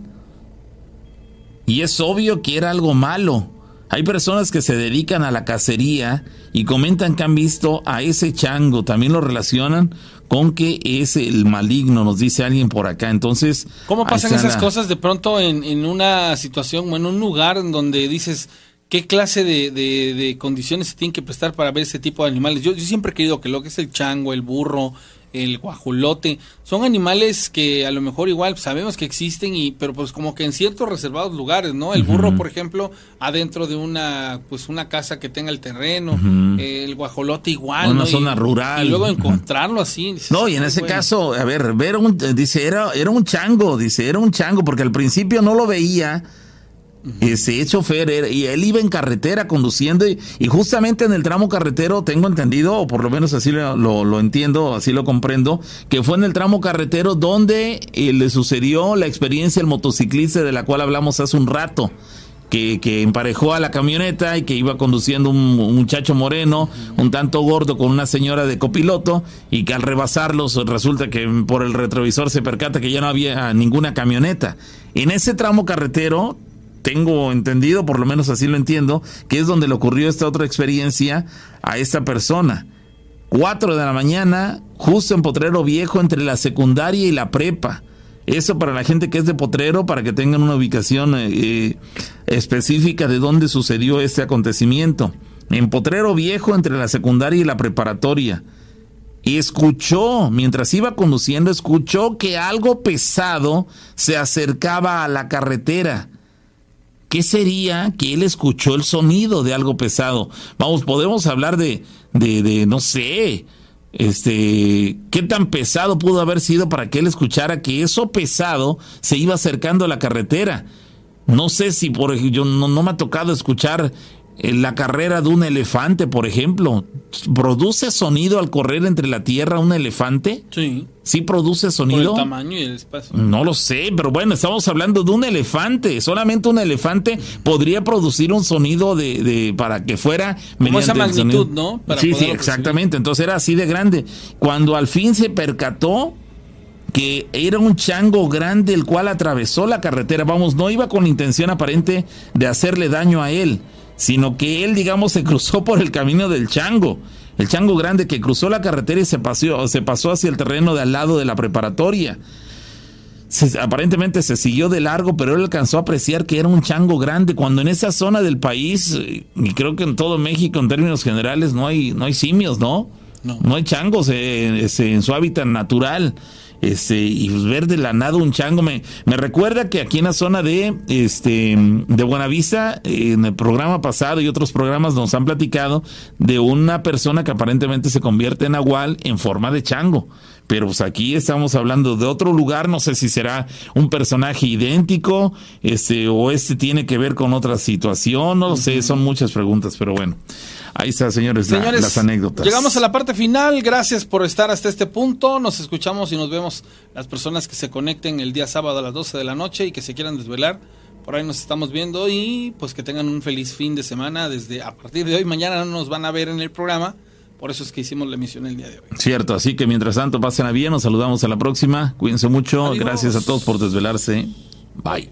C: y es obvio que era algo malo. Hay personas que se dedican a la cacería y comentan que han visto a ese chango, también lo relacionan con que es el maligno, nos dice alguien por acá. Entonces,
A: ¿cómo pasan esas cosas de pronto en una situación o en un lugar en donde dices... ¿Qué clase de condiciones se tienen que prestar para ver ese tipo de animales? Yo siempre he creído que lo que es el chango, el burro, el guajolote, son animales que a lo mejor igual sabemos que existen, pero pues como que en ciertos reservados lugares, ¿no? El burro, por ejemplo, adentro de una casa que tenga el terreno, el guajolote igual,
C: una
A: ¿no?
C: zona rural.
A: Y luego encontrarlo así. Dices,
C: no, y en ese caso, a ver, era un chango, porque al principio no lo veía. Ese chofer y él iba en carretera conduciendo y justamente en el tramo carretero, tengo entendido, o por lo menos así lo entiendo, así lo comprendo, que fue en el tramo carretero donde le sucedió la experiencia al motociclista de la cual hablamos hace un rato, que emparejó a la camioneta y que iba conduciendo un muchacho moreno, un tanto gordo, con una señora de copiloto, y que al rebasarlos resulta que por el retrovisor se percata que ya no había ninguna camioneta. En ese tramo carretero, tengo entendido, por lo menos así lo entiendo, que es donde le ocurrió esta otra experiencia a esta persona. 4 de la mañana, justo en Potrero Viejo, entre la secundaria y la prepa. Eso para la gente que es de Potrero, para que tengan una ubicación específica de dónde sucedió este acontecimiento. En Potrero Viejo, entre la secundaria y la preparatoria. Y escuchó, mientras iba conduciendo, escuchó que algo pesado se acercaba a la carretera. ¿Qué sería que él escuchó el sonido de algo pesado? Vamos, podemos hablar de no sé, qué tan pesado pudo haber sido para que él escuchara que eso pesado se iba acercando a la carretera. No sé si, por ejemplo, no me ha tocado escuchar la carrera de un elefante, por ejemplo. ¿Produce sonido al correr entre la tierra un elefante?
A: Sí.
C: ¿Sí produce sonido?
A: Por el tamaño y el espacio.
C: No lo sé, pero bueno, estamos hablando de un elefante. Solamente un elefante podría producir un sonido para que fuera...
A: Como esa magnitud, ¿no?
C: Sí, exactamente. Entonces era así de grande. Cuando al fin se percató que era un chango grande el cual atravesó la carretera, vamos, no iba con intención aparente de hacerle daño a él, sino que él, digamos, se cruzó por el camino del chango. El chango grande que cruzó la carretera y se pasó hacia el terreno de al lado de la preparatoria. Aparentemente se siguió de largo, pero él alcanzó a apreciar que era un chango grande, cuando en esa zona del país, y creo que en todo México en términos generales, no hay simios, ¿no? No hay changos en su hábitat natural. y ver de la nada un chango, me recuerda que aquí en la zona de Buenavista, en el programa pasado y otros programas nos han platicado de una persona que aparentemente se convierte en nahual en forma de chango. Pero pues aquí estamos hablando de otro lugar, no sé si será un personaje idéntico, o tiene que ver con otra situación, no lo sé, son muchas preguntas, pero bueno. Ahí está, señores, las anécdotas.
A: Llegamos a la parte final, gracias por estar hasta este punto, nos escuchamos y nos vemos las personas que se conecten el día sábado a las 12 de la noche y que se quieran desvelar, por ahí nos estamos viendo y pues que tengan un feliz fin de semana, a partir de hoy, mañana no nos van a ver en el programa. Por eso es que hicimos la emisión el día de hoy.
C: Cierto, así que mientras tanto pasen a bien, nos saludamos a la próxima. Cuídense mucho,
A: Adiós.
C: Gracias a todos por desvelarse. Bye.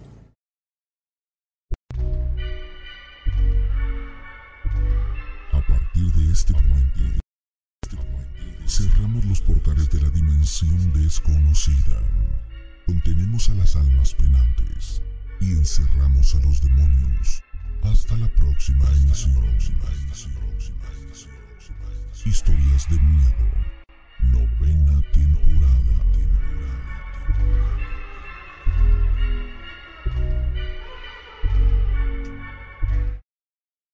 B: A partir de este momento, cerramos los portales de la dimensión desconocida. Contenemos a las almas penantes y encerramos a los demonios. Hasta la próxima emisión. Historias de miedo, 9ª temporada.